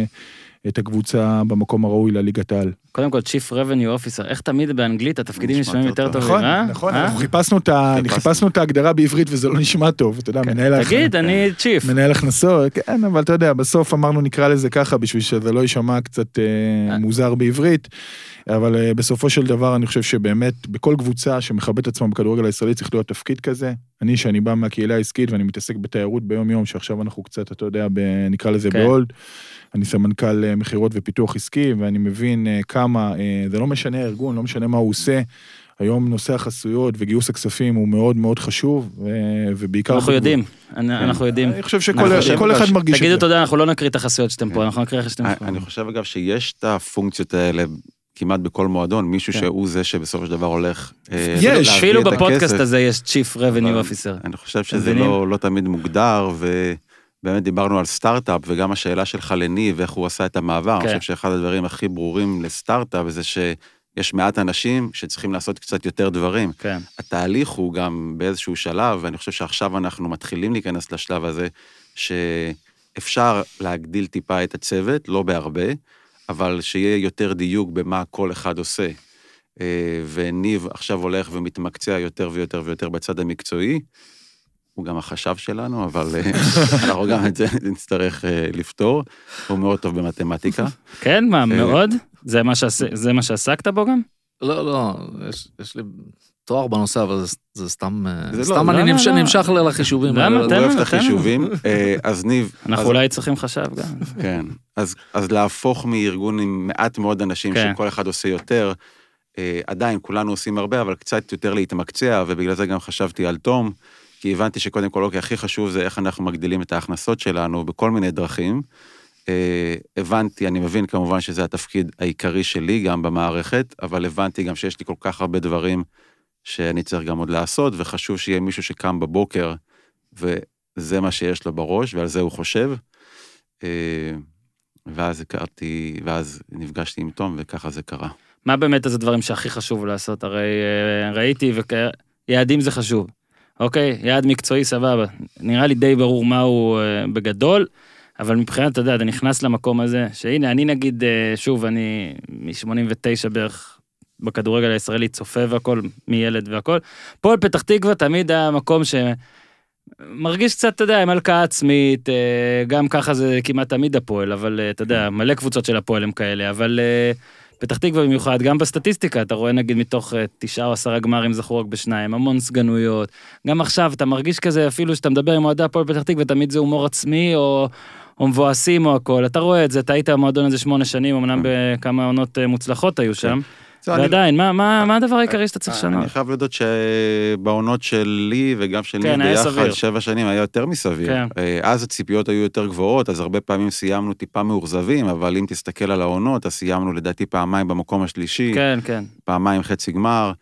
את הקבוצה במקום הראוי לליגת העל. קודם כל, Chief Revenue Officer, איך תמיד באנגלית התפקידים נשמעים יותר טובים, נכון, אנחנו חיפשנו את ההגדרה בעברית וזה לא נשמע טוב, אתה יודע, מנהל... תגיד, אני Chief. מנהל הכנסות, כן, אבל אתה יודע, בסוף אמרנו נקרא לזה ככה, בשביל שזה לא יישמע קצת מוזר בעברית, אבל בסופו של דבר אני חושב שבאמת בכל קבוצה שמכבדת עצמה בכדורגל הישראלי צריך להיות תפקיד כזה. שאני בא מהקהילה העסקית ואני מתעסק בתיירות ביום יום, שעכשיו אנחנו קצת, אתה יודע, נקרא לזה בהולד. אני סמנכ"ל מחירות ופיתוח עסקי, ואני מבין כמה, זה לא משנה הארגון, לא משנה מה הוא עושה. היום נושא החסויות וגיוס הכספים הוא מאוד מאוד חשוב, ובעיקר... אנחנו יודעים. אני חושב שכל אחד מרגיש את זה. תגידו תודה, אנחנו לא נקריא את החסויות שאתם פה, אנחנו נקריא איך שאתם פה. אני חושב אגב שיש את הפונקציות האלה כמעט בכל מועדון, מישהו שהוא זה שבסופו של דבר הולך... יש, אפילו בפודקאסט הזה יש Chief Revenue Officer. אני חושב שזה לא תמיד מוגדר, ובאמת דיברנו על סטארט-אפ, וגם השאלה שלך לניב, ואיך הוא עשה את המעבר, אני חושב שאחד הדברים הכי ברורים לסטארט-אפ, זה שיש מעט אנשים שצריכים לעשות קצת יותר דברים. התהליך הוא גם באיזשהו שלב, ואני חושב שעכשיו אנחנו מתחילים להיכנס לשלב הזה, שאפשר להגדיל טיפה את הצוות, לא בהרבה, אבל שיהיה יותר דיוק במה כל אחד עושה. וניב עכשיו הולך ומתמקצע יותר ויותר ויותר בצד המקצועי, הוא גם החשב שלנו, אבל אנחנו גם את זה נצטרך לפתור, הוא מאוד טוב במתמטיקה. כן, מה, מאוד? זה מה שעסקת בו גם? לא, יש לי תואר בנושא, אבל זה סתם אני נמשך לחישובים. למה? הוא אוהב את החישובים, אז ניב... אנחנו אולי צריכים חשב גם. כן, אז להפוך מארגון עם מעט מאוד אנשים, שכל אחד עושה יותר, עדיין כולנו עושים הרבה, אבל קצת יותר להתמקצע, ובגלל זה גם חשבתי על תום, כי הבנתי שקודם כל, הכי חשוב זה איך אנחנו מגדילים את ההכנסות שלנו בכל מיני דרכים. הבנתי, אני מבין כמובן שזה התפקיד העיקרי שלי גם במערכת, אבל הבנתי גם שיש לי כל כך הרבה דברים שאני צריך גם עוד לעשות, וחשוב שיהיה מישהו שקם בבוקר, וזה מה שיש לו בראש, ועל זה הוא חושב. ואז נפגשתי עם תום, וככה זה קרה. מה באמת זה דברים שהכי חשוב לעשות? הרי ראיתי, יעדים זה חשוב. אוקיי, יעד מקצועי סבבה. נראה לי די ברור מהו בגדול, אבל מבחינת, אתה יודע, אתה נכנס למקום הזה, שהנה, אני נגיד, שוב, אני מ-89 בערך בכדורגל הישראלי צופה והכל, מילד והכל. פועל פתח תקווה תמיד היה מקום שמרגיש קצת, אתה יודע, עם הלקאה עצמית, גם ככה זה כמעט תמיד הפועל, אבל אתה יודע, מלא קבוצות של הפועל הם כאלה, אבל פתח תקווה במיוחד, גם בסטטיסטיקה, אתה רואה נגיד מתוך 9 או 10 גמרים זכו רק בשניים, המון סגנויות, גם עכשיו אתה מרגיש כזה, אפילו שאתה מדבר עם אוהדי הפועל פתח תקווה, תמיד זה הומור עצמי, או מבואסים או הכל, אתה רואה את זה, אתה היית המועדון הזה 8 שנים, אמנם בכמה עונות מוצלחות היו שם, ועדיין, מה הדבר העיקרי שאתה צריך לשנות? אני חייב לדעת שבעונות שלי וגם של ניב ביחד 7 שנים היה יותר מסביר. אז הציפיות היו יותר גבוהות, אז הרבה פעמים סיימנו טיפה מאורזבים, אבל אם תסתכל על העונות, אז סיימנו לדעתי פעמיים במקום השלישי, פעמיים חצי גמר,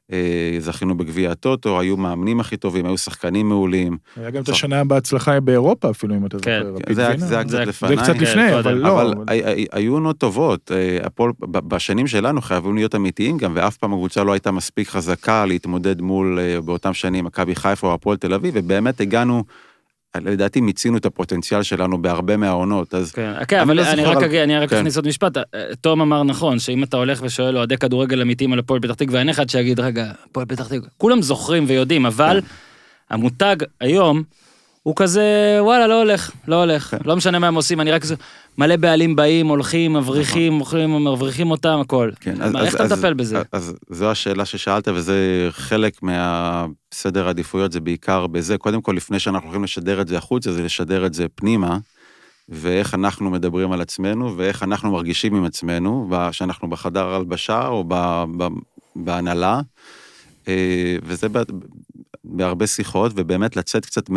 זכינו בגביע הטוטו, היו מאמנים הכי טובים, היו שחקנים מעולים. היה גם את השנה בהצלחה באירופה אפילו, אם אתה זוכר. זה היה קצת לפני. זה קצת לפני, אבל לא. אבל היו עונות טובות. בשנים שלנו חייבים להיות אמיתיים גם, ואף פעם הקבוצה לא הייתה מספיק חזקה להתמודד מול באותם שנים מכבי חיפה או הפועל תל אביב, ובאמת הגענו, לדעתי מיצינו את הפוטנציאל שלנו בהרבה מהעונות, אז... כן, אבל אני רק אכניס עוד משפט, תום אמר נכון, שאם אתה הולך ושואל אוהדי כדורגל אמיתיים על הפועל פתח תקווה, אין אחד שיגיד, רגע, הפועל פתח תקווה, כולם זוכרים ויודעים, אבל המותג היום, הוא כזה, וואלה, לא הולך, לא משנה מה הם עושים, אני רק מלא בעלים באים, הולכים, מבריחים אותם, הכל. איך אתה מטפל בזה? אז זו השאלה ששאלת, וזה חלק מהסדר העדיפויות, זה בעיקר בזה, קודם כל, לפני שאנחנו הולכים לשדר את זה החוצה, זה לשדר את זה פנימה, ואיך אנחנו מדברים על עצמנו, ואיך אנחנו מרגישים עם עצמנו, שאנחנו בחדר הלבשה, או בהנהלה, וזה בהרבה שיחות, ובאמת לצאת קצת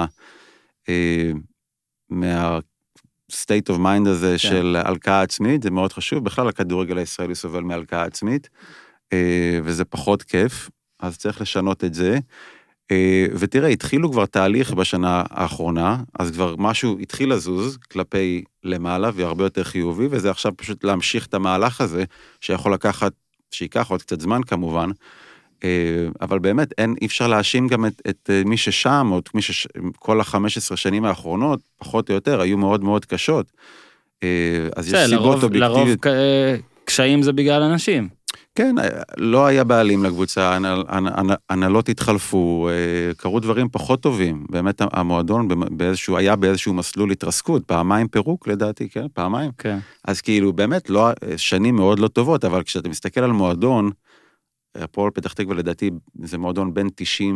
state of mind הזה של הלקאה עצמית, זה מאוד חשוב, בכלל הכדורגל הישראלי סובל מהלקאה עצמית, וזה פחות כיף, אז צריך לשנות את זה, ותראה, התחילו כבר תהליך בשנה האחרונה, אז כבר משהו התחיל לזוז כלפי למעלה, והרבה יותר חיובי, וזה עכשיו פשוט להמשיך את המהלך הזה, שייקח עוד קצת זמן כמובן, אבל באמת אי אפשר להאשים גם את מי ששם, או כל ה-15 שנים האחרונות, פחות או יותר, היו מאוד מאוד קשות. אז יש סיבות אובייקטיביות. לרוב קשיים זה בגלל אנשים. כן, לא היה בעלים לקבוצה, הנהלות התחלפו, קרו דברים פחות טובים, באמת המועדון היה באיזשהו מסלול התרסקות, פעמיים פירוק לדעתי, כן, פעמיים. אז כאילו באמת שנים מאוד לא טובות, אבל כשאתה מסתכל על מועדון, הפועל פתח תקווה לדעתי זה מועדון בין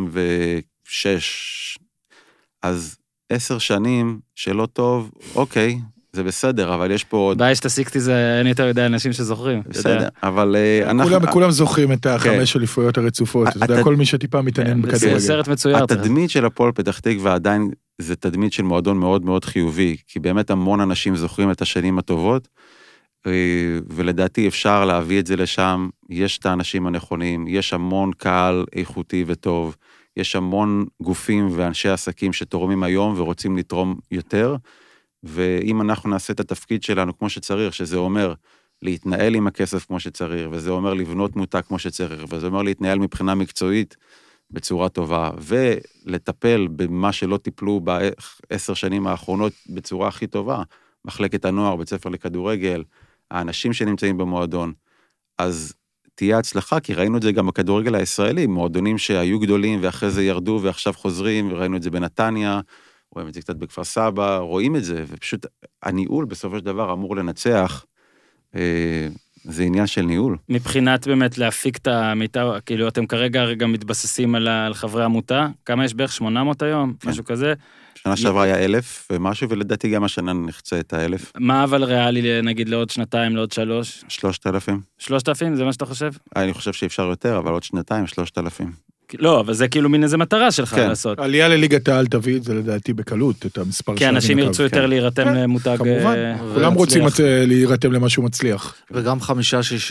96, אז 10 שנים שלא טוב, אוקיי, זה בסדר, אבל יש פה עוד... בעיה שתסיקתי זה, אני יותר יודע אנשים שזוכרים. בסדר, אבל כולם זוכרים את 5 אליפויות הרצופות, אתה יודע, כל מי שטיפה מתעניין בכדורגל. זה סרט מצויר. התדמית של הפועל פתח תקווה עדיין זה תדמית של מועדון מאוד מאוד חיובי, כי באמת המון אנשים זוכרים את השנים הטובות, ולדעתי אפשר להביא את זה לשם, יש את האנשים הנכונים, יש המון קהל איכותי וטוב, יש המון גופים ואנשי עסקים שתורמים היום ורוצים לתרום יותר, ואם אנחנו נעשה את התפקיד שלנו כמו שצריך, שזה אומר להתנהל עם הכסף כמו שצריך, וזה אומר לבנות מותג כמו שצריך, וזה אומר להתנהל מבחינה מקצועית בצורה טובה, ולטפל במה שלא טיפלו ב10 שנים האחרונות בצורה הכי טובה, מחלקת הנוער, בית ספר לכדורגל, האנשים שנמצאים במועדון, אז תהיה הצלחה, כי ראינו את זה גם בכדורגל הישראלי, מועדונים שהיו גדולים ואחרי זה ירדו ועכשיו חוזרים, וראינו את זה בנתניה, רואים את זה קצת בכפר סבא, רואים את זה, ופשוט הניהול בסופו של דבר אמור לנצח, זה עניין של ניהול. מבחינת באמת להפיק את העמיתה, כאילו אתם כרגע גם מתבססים על חברי עמותה, כמה יש בערך 800 היום, משהו כזה? שנה שעברה היה 1,000 ומשהו, ולדעתי גם השנה נחצה את 1,000. מה אבל ריאלי, נגיד, לעוד 2, לעוד 3? 3,000. 3,000? זה מה שאתה חושב? אני חושב שאפשר יותר, אבל עוד 2, 3,000. לא, אבל זה כאילו מין איזה מטרה שלך לעשות. עלייה לליגת העל תביא את זה לדעתי בקלות, את המספר כן, אנשים ירצו יותר להירתם למותג. כמובן, כולם רוצים להירתם למשהו מצליח. וגם 5-6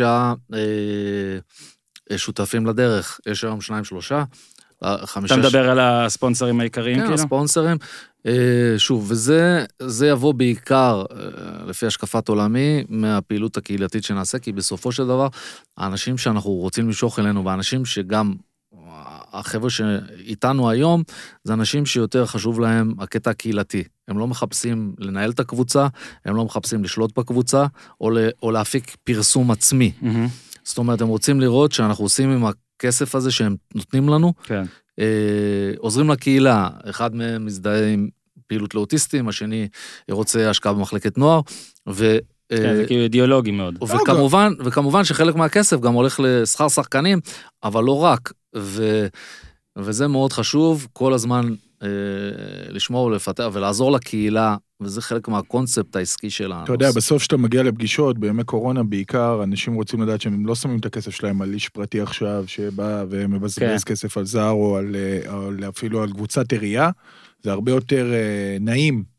שותפים לדרך, יש היום 2-3. אתה מדבר על הספונסרים העיקריים, כאילו? כן, הספונסרים. שוב, וזה יבוא בעיקר, לפי השקפת עולמי, מהפעילות הקהילתית שנעשה, כי בסופו של דבר, האנשים שאנחנו רוצים למשוך אלינו, והאנשים שגם החבר'ה שאיתנו היום, זה אנשים שיותר חשוב להם הקטע הקהילתי. הם לא מחפשים לנהל את הקבוצה, הם לא מחפשים לשלוט בקבוצה, או להפיק פרסום עצמי. זאת אומרת, הם רוצים לראות שאנחנו עושים עם הכסף הזה שהם נותנים לנו, עוזרים לקהילה, אחד מהם מזדהה עם פעילות לאוטיסטים, השני רוצה השקעה במחלקת נוער, זה כאילו אידיאולוגי מאוד. וכמובן שחלק מהכסף גם הולך לשכר שחקנים, אבל לא רק, וזה מאוד חשוב, כל הזמן לשמור ולפתח ולעזור לקהילה, וזה חלק מהקונספט העסקי שלנו. אתה יודע, בסוף שאתה מגיע לפגישות, בימי קורונה בעיקר, אנשים רוצים לדעת שהם לא שמים את הכסף שלהם על איש פרטי עכשיו, שבא ומבזבז כסף על זר, או אפילו על קבוצת עירייה, זה הרבה יותר נעים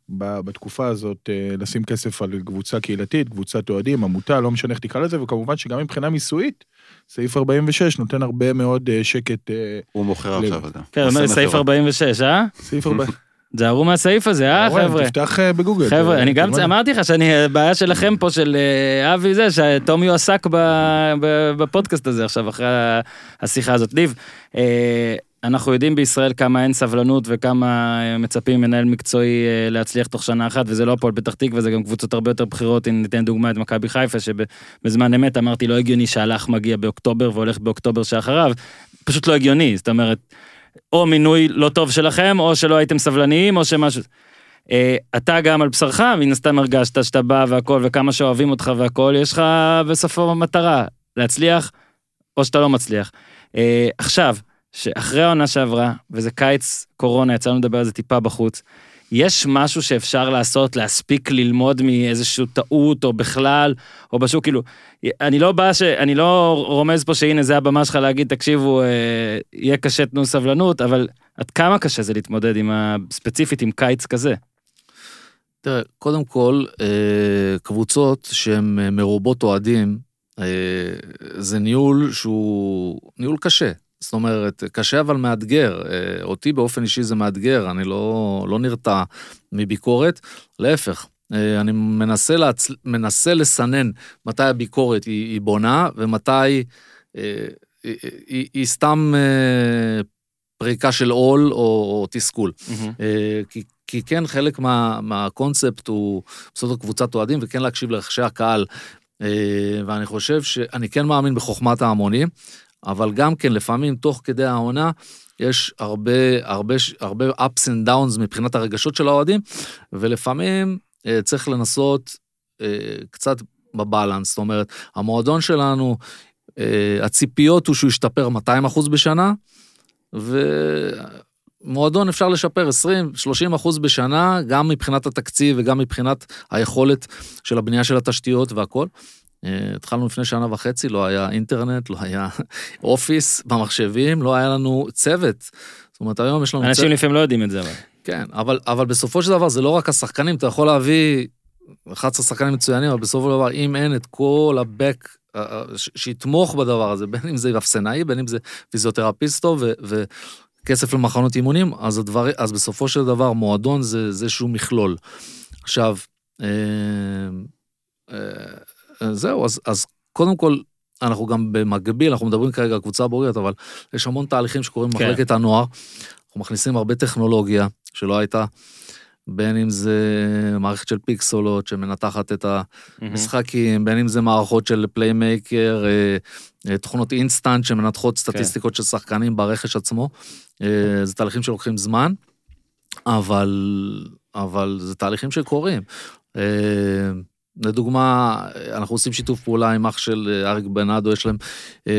בתקופה הזאת לשים כסף על קבוצה קהילתית, קבוצת אוהדים, עמותה, לא משנה איך תקרא לזה, וכמובן שגם מבחינה מיסויית, סעיף 46 נותן הרבה מאוד שקט. הוא מוכר עכשיו. כן, אומר סעיף 46, סעיף 46. תזהרו מהסעיף הזה, חבר'ה? תפתח בגוגל. חבר'ה, אני גם אמרתי לך שאני, בעיה שלכם פה של אבי זה, שתומי עסק בפודקאסט הזה עכשיו, אחרי השיחה הזאת. ניב, אנחנו יודעים בישראל כמה אין סבלנות וכמה מצפים מנהל מקצועי להצליח תוך שנה אחת, וזה לא הפועל פתח תקווה, וזה גם קבוצות הרבה יותר בכירות. אם ניתן דוגמה את מכבי חיפה, שבזמן אמת אמרתי לא הגיוני שהלך מגיע באוקטובר והולך באוקטובר שאחריו, פשוט לא הגיוני, זאת אומרת, או מינוי לא טוב שלכם, או שלא הייתם סבלניים, או שמשהו. אתה גם על בשרך, מן הסתם הרגשת שאתה בא והכל, וכמה שאוהבים אותך והכל, יש לך בסופו מטרה, להצליח, או שאתה לא מצליח. עכשיו, שאחרי העונה שעברה, וזה קיץ קורונה, יצאנו לדבר על זה טיפה בחוץ, יש משהו שאפשר לעשות, להספיק ללמוד מאיזשהו טעות, או בכלל, או בשוק, כאילו, אני לא רומז פה שהנה זה הבמה שלך להגיד, תקשיבו, יהיה קשה, תנו סבלנות, אבל עד כמה קשה זה להתמודד ספציפית עם קיץ כזה? תראה, קודם כל, קבוצות שהן מרובות אוהדים, זה ניהול שהוא ניהול קשה. זאת אומרת, קשה אבל מאתגר, אותי באופן אישי זה מאתגר, אני לא נרתע מביקורת, להפך, אני מנסה לסנן מתי הביקורת היא בונה, ומתי היא סתם פריקה של עול או תסכול. כי כן חלק מהקונספט הוא בסוד קבוצת אוהדים, וכן להקשיב לרחשי הקהל, ואני חושב שאני כן מאמין בחוכמת ההמונים, אבל גם כן, לפעמים, תוך כדי העונה, יש הרבה ups and downs מבחינת הרגשות של האוהדים, ולפעמים צריך לנסות קצת בבלנס, זאת אומרת, המועדון שלנו, הציפיות הוא שהוא ישתפר 200% בשנה, ומועדון אפשר לשפר 20-30% בשנה, גם מבחינת התקציב וגם מבחינת היכולת של הבנייה של התשתיות והכל. התחלנו לפני שנה וחצי, לא היה אינטרנט, לא היה אופיס במחשבים, לא היה לנו צוות. זאת אומרת, היום יש לנו צוות. אנשים לפעמים לא יודעים את זה, אבל. כן, אבל בסופו של דבר, זה לא רק השחקנים, אתה יכול להביא 11 שחקנים מצוינים, אבל בסופו של דבר, אם אין את כל הבק, שיתמוך בדבר הזה, בין אם זה אפסנאי, בין אם זה פיזיותרפיסטו, וכסף למחנות אימונים, אז בסופו של דבר, מועדון זה איזשהו מכלול. עכשיו, זהו, אז קודם כל, אנחנו גם במקביל, אנחנו מדברים כרגע על קבוצה בוגרת, אבל יש המון תהליכים שקורים במחלקת הנוער, אנחנו מכניסים הרבה טכנולוגיה שלא הייתה, בין אם זה מערכת של פיקסולות שמנתחת את המשחקים, בין אם זה מערכות של פליימייקר, תוכנות אינסטנט שמנתחות סטטיסטיקות של שחקנים ברכש עצמו, זה תהליכים שלוקחים זמן, אבל זה תהליכים שקורים. לדוגמה, אנחנו עושים שיתוף פעולה עם אח של אריק בנאדו, יש להם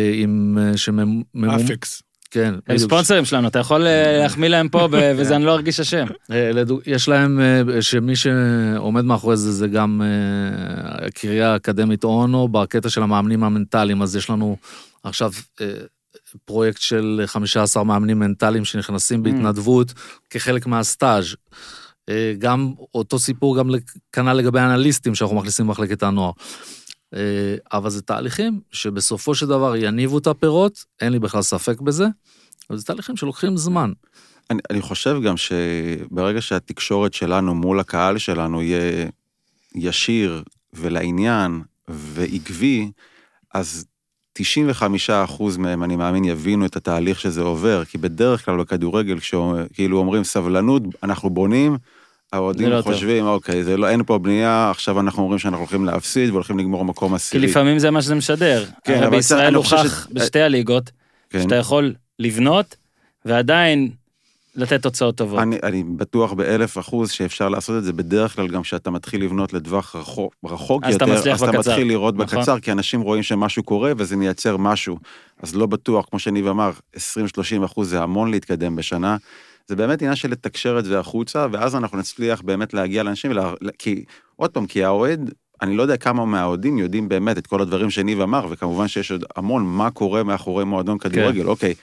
אפקס. כן. הם ספונסרים שלנו, אתה יכול להחמיא להם פה, וזה אני לא ארגיש השם. יש להם, שמי שעומד מאחורי זה, זה גם קריה אקדמית אונו, בקטע של המאמנים המנטליים, אז יש לנו עכשיו פרויקט של 15 מאמנים מנטליים שנכנסים בהתנדבות, כחלק מהסטאז'. גם אותו סיפור גם כנ"ל לגבי האנליסטים שאנחנו מכניסים במחלקת הנוער. אבל זה תהליכים שבסופו של דבר יניבו את הפירות, אין לי בכלל ספק בזה, אבל זה תהליכים שלוקחים זמן. אני חושב גם שברגע שהתקשורת שלנו מול הקהל שלנו יהיה ישיר ולעניין ועקבי, אז 95% מהם, אני מאמין, יבינו את התהליך שזה עובר, כי בדרך כלל בכדורגל, כשכאילו אומרים סבלנות, אנחנו בונים, האוהדים חושבים, אוקיי, זה לא, אין פה בנייה, עכשיו אנחנו אומרים שאנחנו הולכים להפסיד, והולכים לגמור מקום עשירי. כי לפעמים זה מה שזה משדר. כן, אבל בישראל הוכח בשתי הליגות, שאתה יכול לבנות, ועדיין לתת תוצאות טובות. אני בטוח ב1,000% שאפשר לעשות את זה, בדרך כלל גם שאתה מתחיל לבנות לטווח רחוק יותר, אז אתה מתחיל לראות בקצר, כי אנשים רואים שמשהו קורה, וזה מייצר משהו. אז לא בטוח, כמו שניב אמר, 20-30% זה המון להתקדם בשנה, זה באמת עניין של לתקשר את זה החוצה, ואז אנחנו נצליח באמת להגיע לאנשים, כי, עוד פעם, כי האוהד, אני לא יודע כמה מהאוהדים יודעים באמת את כל הדברים שניב אמר, וכמובן שיש עוד המון מה קורה מאחורי מועדון כדורגל, אוקיי,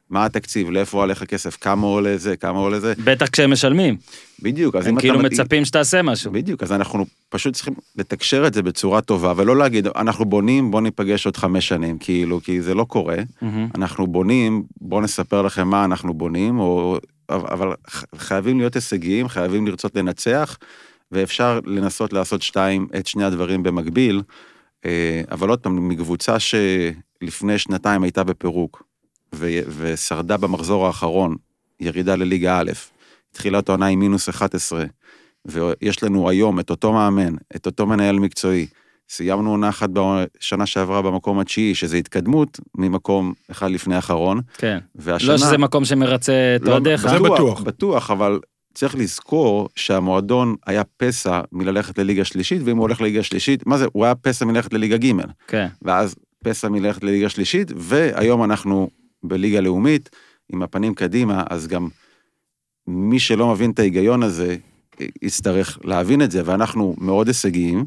מה התקציב, לאיפה הולך הכסף, כמה עולה זה, כמה עולה זה. בטח כשהם משלמים. בדיוק, אז הם כאילו מצפים שתעשה משהו. בדיוק, אז אנחנו פשוט צריכים לתקשר את זה בצורה טובה, ולא להגיד, אנחנו בונים, בוא ניפגש עוד 5 שנים, כאילו, כי זה לא קורה. אנחנו בונים, בוא נספר לכם מה אנחנו בונים, אבל חייבים להיות הישגיים, חייבים לרצות לנצח, ואפשר לנסות לעשות את שני הדברים במקביל, אבל עוד פעם, מקבוצה שלפני 2 הייתה בפירוק, ושרדה במחזור האחרון, ירידה לליגה א', התחילה את העונה עם מינוס 11, ויש לנו היום את אותו מאמן, את אותו מנהל מקצועי, סיימנו עונה אחת בשנה שעברה במקום התשיעי, שזה התקדמות ממקום אחד לפני האחרון. כן, לא שזה מקום שמרצה את אוהדיך. זה בטוח. בטוח, אבל צריך לזכור שהמועדון היה פסע מללכת לליגה שלישית, ואם הוא הולך לליגה שלישית, מה זה? הוא היה פסע מללכת לליגה ג'. כן. ואז פסע מללכת לליגה שלישית, והיום אנחנו בליגה לאומית, עם הפנים קדימה, אז גם מי שלא מבין את ההיגיון הזה, יצטרך להבין את זה, ואנחנו מאוד הישגיים,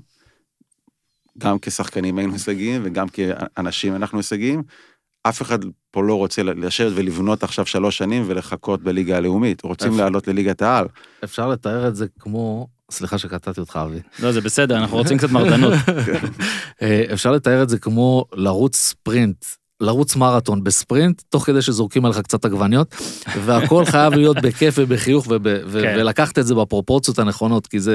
גם כשחקנים היינו הישגיים, וגם כאנשים אנחנו הישגיים, אף אחד פה לא רוצה לשבת ולבנות עכשיו 3 שנים ולחכות בליגה הלאומית, רוצים לעלות לליגת העל. אפשר לתאר את זה כמו, סליחה שקטעתי אותך אבי. לא, זה בסדר, אנחנו רוצים קצת מרדנות. אפשר לתאר את זה כמו לרוץ ספרינט, לרוץ מרתון בספרינט, תוך כדי שזורקים עליך קצת עגבניות, והכל חייב להיות בכיף ובחיוך, ולקחת את זה בפרופורציות הנכונות, כי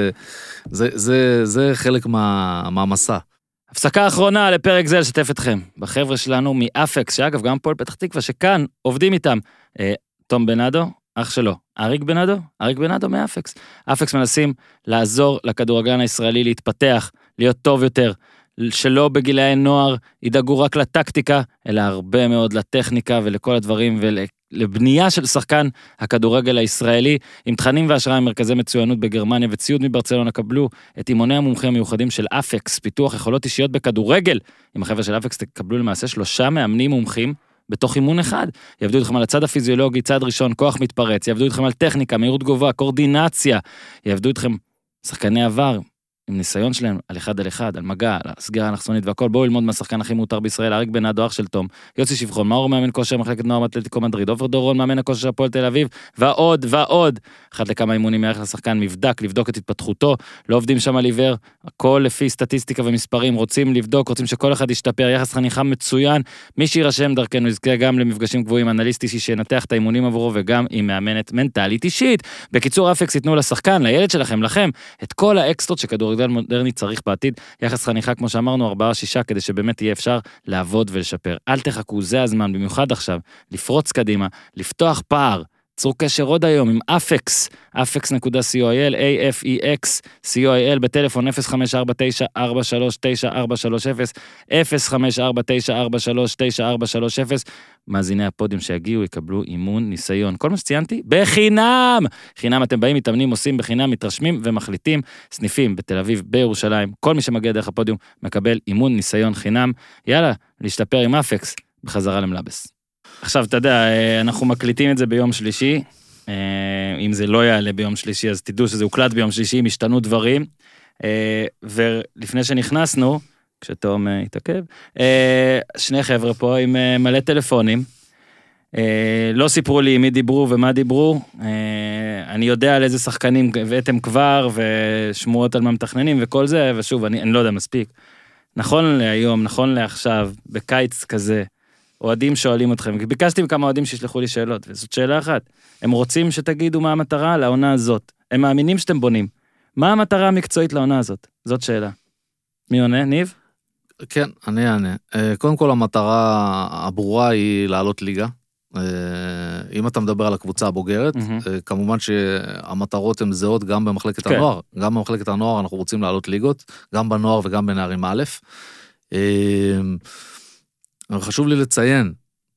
זה חלק מהמסע. הפסקה האחרונה לפרק זה לשתף אתכם, בחבר'ה שלנו מאפקס, שאגב גם פועל פתח תקווה, שכאן עובדים איתם, תום בנאדו, אח שלו, אריק בנאדו מאפקס. אפקס מנסים לעזור לכדורגלן הישראלי להתפתח, להיות טוב יותר, שלא בגילאי נוער ידאגו רק לטקטיקה, אלא הרבה מאוד לטכניקה ולכל הדברים ולבנייה של שחקן הכדורגל הישראלי, עם תכנים והשראה ממרכזי מצוינות בגרמניה וציוד מברצלונה, קבלו את אימוני המומחים המיוחדים של אפקס, פיתוח יכולות אישיות בכדורגל. עם החבר'ה של אפקס תקבלו למעשה 3 מאמנים מומחים בתוך אימון אחד. יעבדו איתכם על הצד הפיזיולוגי, צד ראשון, כוח מתפרץ, יעבדו איתכם על טכניקה, מהירות תגובה, קורדינציה, יעבדו איתכם שחקני עבר, עם ניסיון שלהם, על 1 על 1, על מגע, על הסגירה הנחסונית והכל, בואו ללמוד מהשחקן הכי מותר בישראל, אריק בנאדו, אח של תום, יוסי שבחון, מאור מאמן כושר, מחלקת נוער אתלטיקו מדריד, עופר דורון, מאמן הכושר של הפועל תל אביב, ועוד, אחת לכמה אימונים מערך לשחקן, מבדק, לבדוק את התפתחותו, לא עובדים שם על עיוור, הכל לפי סטטיסטיקה ומספרים, רוצים לבדוק, רוצים שכל אחד ישתפר, יחס חניכה מצוין, מי שירשם דרכנו יזכה גם למפגשים גבוהים, אנליסט אישי שינתח את האימונים עבורו וגם עם מאמנת מנטלית אישית. בקיצור, אפקס ייתנו לשחקן, לילד שלכם, לכם, את כל האקסטרות שכדורגל מודרני צריך בעתיד, יחס חניכה כמו שאמרנו 4-6 כדי שבאמת יהיה אפשר לעבוד ולשפר. אל תחכו, זה הזמן, במיוחד עכשיו, לפרוץ קדימה, לפתוח פער, צרו קשר עוד היום עם אפקס, afex.coil, afex.coil, בטלפון 0549-439-430, 0549-439-430, מאזיני הפודיום שיגיעו יקבלו אימון ניסיון. כל מה שציינתי, בחינם! חינם אתם באים, מתאמנים, עושים בחינם, מתרשמים ומחליטים, סניפים בתל אביב, בירושלים, כל מי שמגיע דרך הפודיום מקבל אימון ניסיון חינם. יאללה, להשתפר עם אפקס, בחזרה למלאבס. עכשיו, אתה יודע, אנחנו מקליטים את זה ביום שלישי, אם זה לא יעלה ביום שלישי, אז תדעו שזה הוקלט ביום שלישי, אם השתנו דברים, ולפני שנכנסנו, כשתום התעכב, 2 חבר'ה פה עם מלא טלפונים, לא סיפרו לי מי דיברו ומה דיברו, אני יודע על איזה שחקנים הבאתם כבר, ושמועות על מה מתכננים וכל זה, ושוב, אני לא יודע מספיק. נכון להיום, נכון לעכשיו, בקיץ כזה, אוהדים שואלים אתכם, ביקשתי מכמה אוהדים שישלחו לי שאלות, וזאת שאלה אחת. הם רוצים שתגידו מה המטרה לעונה הזאת. הם מאמינים שאתם בונים. מה המטרה המקצועית לעונה הזאת? זאת שאלה. מי עונה? ניב? כן, אני אענה. קודם כל, המטרה הברורה היא לעלות ליגה. אם אתה מדבר על הקבוצה הבוגרת, כמובן שהמטרות הן זהות גם במחלקת הנוער. גם במחלקת הנוער אנחנו רוצים לעלות ליגות, גם בנוער וגם בנערים א'. חשוב לי לציין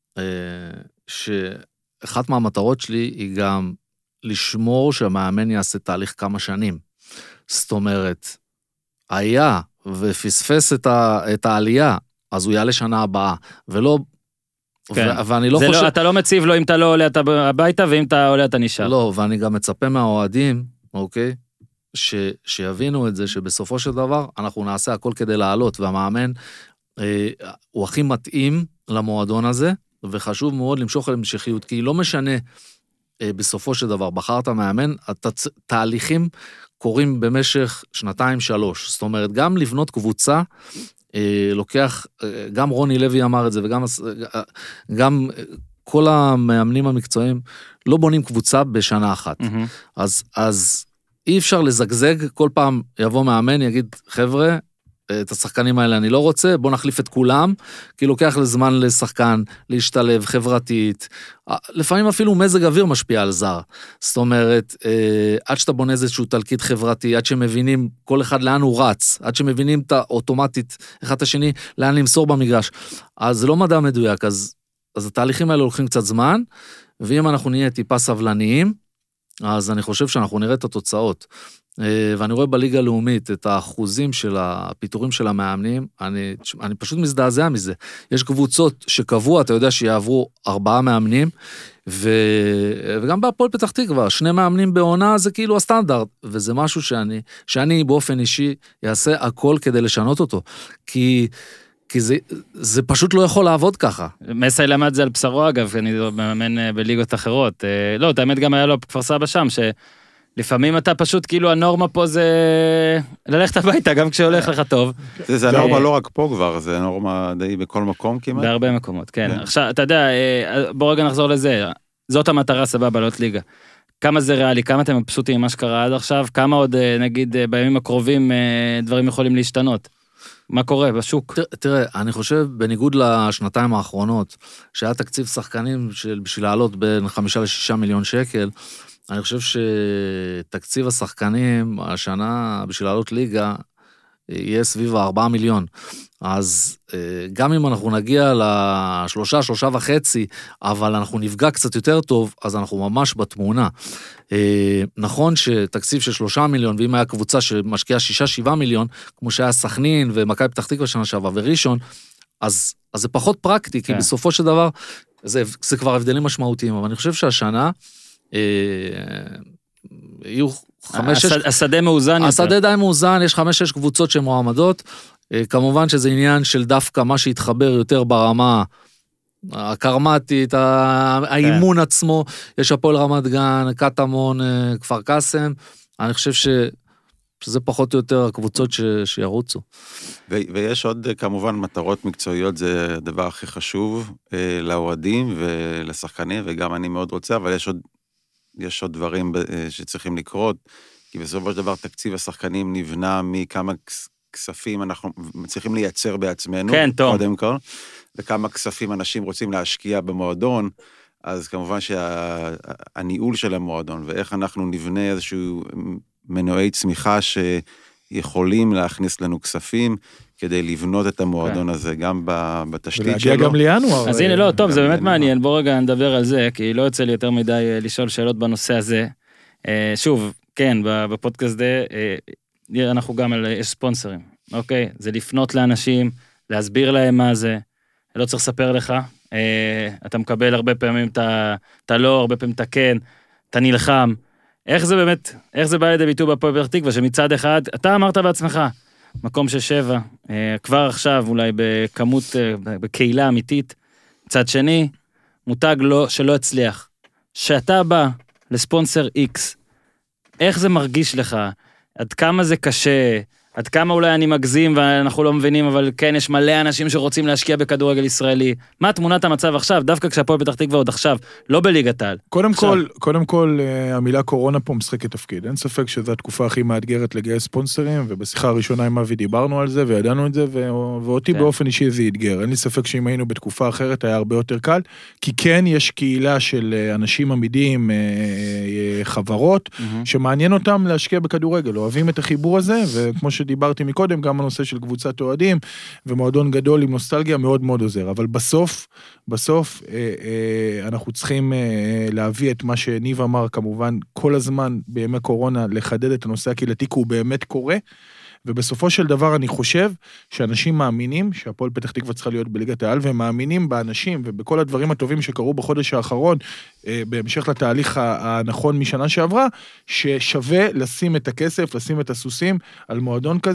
שאחת מהמטרות שלי היא גם לשמור שהמאמן יעשה תהליך כמה שנים. זאת אומרת, היה ופספס את העלייה, אז הוא יעלה שנה הבאה, ולא, ואני לא חושב... אתה לא מציב לו אם אתה לא עולה אתה הביתה, ואם אתה עולה אתה נשאר. לא, ואני גם מצפה מהאוהדים, אוקיי? שיבינו את זה, שבסופו של דבר אנחנו נעשה הכל כדי לעלות, והמאמן הוא הכי מתאים למועדון הזה, וחשוב מאוד למשוך על המשכיות, כי לא משנה, בסופו של דבר, בחרת מאמן, תהליכים קורים במשך 2-3, זאת אומרת, גם לבנות קבוצה, לוקח, גם רוני לוי אמר את זה, וגם כל המאמנים המקצועיים, לא בונים קבוצה בשנה אחת. אז אי אפשר לזגזג, כל פעם יבוא מאמן, יגיד, חבר'ה, את השחקנים האלה אני לא רוצה, בוא נחליף את כולם, כי לוקח לזמן לשחקן, להשתלב חברתית, לפעמים אפילו מזג אוויר משפיע על זר, זאת אומרת, עד שאתה בונה איזשהו תלקיט חברתי, עד שמבינים כל אחד לאן הוא רץ, עד שמבינים את האוטומטית, אחד השני, לאן למסור במגרש, אז זה לא מדע מדויק, אז התהליכים האלה הולכים קצת זמן, ואם אנחנו נהיה טיפה סבלניים, אז אני חושב שאנחנו נראה את התוצאות, ואני רואה בליגה הלאומית את האחוזים של הפיתורים של המאמנים, אני פשוט מזדעזע מזה. יש קבוצות שקבוע, אתה יודע שיעברו 4 מאמנים, וגם בהפועל פתח תקווה, 2 מאמנים בעונה זה כאילו הסטנדרט, וזה משהו שאני באופן אישי יעשה הכל כדי לשנות אותו, כי זה פשוט לא יכול לעבוד ככה. מסי למד זה על בשרו אגב, אני מאמן בליגות אחרות. לא, את האמת גם היה לו כפר סבא שם, לפעמים אתה פשוט, כאילו, הנורמה פה זה ללכת הביתה, גם כשהולך לך טוב. זה הנורמה לא רק פה כבר, זה נורמה די בכל מקום כמעט. בהרבה מקומות, כן. עכשיו, אתה יודע, בוא רגע נחזור לזה. זאת המטרה, סבבה, לעלות ליגה. כמה זה ריאלי, כמה אתם מבסוטים ממה שקרה עד עכשיו, כמה עוד, נגיד, בימים הקרובים דברים יכולים להשתנות. מה קורה בשוק? תראה, אני חושב, בניגוד לשנתיים האחרונות, שהיה תקציב שחקנים בשביל לעלות בין 5-6 מיליון שקל, אני חושב שתקציב השחקנים השנה בשביל לעלות ליגה יהיה סביב 4 מיליון. אז גם אם אנחנו נגיע ל3.5, אבל אנחנו נפגע קצת יותר טוב, אז אנחנו ממש בתמונה. נכון שתקציב של 3 מיליון, ואם היה קבוצה שמשקיעה 6-7 מיליון, כמו שהיה סכנין ומכבי פתח תקווה שנה שעברה וראשון, אז זה פחות פרקטי, כי בסופו של דבר זה כבר הבדלים משמעותיים, אבל אני חושב שהשנה יהיו 5-6... השדה מאוזן יותר. השדה די מאוזן, יש 5-6 קבוצות שהן מועמדות, כמובן שזה עניין של דווקא מה שהתחבר יותר ברמה הקרמטית, האימון עצמו, יש הפועל רמת גן, קטמון, כפר קאסם, אני חושב שזה פחות או יותר הקבוצות שירוצו. ויש עוד כמובן מטרות מקצועיות, זה הדבר הכי חשוב לאוהדים ולשחקנים, וגם אני מאוד רוצה, אבל יש עוד דברים שצריכים לקרות, כי בסופו של דבר תקציב השחקנים נבנה מכמה כספים אנחנו צריכים לייצר בעצמנו, כן, קודם כל, וכמה כספים אנשים רוצים להשקיע במועדון, אז כמובן שהניהול של המועדון, ואיך אנחנו נבנה איזשהו מנועי צמיחה שיכולים להכניס לנו כספים, כדי לבנות את המועדון הזה, גם בתשתית שלו. ולהגיע גם לינואר. אז הנה, לא, טוב, זה באמת מעניין, בוא רגע נדבר על זה, כי לא יוצא לי יותר מדי לשאול שאלות בנושא הזה. שוב, כן, בפודקאסט זה, אנחנו גם על ספונסרים, אוקיי? זה לפנות לאנשים, להסביר להם מה זה, לא צריך לספר לך, אתה מקבל הרבה פעמים אתה לא, הרבה פעמים אתה כן, אתה נלחם. איך זה באמת, איך זה בא לידי ביטוי בהפועל פתח תקווה, שמצד אחד, אתה אמרת בעצמך, מקום 7, כבר עכשיו אולי בכמות, בקהילה אמיתית, מצד שני, מותג שלא הצליח, שאתה בא לספונסר X, איך זה מרגיש לך, עד כמה זה קשה, עד כמה אולי אני מגזים ואנחנו לא מבינים, אבל כן, יש מלא אנשים שרוצים להשקיע בכדורגל ישראלי. מה תמונת המצב עכשיו, דווקא כשהפועל פתח תקווה עוד עכשיו, לא בליגת העל? קודם כל, המילה קורונה פה משחקת תפקיד. אין ספק שזו התקופה הכי מאתגרת לגייס ספונסרים, ובשיחה הראשונה עם אבי דיברנו על זה, וידענו את זה, ואותי באופן אישי זה יתגר. אין לי ספק שאם היינו בתקופה אחרת היה הרבה יותר קל, כי כן יש קהילה של אנשים עמידים, חברות, שמעניין אותם להשקיע בכדורגל, אוהבים את החיבור הזה, וכמו שדיברתי מקודם, גם הנושא של קבוצת אוהדים, ומועדון גדול עם נוסטלגיה מאוד מאוד עוזר, אבל בסוף אנחנו צריכים להביא את מה שניב אמר, כמובן, כל הזמן בימי קורונה, לחדד את הנושא הקהילתי, כי הוא באמת קורה, ובסופו של דבר אני חושב שאנשים מאמינים שהפועל פתח תקווה צריכה להיות בליגת העל, והם מאמינים באנשים ובכל הדברים הטובים שקרו בחודש האחרון, בהמשך לתהליך הנכון משנה שעברה, ששווה לשים את הכסף, לשים את הסוסים על מועדון כזה,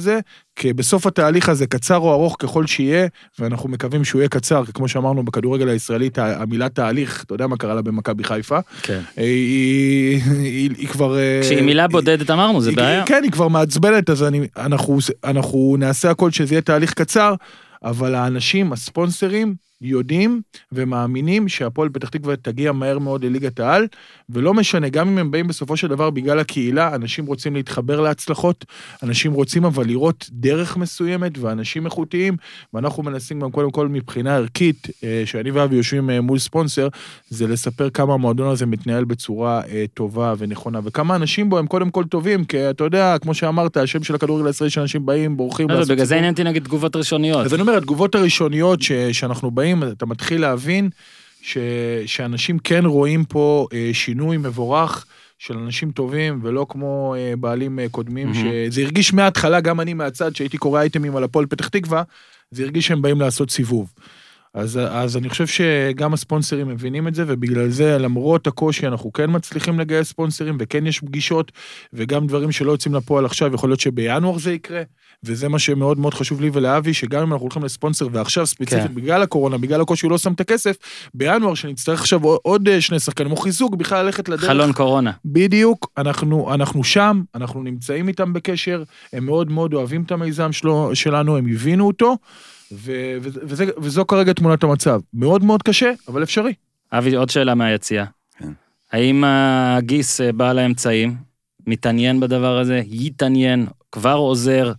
כי בסוף התהליך הזה, קצר או ארוך ככל שיהיה, ואנחנו מקווים שהוא יהיה קצר, כי כמו שאמרנו בכדורגל הישראלית, המילה תהליך, אתה יודע מה קרה לה במכבי חיפה? כן. היא כבר... כשהיא מילה בודדת אמרנו, זה בעיה. כן, היא כבר מעצבנת, אז אנחנו נעשה הכל שזה יהיה תהליך קצר, אבל האנשים, הספונסרים, יודעים ומאמינים שהפועל פתח תקווה תגיע מהר מאוד לליגת העל, ולא משנה, גם אם הם באים בסופו של דבר בגלל הקהילה, אנשים רוצים להתחבר להצלחות, אנשים רוצים אבל לראות דרך מסוימת, ואנשים איכותיים, ואנחנו מנסים גם קודם כל מבחינה ערכית, שאני ואבי יושבים מול ספונסר, זה לספר כמה המועדון הזה מתנהל בצורה טובה ונכונה, וכמה אנשים בו הם קודם כל טובים, כי אתה יודע, כמו שאמרת, השם של הכדורגל הישראלי שאנשים באים, בורחים. בגלל זה עניינתי נגד תגובות ראשוניות. אז אני אומר, התגובות הראשוניות שאנחנו באים, אתה מתחיל להבין שאנשים כן רואים פה שינוי מבורך של אנשים טובים, ולא כמו בעלים קודמים, שזה הרגיש מההתחלה, גם אני מהצד, שהייתי קורא אייטמים על הפועל פתח תקווה, זה הרגיש שהם באים לעשות סיבוב. אז אני חושב שגם הספונסרים מבינים את זה, ובגלל זה, למרות הקושי, אנחנו כן מצליחים לגייס ספונסרים, וכן יש פגישות, וגם דברים שלא יוצאים לפועל עכשיו, יכול להיות שבינואר זה יקרה, וזה מה שמאוד מאוד חשוב לי ולאבי, שגם אם אנחנו הולכים לספונסר, ועכשיו ספציפית בגלל הקורונה, בגלל הקושי הוא לא שם את הכסף, בינואר שנצטרך עכשיו עוד שני שחקנים, או חיזוק, בכלל ללכת לדרך. חלון קורונה. בדיוק, אנחנו שם, אנחנו נמצאים איתם בקשר, הם מאוד מאוד אוהבים את המיזם שלנו, הם הבינו אותו, וזו כרגע תמונת המצב. מאוד מאוד קשה, אבל אפשרי. אבי, עוד שאלה מהיציאה. האם הגיס בעל האמצעים מתעניין בדבר הזה, יתעניין, כבר עוזר,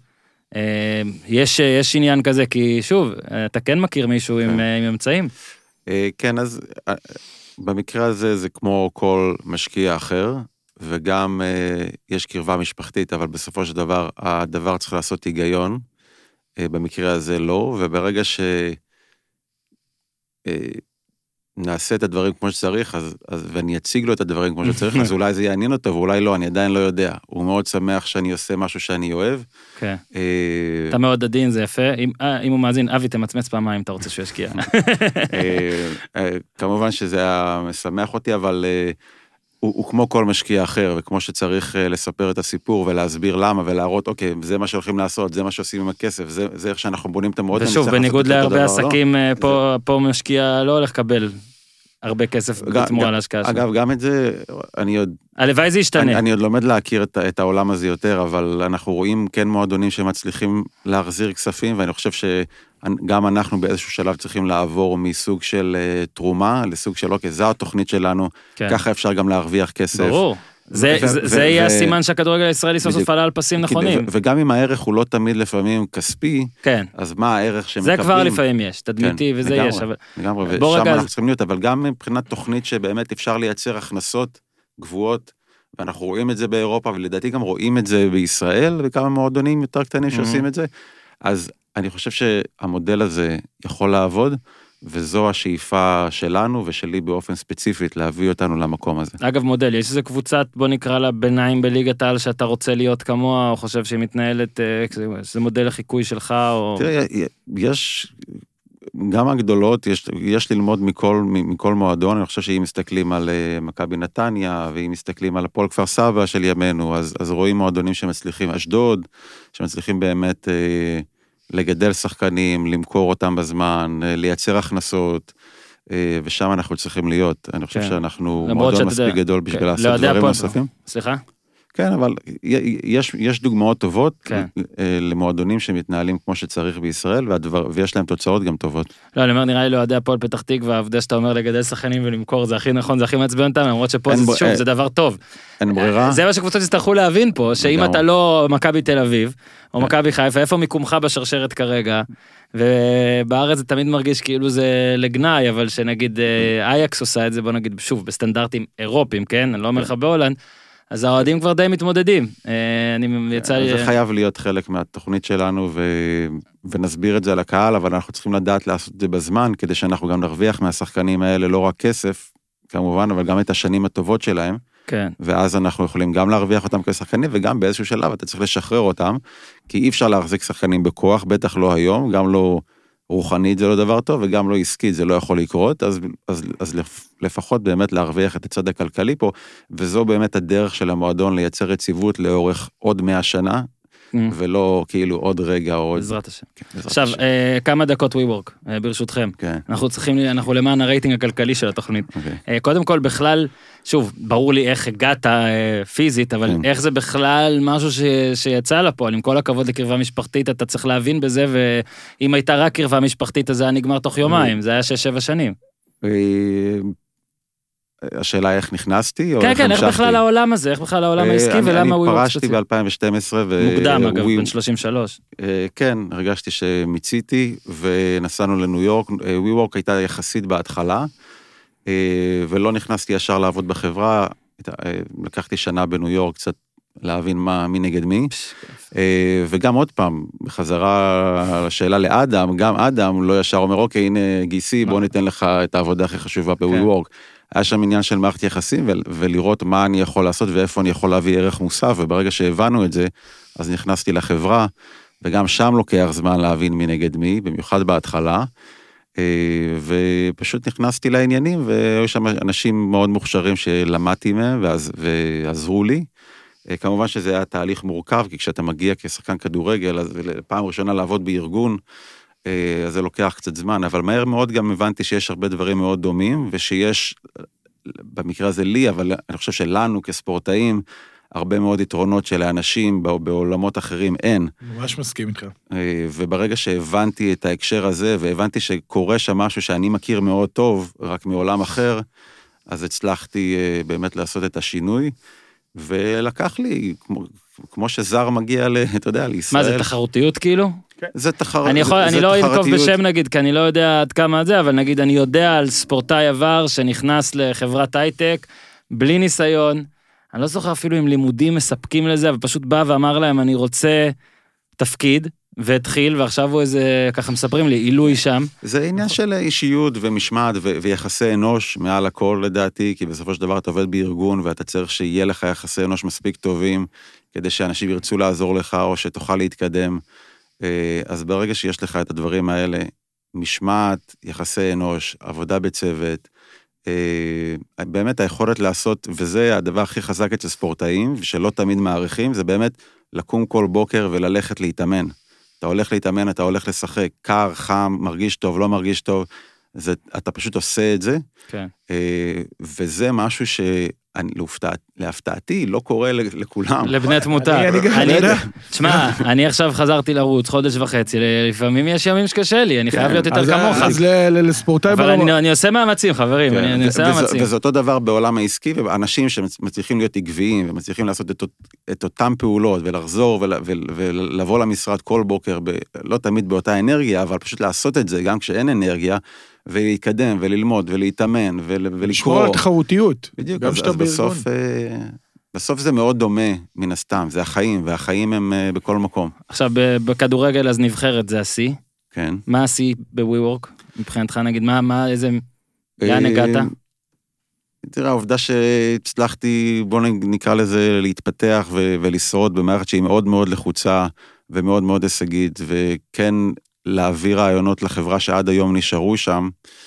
יש עניין כזה, כי שוב, אתה כן מכיר מישהו עם אמצעים? כן, אז במקרה הזה זה כמו כל משקיע אחר, וגם יש קרבה משפחתית, אבל בסופו של דבר, הדבר צריך לעשות היגיון, במקרה הזה לא, וברגע נעשה את הדברים כמו שצריך, ואני אציג לו את הדברים כמו שצריך, אז אולי זה יעניין אותו, ואולי לא, אני עדיין לא יודע. הוא מאוד שמח שאני עושה משהו שאני אוהב. כן. אתה מאוד עדין, זה יפה. אם הוא מאזין, אבי, תמצמץ פעמיים, אתה רוצה שהוא ישקיע. כמובן שזה היה משמח אותי, אבל הוא כמו כל משקיע אחר, וכמו שצריך לספר את הסיפור ולהסביר למה, ולהראות, אוקיי, זה מה שהולכים לעשות, זה מה שעושים עם הכסף, זה איך שאנחנו בונים את המועדון. ושוב, בניגוד להרבה עסקים, פה משקיע לא הולך לקבל הרבה כסף בתמורה להשקעה שלו. אגב, גם את זה, אני עוד... הלוואי זה ישתנה. אני עוד לומד להכיר את העולם הזה יותר, אבל אנחנו רואים כן מועדונים שמצליחים להחזיר כספים, ואני חושב שגם אנחנו באיזשהו שלב צריכים לעבור מסוג של תרומה, לסוג של אוקיי, זו התוכנית שלנו, ככה אפשר גם להרוויח כסף. ברור. זה יהיה הסימן שהכדורגל הישראלי סוף סוף עלה על פסים נכונים. וגם אם הערך הוא לא תמיד לפעמים כספי, אז מה הערך שמקבלים? זה כבר לפעמים יש, תדמיתי וזה יש. לגמרי, ושם אנחנו צריכים להיות, אבל גם מבחינת תוכנית שבאמת אפשר לייצר הכנסות גבוהות, ואנחנו רואים את זה באירופה, ולדעתי גם רואים את זה בישראל, וכמה מועדונים יותר קטנים שעושים את זה, אז אני חושב שהמודל הזה יכול לעבוד, וזו השאיפה שלנו ושלי באופן ספציפית להביא אותנו למקום הזה. אגב, מודל, יש איזה קבוצת, בוא נקרא לה ביניים בליגת העל שאתה רוצה להיות כמוה, או חושב שהיא מתנהלת, זה מודל החיקוי שלך, או... תראה, יש, גם הגדולות, יש ללמוד מכל מועדון, אני חושב שאם מסתכלים על מכבי נתניה, ואם מסתכלים על הפועל כפר סבא של ימינו, אז רואים מועדונים שמצליחים, אשדוד, שמצליחים באמת... לגדל שחקנים, למכור אותם בזמן, לייצר הכנסות, ושם אנחנו צריכים להיות. אני חושב שאנחנו מועדון מספיק גדול בשביל לעשות דברים נוספים. סליחה? כן, אבל יש דוגמאות טובות למועדונים שמתנהלים כמו שצריך בישראל, ויש להם תוצאות גם טובות. לא, אני אומר, נראה לי לא יודע פועל פתח תקווה, העובדה שאתה אומר לגדל שחקנים ולמכור, זה הכי נכון, זה הכי מעצבן אותם, למרות שפה זה שוב, זה דבר טוב. אין ברירה. זה מה שקבוצות יצטרכו להבין פה, שאם אתה לא מכבי תל אביב, או מכבי חיפה, איפה מיקומך בשרשרת כרגע, ובארץ זה תמיד מרגיש כאילו זה לגנאי, אבל שנגיד אייקס עושה את זה, בוא נגיד, שוב, בסטנדרטים אירופיים, כן? אני לא אומר לך בהולנד, אז האוהדים כבר די מתמודדים. זה חייב להיות חלק מהתוכנית שלנו, ונסביר את זה לקהל, אבל אנחנו צריכים לדעת לעשות את זה בזמן, כדי שאנחנו גם נרוויח מהשחקנים האלה לא רק כסף, כמובן, אבל גם את השנים הטובות שלהם. כן. ואז אנחנו יכולים גם להרוויח אותם כשחקנים, וגם באיזשהו שלב אתה צריך לשחרר אותם, כי אי אפשר להחזיק שחקנים בכוח, בטח לא היום, גם לא רוחנית זה לא דבר טוב, וגם לא עסקית זה לא יכול לקרות, אז לפחות באמת להרוויח את הצד הכלכלי פה, וזו באמת הדרך של המועדון לייצר יציבות לאורך עוד 100 שנה, ולא כאילו עוד רגע או עוד... בעזרת השם. כן, בעזרת עכשיו, השם. כמה דקות WeWork, ברשותכם. כן. אנחנו למען הרייטינג הכלכלי של התוכנית. אוקיי. קודם כל, בכלל, שוב, ברור לי איך הגעת פיזית, אבל כן. איך זה בכלל משהו שיצא לפועל, עם כל הכבוד לקרבה משפחתית, אתה צריך להבין בזה, ואם הייתה רק קרבה משפחתית, אז זה היה נגמר תוך יומיים, זה היה 6-7 שנים. השאלה איך נכנסתי, או כן, איך כן, איך המשכתי? בכלל העולם הזה, איך בכלל העולם העסקי, ולמה אני WeWork פרשתי ספציפי? ב-2012, מוקדם, אגב, בן 33. כן, הרגשתי שמיציתי, ונסענו לניו יורק. WeWork הייתה יחסית בהתחלה, ולא נכנסתי ישר לעבוד בחברה, לקחתי שנה בניו יורק, קצת להבין מי נגד מי, וגם עוד פעם, בחזרה לשאלה לאדם, גם אדם לא ישר אומר, אוקיי, הנה גיסי, בוא ניתן לך את העבודה הכי חשובה ב-WeWork. היה שם עניין של מערכת יחסים, ולראות מה אני יכול לעשות, ואיפה אני יכול להביא ערך מוסף, וברגע שהבנו את זה, אז נכנסתי לחברה, וגם שם לוקח זמן להבין מי נגד מי, במיוחד בהתחלה, ופשוט נכנסתי לעניינים, והיו שם אנשים מאוד מוכשרים שלמדתי מהם, ועזרו לי. כמובן שזה היה תהליך מורכב, כי כשאתה מגיע כשחקן כדורגל, אז פעם ראשונה לעבוד בארגון, אז זה לוקח קצת זמן, אבל מהר מאוד גם הבנתי שיש הרבה דברים מאוד דומים, ושיש, במקרה הזה לי, אבל אני חושב שלנו כספורטאים, הרבה מאוד יתרונות שלאנשים בעולמות אחרים אין. ממש מסכים איתך. וברגע שהבנתי את ההקשר הזה, והבנתי שקורה שם משהו שאני מכיר מאוד טוב, רק מעולם אחר, אז הצלחתי באמת לעשות את השינוי, ולקח לי, כמו שזר מגיע, אתה יודע, לישראל. מה, זה תחרותיות כאילו? זה תחרותיות. אני לא אנקוב בשם נגיד, כי אני לא יודע עד כמה זה, אבל נגיד אני יודע על ספורטאי עבר שנכנס לחברת הייטק, בלי ניסיון, אני לא זוכר אפילו אם לימודים מספקים לזה, אבל פשוט בא ואמר להם, אני רוצה תפקיד, והתחיל, ועכשיו הוא איזה, ככה מספרים לי, עילוי שם. זה עניין של אישיות ומשמעת ויחסי אנוש מעל הכל לדעתי, כי בסופו של דבר אתה עובד בארגון, ואתה צריך שיהיה לך יחסי אנוש מספיק טובים, כדי שאנשים ירצו לעזור לך, או שתוכל להתקדם. אז ברגע שיש לך את הדברים האלה, משמעת, יחסי אנוש, עבודה בצוות, באמת היכולת לעשות, וזה הדבר הכי חזק אצל ספורטאים, ושלא תמיד מעריכים, זה באמת לקום כל בוקר וללכת להתאמן. אתה הולך להתאמן, אתה הולך לשחק, קר, חם, מרגיש טוב, לא מרגיש טוב, אתה פשוט עושה את זה, כן. וזה משהו להפתעתי, לא קורה לכולם. לבני תמותה. תשמע, אני עכשיו חזרתי לרוץ חודש וחצי, לפעמים יש ימים שקשה לי, אני חייב להיות יותר כמוך. אז לספורטאי אבל אני עושה מאמצים, חברים, אני עושה מאמצים. וזה אותו דבר בעולם העסקי, ואנשים שמצליחים להיות עקביים, ומצליחים לעשות את אותם פעולות, ולחזור ולבוא למשרד כל בוקר, לא תמיד באותה אנרגיה, אבל פשוט לעשות את זה, גם כשאין אנרגיה, ולהתקדם, וללמוד, ולהתאמן, ולקרוא. לשמור על תחרותיות. בדיוק, אז בסוף זה מאוד דומה מן הסתם, זה החיים, והחיים הם בכל מקום. עכשיו, בכדורגל אז נבחרת זה השיא. כן. מה השיא ב-WeWork? מבחינתך נגיד, איזה, לאן הגעת? תראה, העובדה שהצלחתי, בוא נקרא לזה, להתפתח ולשרוד במערכת שהיא מאוד מאוד לחוצה, ומאוד מאוד הישגית, וכן להעביר רעיונות לחברה שעד היום נשארו שם,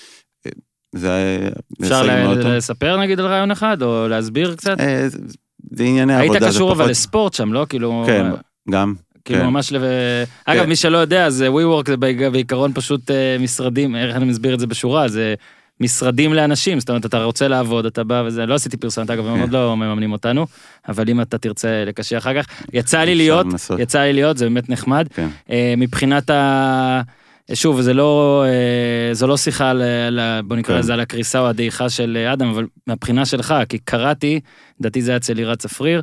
זה... אפשר לספר נגיד על רעיון אחד, או להסביר קצת? זה ענייני עבודה. היית קשור אבל לספורט שם, לא? כאילו... כן, גם. כאילו ממש אגב, מי שלא יודע, זה WeWork זה בעיקרון פשוט משרדים, איך אני מסביר את זה בשורה, זה משרדים לאנשים, זאת אומרת, אתה רוצה לעבוד, אתה בא וזה, לא עשיתי פרסומת, אגב, הם עוד לא מממנים אותנו, אבל אם אתה תרצה לקשי אחר כך, יצא לי להיות, זה באמת נחמד. מבחינת שוב, זו לא שיחה, בוא נקרא לזה על הקריסה או הדעיכה של אדם, אבל מהבחינה שלך, כי קראתי, דעתי זה היה אצל לירת צפריר,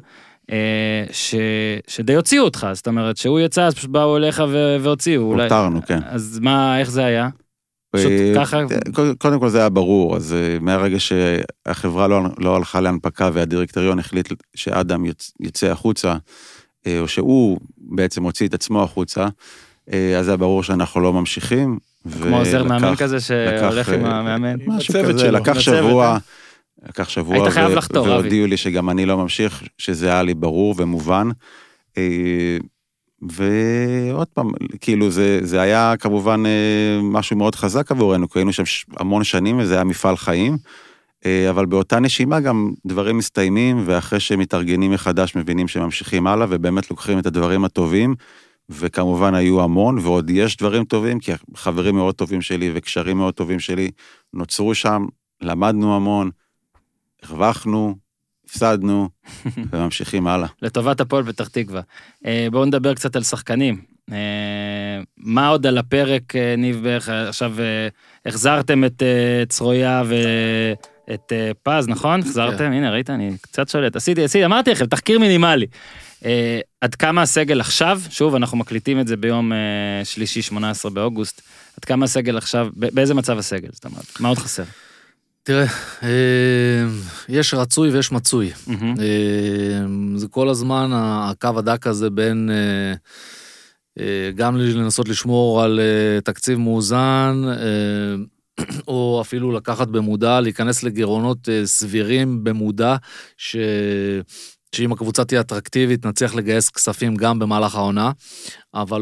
שדי הוציאו אותך, זאת אומרת, שהוא יצא, אז פשוט באו אליך והוציאו. הותרנו, כן. אז מה, איך זה היה? פשוט ככה? קודם כל זה היה ברור, אז מהרגע שהחברה לא הלכה להנפקה, והדירקטוריון החליט שאדם יצא החוצה, או שהוא בעצם הוציא את עצמו החוצה, אז היה ברור שאנחנו לא ממשיכים. כמו עוזר מאמן כזה שהולך עם המאמן. משהו כזה, לקח שבוע, היית חייב לחתור, אבי. והודיעו לי שגם אני לא ממשיך, שזה היה לי ברור ומובן. ועוד פעם, כאילו זה היה כמובן משהו מאוד חזק עבורנו, כי היינו שם המון שנים, וזה היה מפעל חיים, אבל באותה נשימה גם דברים מסתיימים, ואחרי שהם מתארגנים מחדש מבינים שממשיכים הלאה, ובאמת לוקחים את הדברים הטובים, וכמובן היו המון, ועוד יש דברים טובים, כי חברים מאוד טובים שלי וקשרים מאוד טובים שלי נוצרו שם, למדנו המון, הרווחנו, הפסדנו, וממשיכים הלאה. לטובת הפועל פתח תקווה. בואו נדבר קצת על שחקנים. מה עוד על הפרק, ניב בערך, עכשיו החזרתם את צרויה ואת פז, נכון? החזרתם? הנה, ראית, אני קצת שולט. עשיתי, אמרתי לכם, תחקיר מינימלי. עד כמה הסגל עכשיו, שוב, אנחנו מקליטים את זה ביום שלישי, 18 באוגוסט, עד כמה הסגל עכשיו, באיזה מצב הסגל, זאת אומרת, מה עוד חסר? תראה, יש רצוי ויש מצוי. זה כל הזמן הקו הדק הזה בין גם לנסות לשמור על תקציב מאוזן, או אפילו לקחת במודע, להיכנס לגירעונות סבירים במודע, שאם הקבוצה תהיה אטרקטיבית, נצליח לגייס כספים גם במהלך העונה, אבל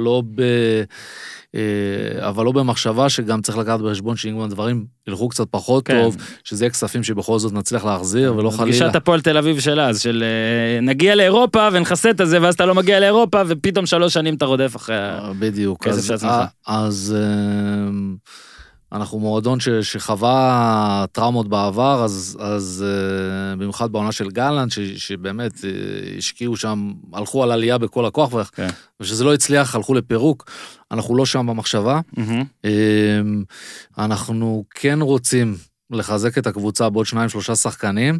לא במחשבה שגם צריך לקחת בחשבון שאם הדברים ילכו קצת פחות טוב, שזה יהיה כספים שבכל זאת נצליח להחזיר, ולא חלילה. פגישת הפועל תל אביב שלה, אז של נגיע לאירופה ונחסה את זה, ואז אתה לא מגיע לאירופה, ופתאום 3 שנים אתה רודף אחרי בדיוק. כסף של עצמך. אז אנחנו מועדון שחווה טראומות בעבר, אז במיוחד בעונה של גלנט, שבאמת השקיעו שם, הלכו על עלייה בכל הכוח, ושזה לא הצליח, הלכו לפירוק, אנחנו לא שם במחשבה. אנחנו כן רוצים לחזק את הקבוצה בעוד 2-3 שחקנים,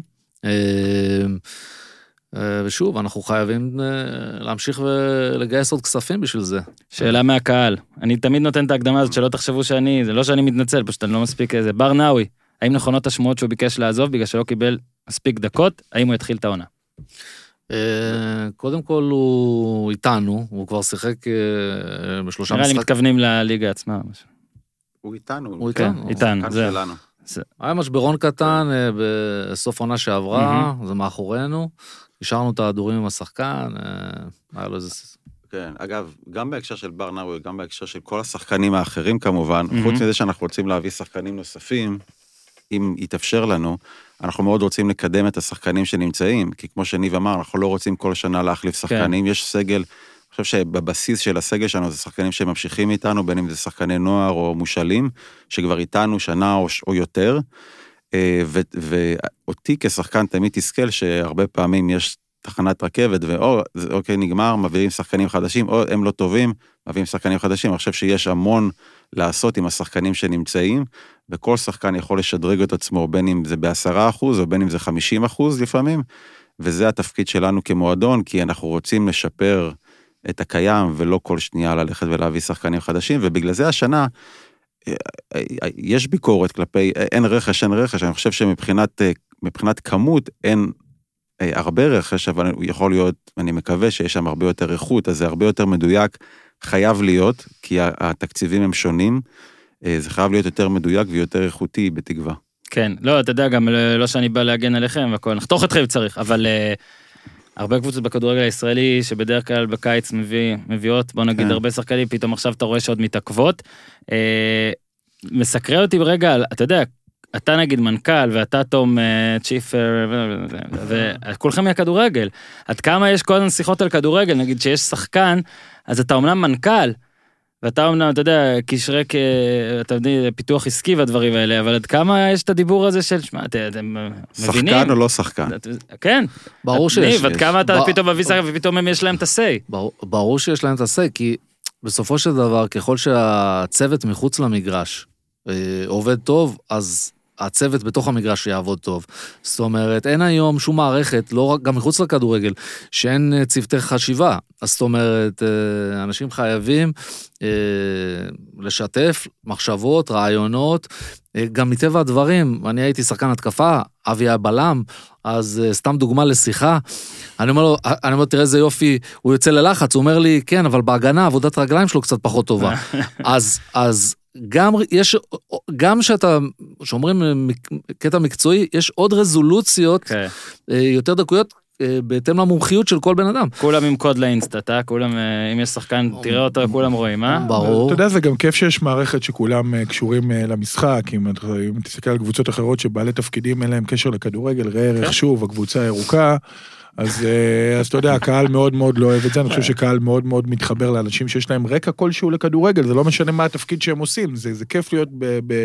ושוב, אנחנו חייבים להמשיך ולגייס עוד כספים בשביל זה. שאלה מהקהל. אני תמיד נותן את ההקדמה הזאת שלא תחשבו זה לא שאני מתנצל, פשוט אני לא מספיק איזה. בר נאווי, האם נכונות השמועות שהוא ביקש לעזוב בגלל שלא קיבל מספיק דקות, האם הוא יתחיל את העונה? קודם כל הוא איתנו, הוא כבר שיחק ב3 משחקים. נראה לי מתכוונים לליגה עצמה. הוא איתנו. הוא איתנו. איתנו, זה. היה משברון קטן בסוף עונה שעברה, זה מאחורינו. השארנו את הדורים עם השחקן, היה לו איזה... כן, אגב, גם בהקשר של בר נאווי, גם בהקשר של כל השחקנים האחרים כמובן, חוץ מזה שאנחנו רוצים להביא שחקנים נוספים, אם יתאפשר לנו, אנחנו מאוד רוצים לקדם את השחקנים שנמצאים, כי כמו שניב אמר, אנחנו לא רוצים כל שנה להחליף שחקנים, יש סגל, אני חושב שבבסיס של הסגל שלנו, זה שחקנים שממשיכים איתנו, בין אם זה שחקני נוער או מושאלים, שכבר איתנו שנה או יותר, ואותי כשחקן תמיד תסכל שהרבה פעמים יש תחנת רכבת, ואוקיי, נגמר, מביאים שחקנים חדשים, או הם לא טובים, מביאים שחקנים חדשים. אני חושב שיש המון לעשות עם השחקנים שנמצאים, וכל שחקן יכול לשדרג את עצמו, בין אם זה ב10% או בין אם זה 50% לפעמים, וזה התפקיד שלנו כמועדון, כי אנחנו רוצים לשפר את הקיים, ולא כל שנייה ללכת ולהביא שחקנים חדשים, ובגלל זה השנה, יש ביקורת כלפי, אין רכש, אני חושב שמבחינת כמות, אין הרבה רכש, אבל יכול להיות, אני מקווה שיש שם הרבה יותר איכות, אז זה הרבה יותר מדויק, חייב להיות, כי התקציבים הם שונים, זה חייב להיות יותר מדויק ויותר איכותי בתקווה. כן, לא, אתה יודע, גם לא שאני בא להגן עליכם, והכל, נחתוך אתכם צריך, אבל הרבה קבוצות בכדורגל הישראלי, שבדרך כלל בקיץ מביאות, בוא נגיד, הרבה שחקנים, פתאום עכשיו אתה רואה שעוד מתעכבות. מסקרה אותי ברגע, אתה יודע, אתה נגיד מנכ"ל, ואתה תום צ'יפר, וכולכם מהכדורגל. עד כמה יש כל הזמן שיחות על כדורגל, נגיד שיש שחקן, אז אתה אומנם מנכ"ל, ואתה אומנם, אתה יודע, קשרי, אתה יודע, פיתוח עסקי והדברים האלה, אבל עד כמה יש את הדיבור הזה של, שמה, אתם מבינים? שחקן או לא שחקן? כן. ברור שיש. עד כמה אתה פתאום מביא שחקן, ופתאום הם יש להם את הסי. ברור שיש להם את הסי, כי בסופו של דבר, ככל שהצוות מחוץ למגרש עובד טוב, אז הצוות בתוך המגרש יעבוד טוב. זאת אומרת, אין היום שום מערכת, לא רק, גם מחוץ לכדורגל, שאין צוותי חשיבה. אז זאת אומרת, אנשים חייבים לשתף מחשבות, רעיונות, גם מטבע הדברים, אני הייתי שחקן התקפה, אבי היה בלם, אז סתם דוגמה לשיחה, אני אומר, תראה איזה יופי, הוא יוצא ללחץ, הוא אומר לי, כן, אבל בהגנה, עבודת רגליים שלו קצת פחות טובה. אז גם שאומרים קטע מקצועי, יש עוד רזולוציות יותר דקויות, בהתאם למומחיות של כל בן אדם. כולם עם קוד לאינסטאט, כולם, אם יש שחקן, תראה אותו, כולם רואים, ברור. אתה יודע, זה גם כיף שיש מערכת שכולם קשורים למשחק, אם תסתכל על קבוצות אחרות שבעלי תפקידים אין להם קשר לכדורגל, ראה ערך שוב, הקבוצה הירוקה, אז אתה יודע, הקהל מאוד מאוד לא אוהב את זה, אני חושב שקהל מאוד מאוד מתחבר לאנשים שיש להם רקע כלשהו לכדורגל, זה לא משנה מה התפקיד שהם עושים, זה כיף להיות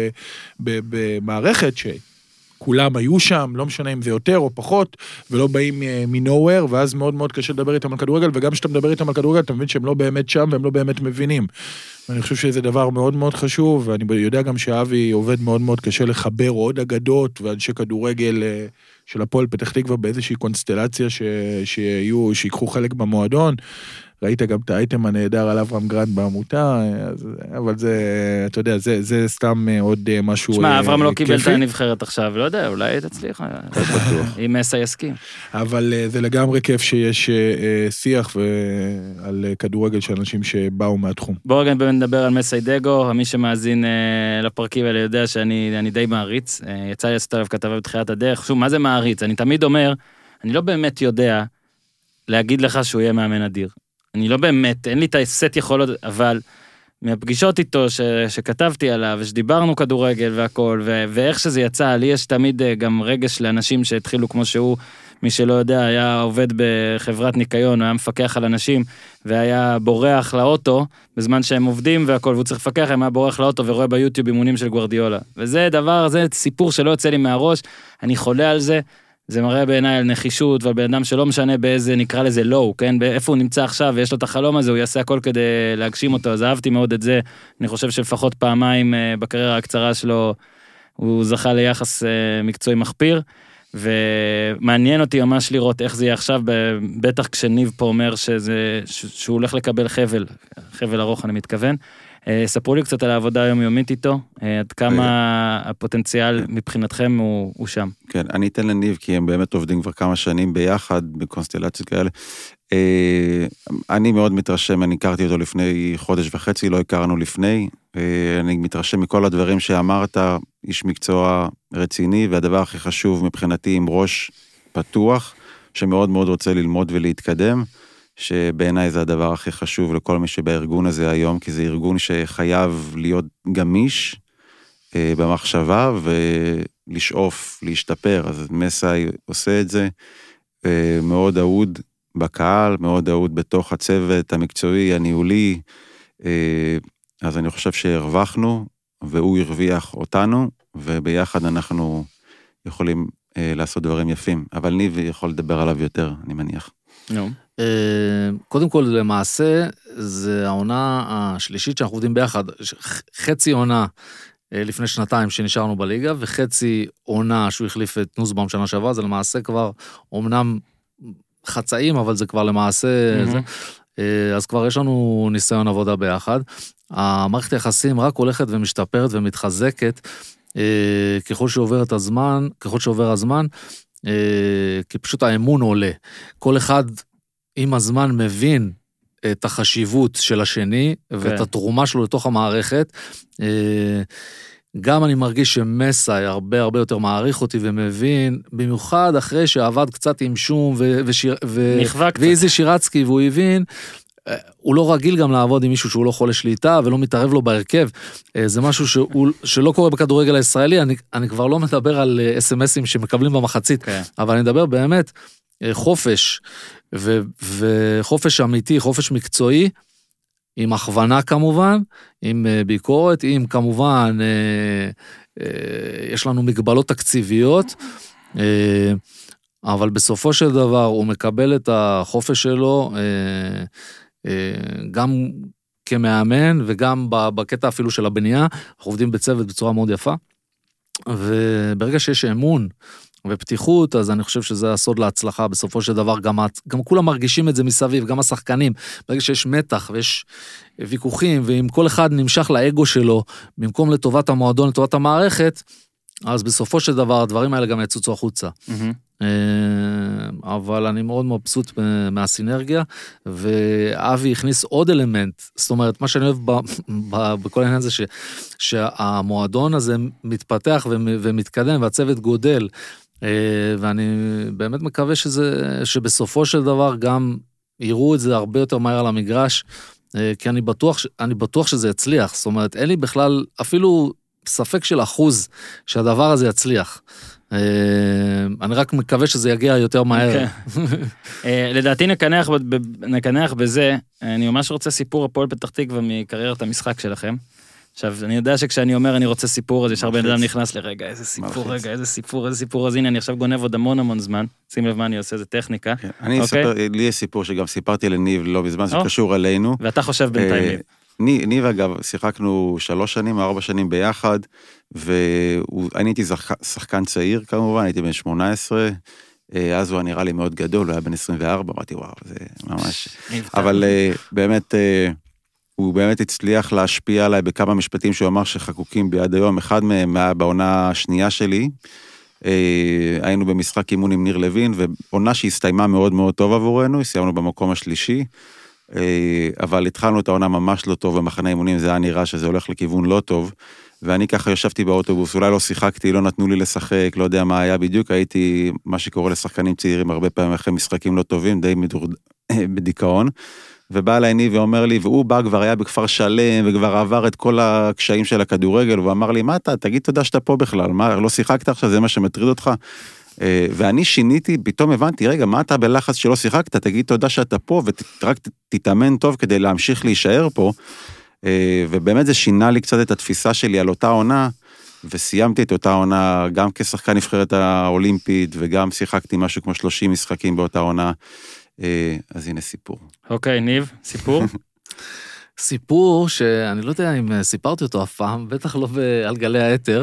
במערכת כולם היו שם, לא משנה אם זה יותר או פחות, ולא באים מנוהוור, ואז מאוד מאוד קשה לדבר איתם על כדורגל, וגם כשאתה מדבר איתם על כדורגל, אתה מבין שהם לא באמת שם, והם לא באמת מבינים. ואני חושב שזה דבר מאוד מאוד חשוב, ואני יודע גם שאבי עובד מאוד מאוד קשה לחבר עוד אגדות, ואנשי כדורגל של הפועל פתח תקווה באיזושהי קונסטלציה שיקחו חלק במועדון. ראית גם את האייטם הנהדר על אברהם גרנד בעמותה, אבל זה, אתה יודע, זה סתם עוד משהו כיפי. שמע, אברהם לא קיבל את הנבחרת עכשיו, לא יודע, אולי תצליח, אם מסע יסכים. אבל זה לגמרי כיף שיש שיח על כדורגל של אנשים שבאו מהתחום. בואו רגע נדבר על מסיידגו, מי שמאזין לפרקים האלה יודע שאני די מעריץ, יצא לי לעשות עליו כתבה בתחילת הדרך, שוב, מה זה מעריץ? אני תמיד אומר, אני לא באמת יודע להגיד לך שהוא יהיה מאמן אדיר. אני לא באמת, אין לי את הסט יכולות, אבל מהפגישות איתו שכתבתי עליו, ושדיברנו כדורגל והכל, ואיך שזה יצא, לי יש תמיד גם רגש לאנשים שהתחילו כמו שהוא, מי שלא יודע, היה עובד בחברת ניקיון, היה מפקח על אנשים, והיה בורח לאוטו, בזמן שהם עובדים והכל, והוא צריך לפקח, היה בורח לאוטו ורואה ביוטיוב אימונים של גוארדיולה. וזה דבר, זה סיפור שלא יוצא לי מהראש, אני חולה על זה, זה מראה בעיניי על נחישות, ועל בן אדם שלא משנה באיזה, נקרא לזה לואו, כן? באיפה הוא נמצא עכשיו, ויש לו את החלום הזה, הוא יעשה הכל כדי להגשים אותו, אז אהבתי מאוד את זה, אני חושב שלפחות פעמיים בקריירה הקצרה שלו, הוא זכה ליחס מקצועי מחפיר, ומעניין אותי ממש לראות איך זה יהיה עכשיו, בטח כשניב פה אומר שהוא הולך לקבל חבל ארוך אני מתכוון, ספרו לי קצת על העבודה היומיומית איתו, עד כמה הפוטנציאל מבחינתכם הוא שם. כן, אני אתן לניב, כי הם באמת עובדים כבר כמה שנים ביחד, בקונסטלציות כאלה. אני מאוד מתרשם, אני הכרתי אותו לפני חודש וחצי, לא הכרנו לפני, אני מתרשם מכל הדברים שאמרת, איש מקצוע רציני, והדבר הכי חשוב מבחינתי עם ראש פתוח, שמאוד מאוד רוצה ללמוד ולהתקדם, שבעיניי זה הדבר הכי חשוב לכל מי שבארגון הזה היום, כי זה ארגון שחייב להיות גמיש במחשבה ולשאוף, להשתפר, אז מסאי עושה את זה, מאוד אהוד בקהל, מאוד אהוד בתוך הצוות המקצועי, הניהולי, אז אני חושב שהרווחנו, והוא הרוויח אותנו, וביחד אנחנו יכולים לעשות דברים יפים, אבל ניב יכול לדבר עליו יותר, אני מניח. קודם כל, למעשה, זה העונה השלישית שאנחנו עובדים ביחד, חצי עונה לפני שנתיים שנשארנו בליגה, וחצי עונה שהוא החליף את נוסבאום שנה שעברה, זה למעשה כבר, אומנם חצאים, אבל זה כבר למעשה, אז כבר יש לנו ניסיון עבודה ביחד. המערכת היחסים רק הולכת ומשתפרת ומתחזקת, ככל שעובר הזמן, כי פשוט האמון עולה. כל אחד עם הזמן מבין את החשיבות של השני, ואת התרומה שלו לתוך המערכת. גם אני מרגיש שמסאי הרבה הרבה יותר מעריך אותי ומבין, במיוחד אחרי שעבד קצת עם שום ואיזי שירצקי, והוא הבין, הוא לא רגיל גם לעבוד עם מישהו שהוא לא חולה שליטה, ולא מתערב לו בהרכב. זה משהו שלא קורה בכדורגל הישראלי, אני כבר לא מדבר על אס-אמסים שמקבלים במחצית, אבל אני מדבר באמת חופש, וחופש אמיתי, חופש מקצועי, עם הכוונה כמובן, עם ביקורת, עם כמובן, יש לנו מגבלות תקציביות, אבל בסופו של דבר הוא מקבל את החופש שלו, גם כמאמן וגם בקטע אפילו של הבנייה, אנחנו עובדים בצוות בצורה מאוד יפה, וברגע שיש אמון ופתיחות, אז אני חושב שזה הסוד להצלחה, בסופו של דבר גם כולם מרגישים את זה מסביב, גם השחקנים, ברגע שיש מתח ויש ויכוחים, ואם כל אחד נמשך לאגו שלו, במקום לטובת המועדון, לטובת המערכת, אז בסופו של דבר הדברים האלה גם יצוצו החוצה. אבל אני מאוד מבסוט מהסינרגיה, ואבי הכניס עוד אלמנט, זאת אומרת, מה שאני אוהב בכל העניין זה שהמועדון הזה מתפתח ומתקדם, והצוות גודל, ואני באמת מקווה שבסופו של דבר גם יראו את זה הרבה יותר מהר על המגרש, כי אני בטוח שזה יצליח, זאת אומרת, אין לי בכלל אפילו ספק של אחוז שהדבר הזה יצליח. אני רק מקווה שזה יגיע יותר מהר. לדעתי נקנח בזה, אני ממש רוצה סיפור הפועל פתח תקווה מקריירת המשחק שלכם. עכשיו, אני יודע שכשאני אומר אני רוצה סיפור, אז ישר בן אדם נכנס לרגע, איזה סיפור, אז הנה, אני עכשיו גונב עוד המון זמן, שים לב מה אני עושה, זה טכניקה. לי יש סיפור שגם סיפרתי לניב לא בזמן, זה קשור אלינו. ואתה חושב בינתיים ניב. ניב אגב, שיחקנו 3 שנים, 4 שנים ביחד, ואני הייתי שחקן צעיר כמובן, הייתי בן 18, אז הוא נראה לי מאוד גדול, הוא היה בן 24, אמרתי וואו, זה ממש... אבל באמת... הוא באמת הצליח להשפיע עליי בכמה משפטים שהוא אמר שחקוקים ביד היום. אחד מהם היה בעונה השנייה שלי, היינו במשחק אימון עם ניר לוין, ועונה שהסתיימה מאוד מאוד טוב עבורנו, סיימנו במקום השלישי, אבל התחלנו את העונה ממש לא טוב, במחנה אימונים זה היה נראה שזה הולך לכיוון לא טוב, ואני ככה ישבתי באוטובוס, אולי לא שיחקתי, לא נתנו לי לשחק, לא יודע מה היה בדיוק, הייתי מה שקורא לשחקנים צעירים, הרבה פעמים אחרי משחקים לא טובים, די בדיכאון, ובא אליי ניב ואומר לי, והוא בא כבר היה בכפר שלם, וכבר עבר את כל הקשיים של הכדורגל, והוא אמר לי, מה אתה, תגיד תודה שאתה פה בכלל, מה, לא שיחקת עכשיו, זה מה שמטריד אותך, ואני שיניתי, פתאום הבנתי, רגע, מה אתה בלחץ שלא שיחקת, תגיד תודה שאתה פה, ורק תתאמן טוב כדי להמשיך להישאר פה, ובאמת זה שינה לי קצת את התפיסה שלי על אותה עונה, וסיימתי את אותה עונה, גם כשחקן נבחרת האולימפית, וגם שיחקתי משהו כמו 30 משחקים באותה עונה, אז הנה סיפור. אוקיי, ניב, סיפור? סיפור שאני לא יודע אם סיפרתי אותו אף פעם, בטח לא על גלי היתר,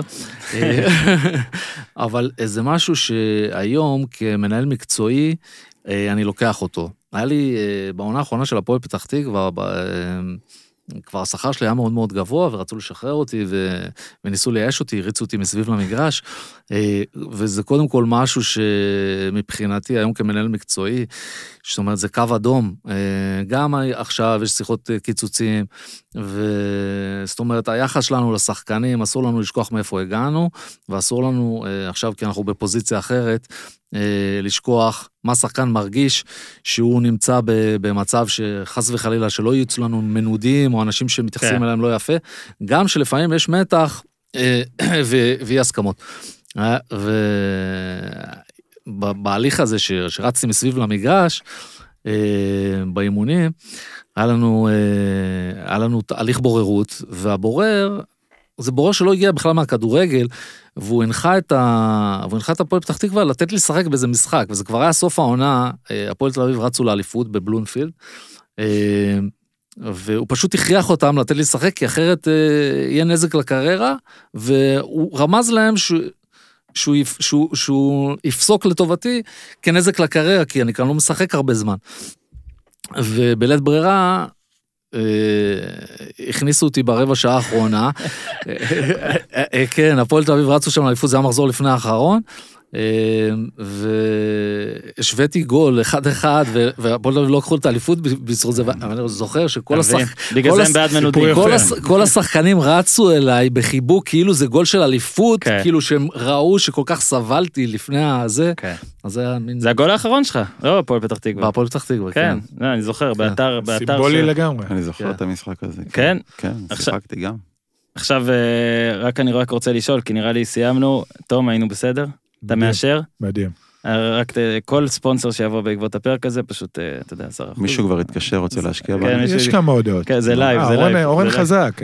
אבל זה משהו שהיום כמנהל מקצועי, אני לוקח אותו. היה לי בעונה האחרונה של הפועל פתח תקווה, כבר השכר שלי היה מאוד מאוד גבוה, ורצו לשחרר אותי, וניסו לייאש אותי, הריצו אותי מסביב למגרש, וזה קודם כל משהו שמבחינתי, היום כמנהל מקצועי, זאת אומרת, זה קו אדום, גם עכשיו יש שיחות קיצוצים, וזאת אומרת, היחס שלנו לשחקנים, אסור לנו לשכוח מאיפה הגענו, ואסור לנו, עכשיו כי אנחנו בפוזיציה אחרת, לשכוח מה שחקן מרגיש שהוא נמצא במצב שחס וחלילה שלא יוצאו לנו מנודים או אנשים שמתייחסים אליהם לא יפה, גם שלפעמים יש מתח ואי הסכמות. ובהליך הזה שרצתי מסביב למגרש, באימונים, היה לנו תהליך בוררות, והבורר, זה בורר שלא הגיע בכלל מהכדורגל, והוא הנחה את הפועל פתח תקווה לתת לי לשחק באיזה משחק, וזה כבר היה סוף העונה, הפועל תל אביב רצו לאליפות בבלומפילד, והוא פשוט הכריח אותם לתת לי לשחק, כי אחרת יהיה נזק לקריירה, והוא רמז להם שהוא יפסוק לטובתי כנזק לקריירה, כי אני כאן לא משחק הרבה זמן. ובלית ברירה, הכניסו אותי ברבע שעה האחרונה, כן, הפועל תל אביב רצו שם לאליפות, זה היה מחזור לפני האחרון, והשוויתי גול 1-1, והפועל תל אביב לא לקחו את האליפות בזכות זה, ואני זוכר שכל השחקנים רצו אליי בחיבוק, כאילו זה גול של אליפות, כאילו שהם ראו שכל כך סבלתי לפני הזה, זה הגול האחרון שלך, לא הפועל פתח תקווה. בהפועל פתח תקווה, כן. אני זוכר, באתר... סימבולי לגמרי. אני זוכר את המשחק הזה. כן? כן, שיחקתי גם. עכשיו, אני רק רוצה לשאול, כי נראה לי סיימנו, תום, היינו בסדר? אתה מאשר? מדהים. רק כל ספונסר שיבוא בעקבות הפרק הזה, פשוט, אתה יודע, 10%. מישהו כבר התקשר, רוצה להשקיע בה. יש כמה הודעות. כן, זה לייב, זה לייב. אורן חזק.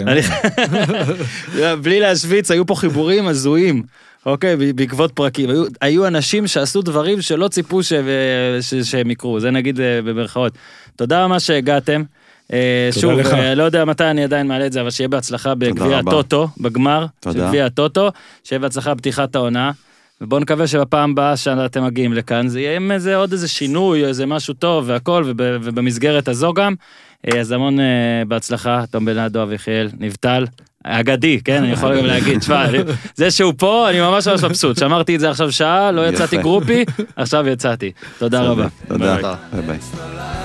בלי להשוויץ, היו פה חיבורים הזויים. אוקיי, בעקבות פרקים. היו אנשים שעשו דברים שלא ציפו שהם יקרו, זה נגיד במרכאות. תודה רבה שהגעתם. שוב, לא יודע מתי אני עדיין מעלה את זה, אבל שיהיה בהצלחה בגביע הטוטו, בגמר של גביע הטוטו, שיהיה בהצלחה בפתיחת העונה, ובואו נקווה שבפעם הבאה שאתם מגיעים לכאן, זה יהיה עם עוד איזה שינוי, איזה משהו טוב והכל, ובמסגרת הזו גם, אז המון בהצלחה, תום בלעדו אביחיאל, נבטל, אגדי, כן, אני יכול גם להגיד, שווה, זה שהוא פה, אני ממש מבסוט, שמרתי את זה עכשיו שעה, לא יצאתי גרופי, עכשיו יצאתי. תודה רבה. תודה, ביי ביי.